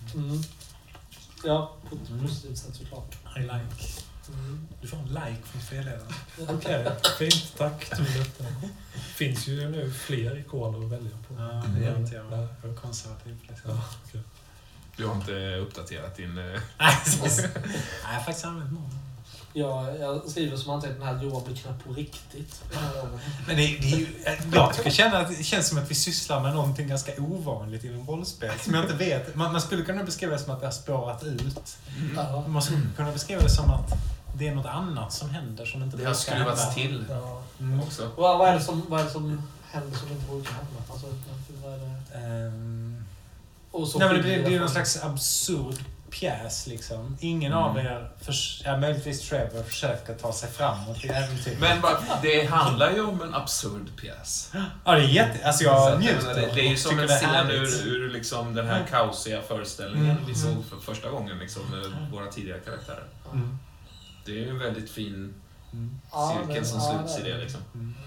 Ja, på ett positivt sätt såklart. I like. Du får en like från spelledaren. Okej, fint. Tack. Det finns ju nu fler ikoner att välja på. Ja, det gör inte jag. Jag är konservativ på det sättet. Ja, okay. Du har inte uppdaterat din... Nej, jag har faktiskt använt någon. Ja, jag skriver som anteckning här, Johan blir knappt på riktigt. Men det är ju, jag tycker att det känns som att vi sysslar med någonting ganska ovanligt inom rollspel. Som jag inte vet. Man skulle kunna beskriva det som att det har spårat ut. Man skulle kunna beskriva det som att det är något annat som händer som inte Det har skruvats till Ja. också. Vad är det som händer som inte brukar hända? Alltså, vad är det? Och så Nej, men det är ju någon slags absurd pjäs liksom. Ingen av er, möjligtvis Trevor, försöker ta sig framåt i äventyr. Men det handlar ju om en absurd pjäs. Ja, det är jätte... Alltså jag njuter. Det är ju som en det är scen härligt. ur liksom den här kaosiga föreställningen vi såg för första gången liksom, med våra tidigare karaktärer. Det är ju en väldigt fin cirkel som sluts i det liksom.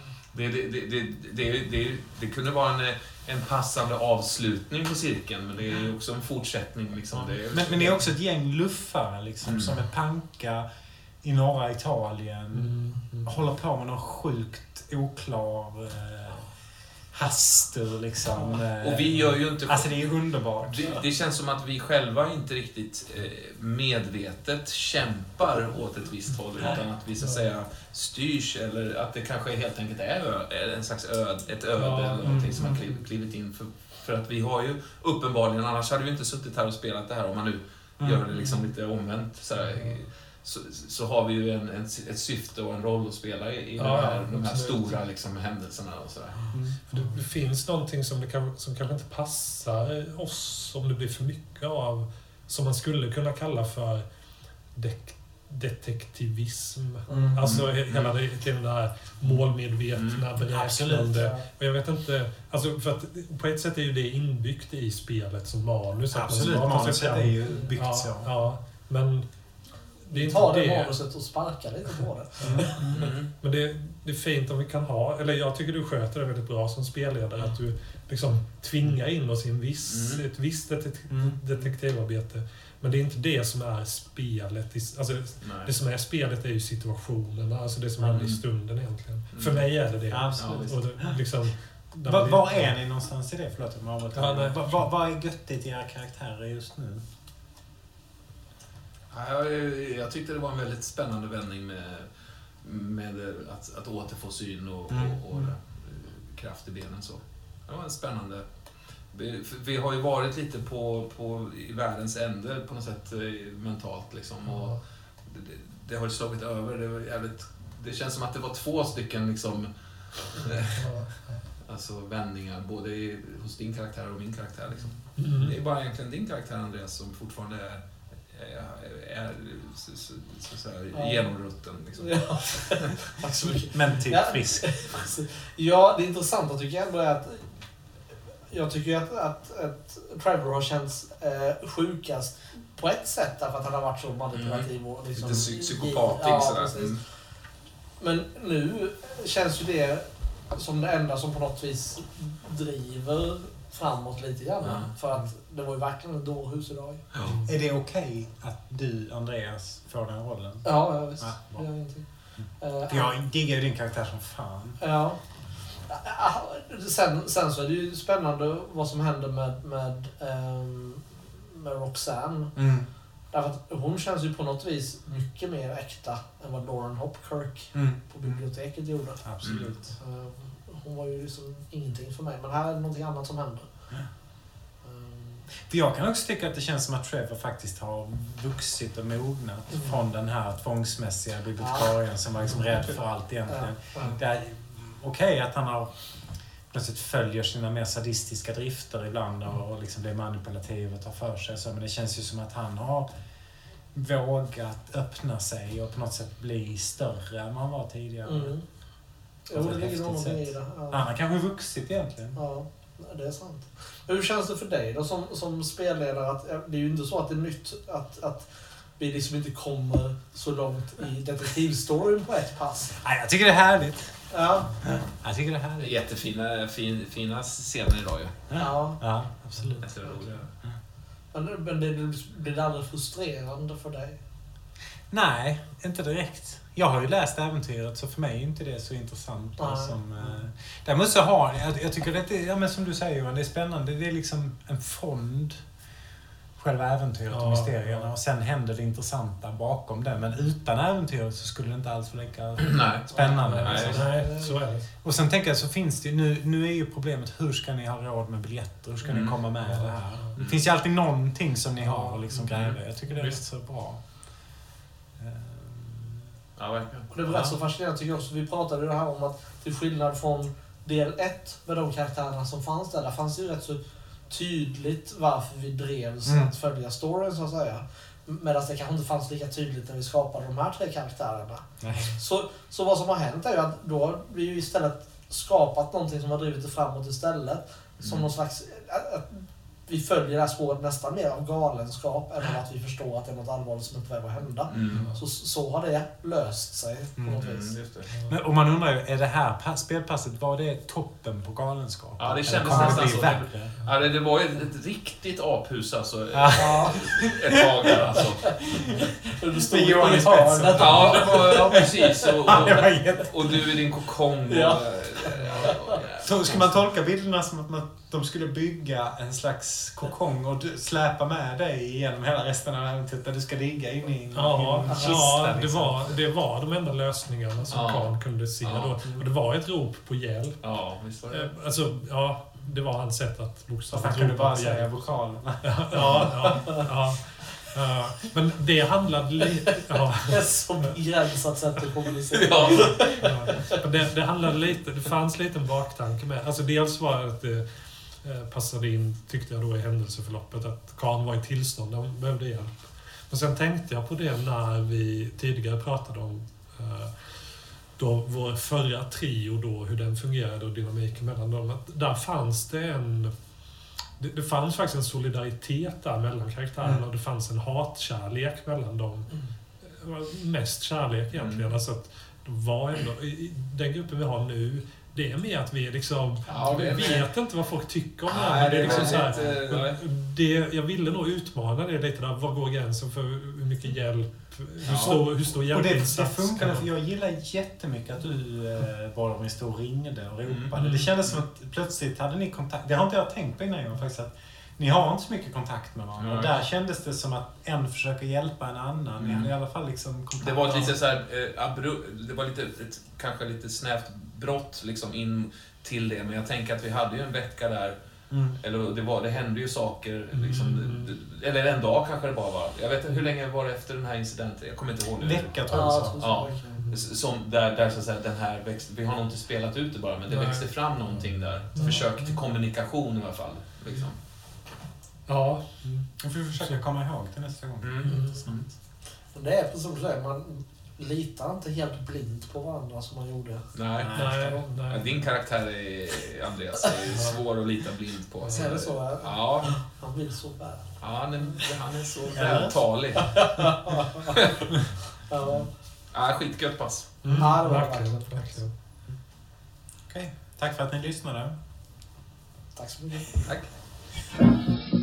Det kunde vara en passande avslutning på cirkeln, men det är ju också en fortsättning liksom. Men det är också ett gäng luffare liksom, som är panka i norra Italien. Håller på med någon sjukt oklar hastur liksom. Och vi gör ju inte... Alltså det är underbart. Det känns som att vi själva inte riktigt medvetet kämpar åt ett visst håll, utan att vi så att säga styrs, eller att det kanske helt enkelt är en slags ett öde eller någonting som har klivit in. För att vi har ju uppenbarligen, annars hade vi inte suttit här och spelat det här, om man nu gör det liksom lite omvänt så har vi ju ett syfte och en roll att spela i de här stora liksom, händelserna och sådär. Det finns någonting som kanske inte passar oss om det blir för mycket av, som man skulle kunna kalla för detektivism. Alltså hela det där målmedvetna, beräknande. Och jag vet inte, alltså för att på ett sätt är ju det inbyggt i spelet som manus. Absolut, manuset är ju byggt så. Ja, men det är inte ta det manuset och sparka lite på det. Men det är fint om vi kan ha, eller jag tycker du sköter det väldigt bra som spelledare, att du liksom tvingar in oss i ett visst detektivarbete. Men det är inte det som är spelet. Alltså, det som är spelet är ju situationerna, alltså det som händer i stunden egentligen. För mig är det. Absolut. Och liksom, var är ni någonstans i det? Förlåt, vad är göttigt i era karaktärer just nu? Jag tyckte det var en väldigt spännande vändning med att återfå syn och kraft i benen. Så. Det var en spännande... Vi har ju varit lite i världens ände på något sätt mentalt liksom, och det har ju slagit över. Det känns som att det var 2 stycken liksom, alltså vändningar både hos din karaktär och min karaktär liksom. Det är bara egentligen din karaktär, Andreas, som fortfarande är så här, genomrutten liksom. Ja. Tack så mycket. Men typ frisk. Ja, det intressanta tycker jag ändå är att jag tycker att Trevor har känts sjukast på ett sätt, därför att han har varit så manipulativ och liksom... Lite psykopatisk sådär. Men nu känns ju det som det enda som på något vis driver framåt lite grann. För att det var ju verkligen ett dårhus idag. Ja. Är det okej att du, Andreas, får den rollen? Ja, visst. Ja, det gör ingenting. För jag diggar ju din karaktär som fan. Ja. Sen så är det ju spännande vad som händer med Roxanne. Därför att hon känns ju på något vis mycket mer äkta än vad Lauren Hopkirk på biblioteket gjorde. Absolut. Hon var ju liksom ingenting för mig, men här är det någonting annat som händer. För jag kan också tycka att det känns som att Trevor faktiskt har vuxit och mognat från den här tvångsmässiga bibliotekarien som var liksom rädd för allt egentligen. Det är okej att han har plötsligt följer sina mer sadistiska drifter ibland och liksom blir manipulativ och tar för sig. Så, men det känns ju som att han har vågat öppna sig och på något sätt bli större än man var tidigare. Jo, det ligger någonting i det. Han har kanske vuxit egentligen. Ja, det är sant. Hur känns det för dig då som spelledare? Att, det är ju inte så att det är nytt att vi liksom inte kommer så långt i detektivstoryn på ett pass. Nej, jag tycker det är härligt. Ja. Jag tycker det är härligt. Jättefina fina scener idag ju. Ja, absolut. Men det blir aldrig frustrerande för dig? Nej, inte direkt. Jag har ju läst äventyret så för mig är inte det så intressant. Däremot så jag tycker det är, men som du säger Johan, det är spännande. Det är liksom en fond, själva äventyret och mysterierna. Och sen händer det intressanta bakom det. Men utan äventyret så skulle det inte alls vara lika spännande. Nej, så är det. Och sen tänker jag så finns det nu är ju problemet, hur ska ni ha råd med biljetter? Hur ska ni komma med det här? Det finns ju alltid någonting som ni har liksom grejer. Jag tycker det är rätt så bra. Ja, verkligen. Och det var rätt så fascinerande tycker jag också. Vi pratade ju det här om att till skillnad från del 1 med de karaktärerna som fanns där fanns det ju rätt så tydligt varför vi drevs att följa storyn så att säga. Medan det kanske inte fanns lika tydligt när vi skapade de här 3 karaktärerna. Så vad som har hänt är ju att då har vi ju istället skapat någonting som har drivit det framåt istället. Som någon slags... Vi följer det här spåret nästan mer av galenskap än av att vi förstår att det är något allvarligt som inte behöver hända. Så har det löst sig på något vis. Men om man undrar ju, är det här spelpasset, var det toppen på galenskap? Ja, det kändes nästan så. Ja, det var ju ett riktigt aphus alltså. Ett tag där alltså. Du stod i hörnet. Ja, precis. Och du i din kokong. Så ska man tolka bilderna som att de skulle bygga en slags kokong och släpa med dig genom hela resten av äventyret där du ska ligga in i en kista? Ja, det var de enda lösningarna som Khan kunde se då. Och det var ett rop på hjälp. Ja, visst var det. Alltså, det var hans sätt att bokstavligt ropa bara säga vokalerna. Men det handlade lite... Det är så begränsat sätt att kommunicera. Det handlade lite... Det fanns lite en baktanke med. Alltså dels var det att det passade in, tyckte jag då i händelseförloppet, att Khan var i tillstånd och behövde hjälp. Men sen tänkte jag på det när vi tidigare pratade om då vår förra trio då, hur den fungerade och dynamiken mellan dem. Att där fanns det det fanns faktiskt en solidaritet där mellan karaktärerna och det fanns en hatkärlek mellan dem. Mest kärlek egentligen. Alltså att de var ändå, den gruppen vi har nu, det är mer att vi liksom vi vet inte vad folk tycker om det. Men det är liksom så här, jag ville nog utmana det lite där. Vad går gränsen för hur mycket hjälp? Hur stor hjälpinsats? Och det funkade, för jag gillar jättemycket att du var med stor ringde och ropade. Det kändes som att plötsligt hade ni kontakt. Det har inte jag tänkt på innan faktiskt, att ni har inte så mycket kontakt med varandra. Och där kändes det som att en försöker hjälpa en annan. Ni hade i alla fall liksom kontakt. Det var lite så här, det var lite kanske lite snävt brott liksom in till det, men jag tänker att vi hade ju en vecka där. Eller det hände ju saker liksom, eller en dag kanske det bara var. Jag vet inte hur länge var det efter den här incidenten. Jag kommer inte ihåg nu. Vecka tror jag så. Ja. Som där så att säga, den här växt, vi har nog inte spelat ut det bara, men det växte fram någonting där. Försök till kommunikation i alla fall liksom. Ja. Jag får försöka komma ihåg till nästa gång. Det är precis som du säger, man litar inte helt blint på varandra som man gjorde. Nej. Din karaktär är, Andreas, är svår att lita blint på. Är det så? Ja. Han vill så väl. Ja, han är så vältalig. Skitgött pass. Ja, det var verkligen. Okej, tack för att ni lyssnade. Tack så mycket. Tack.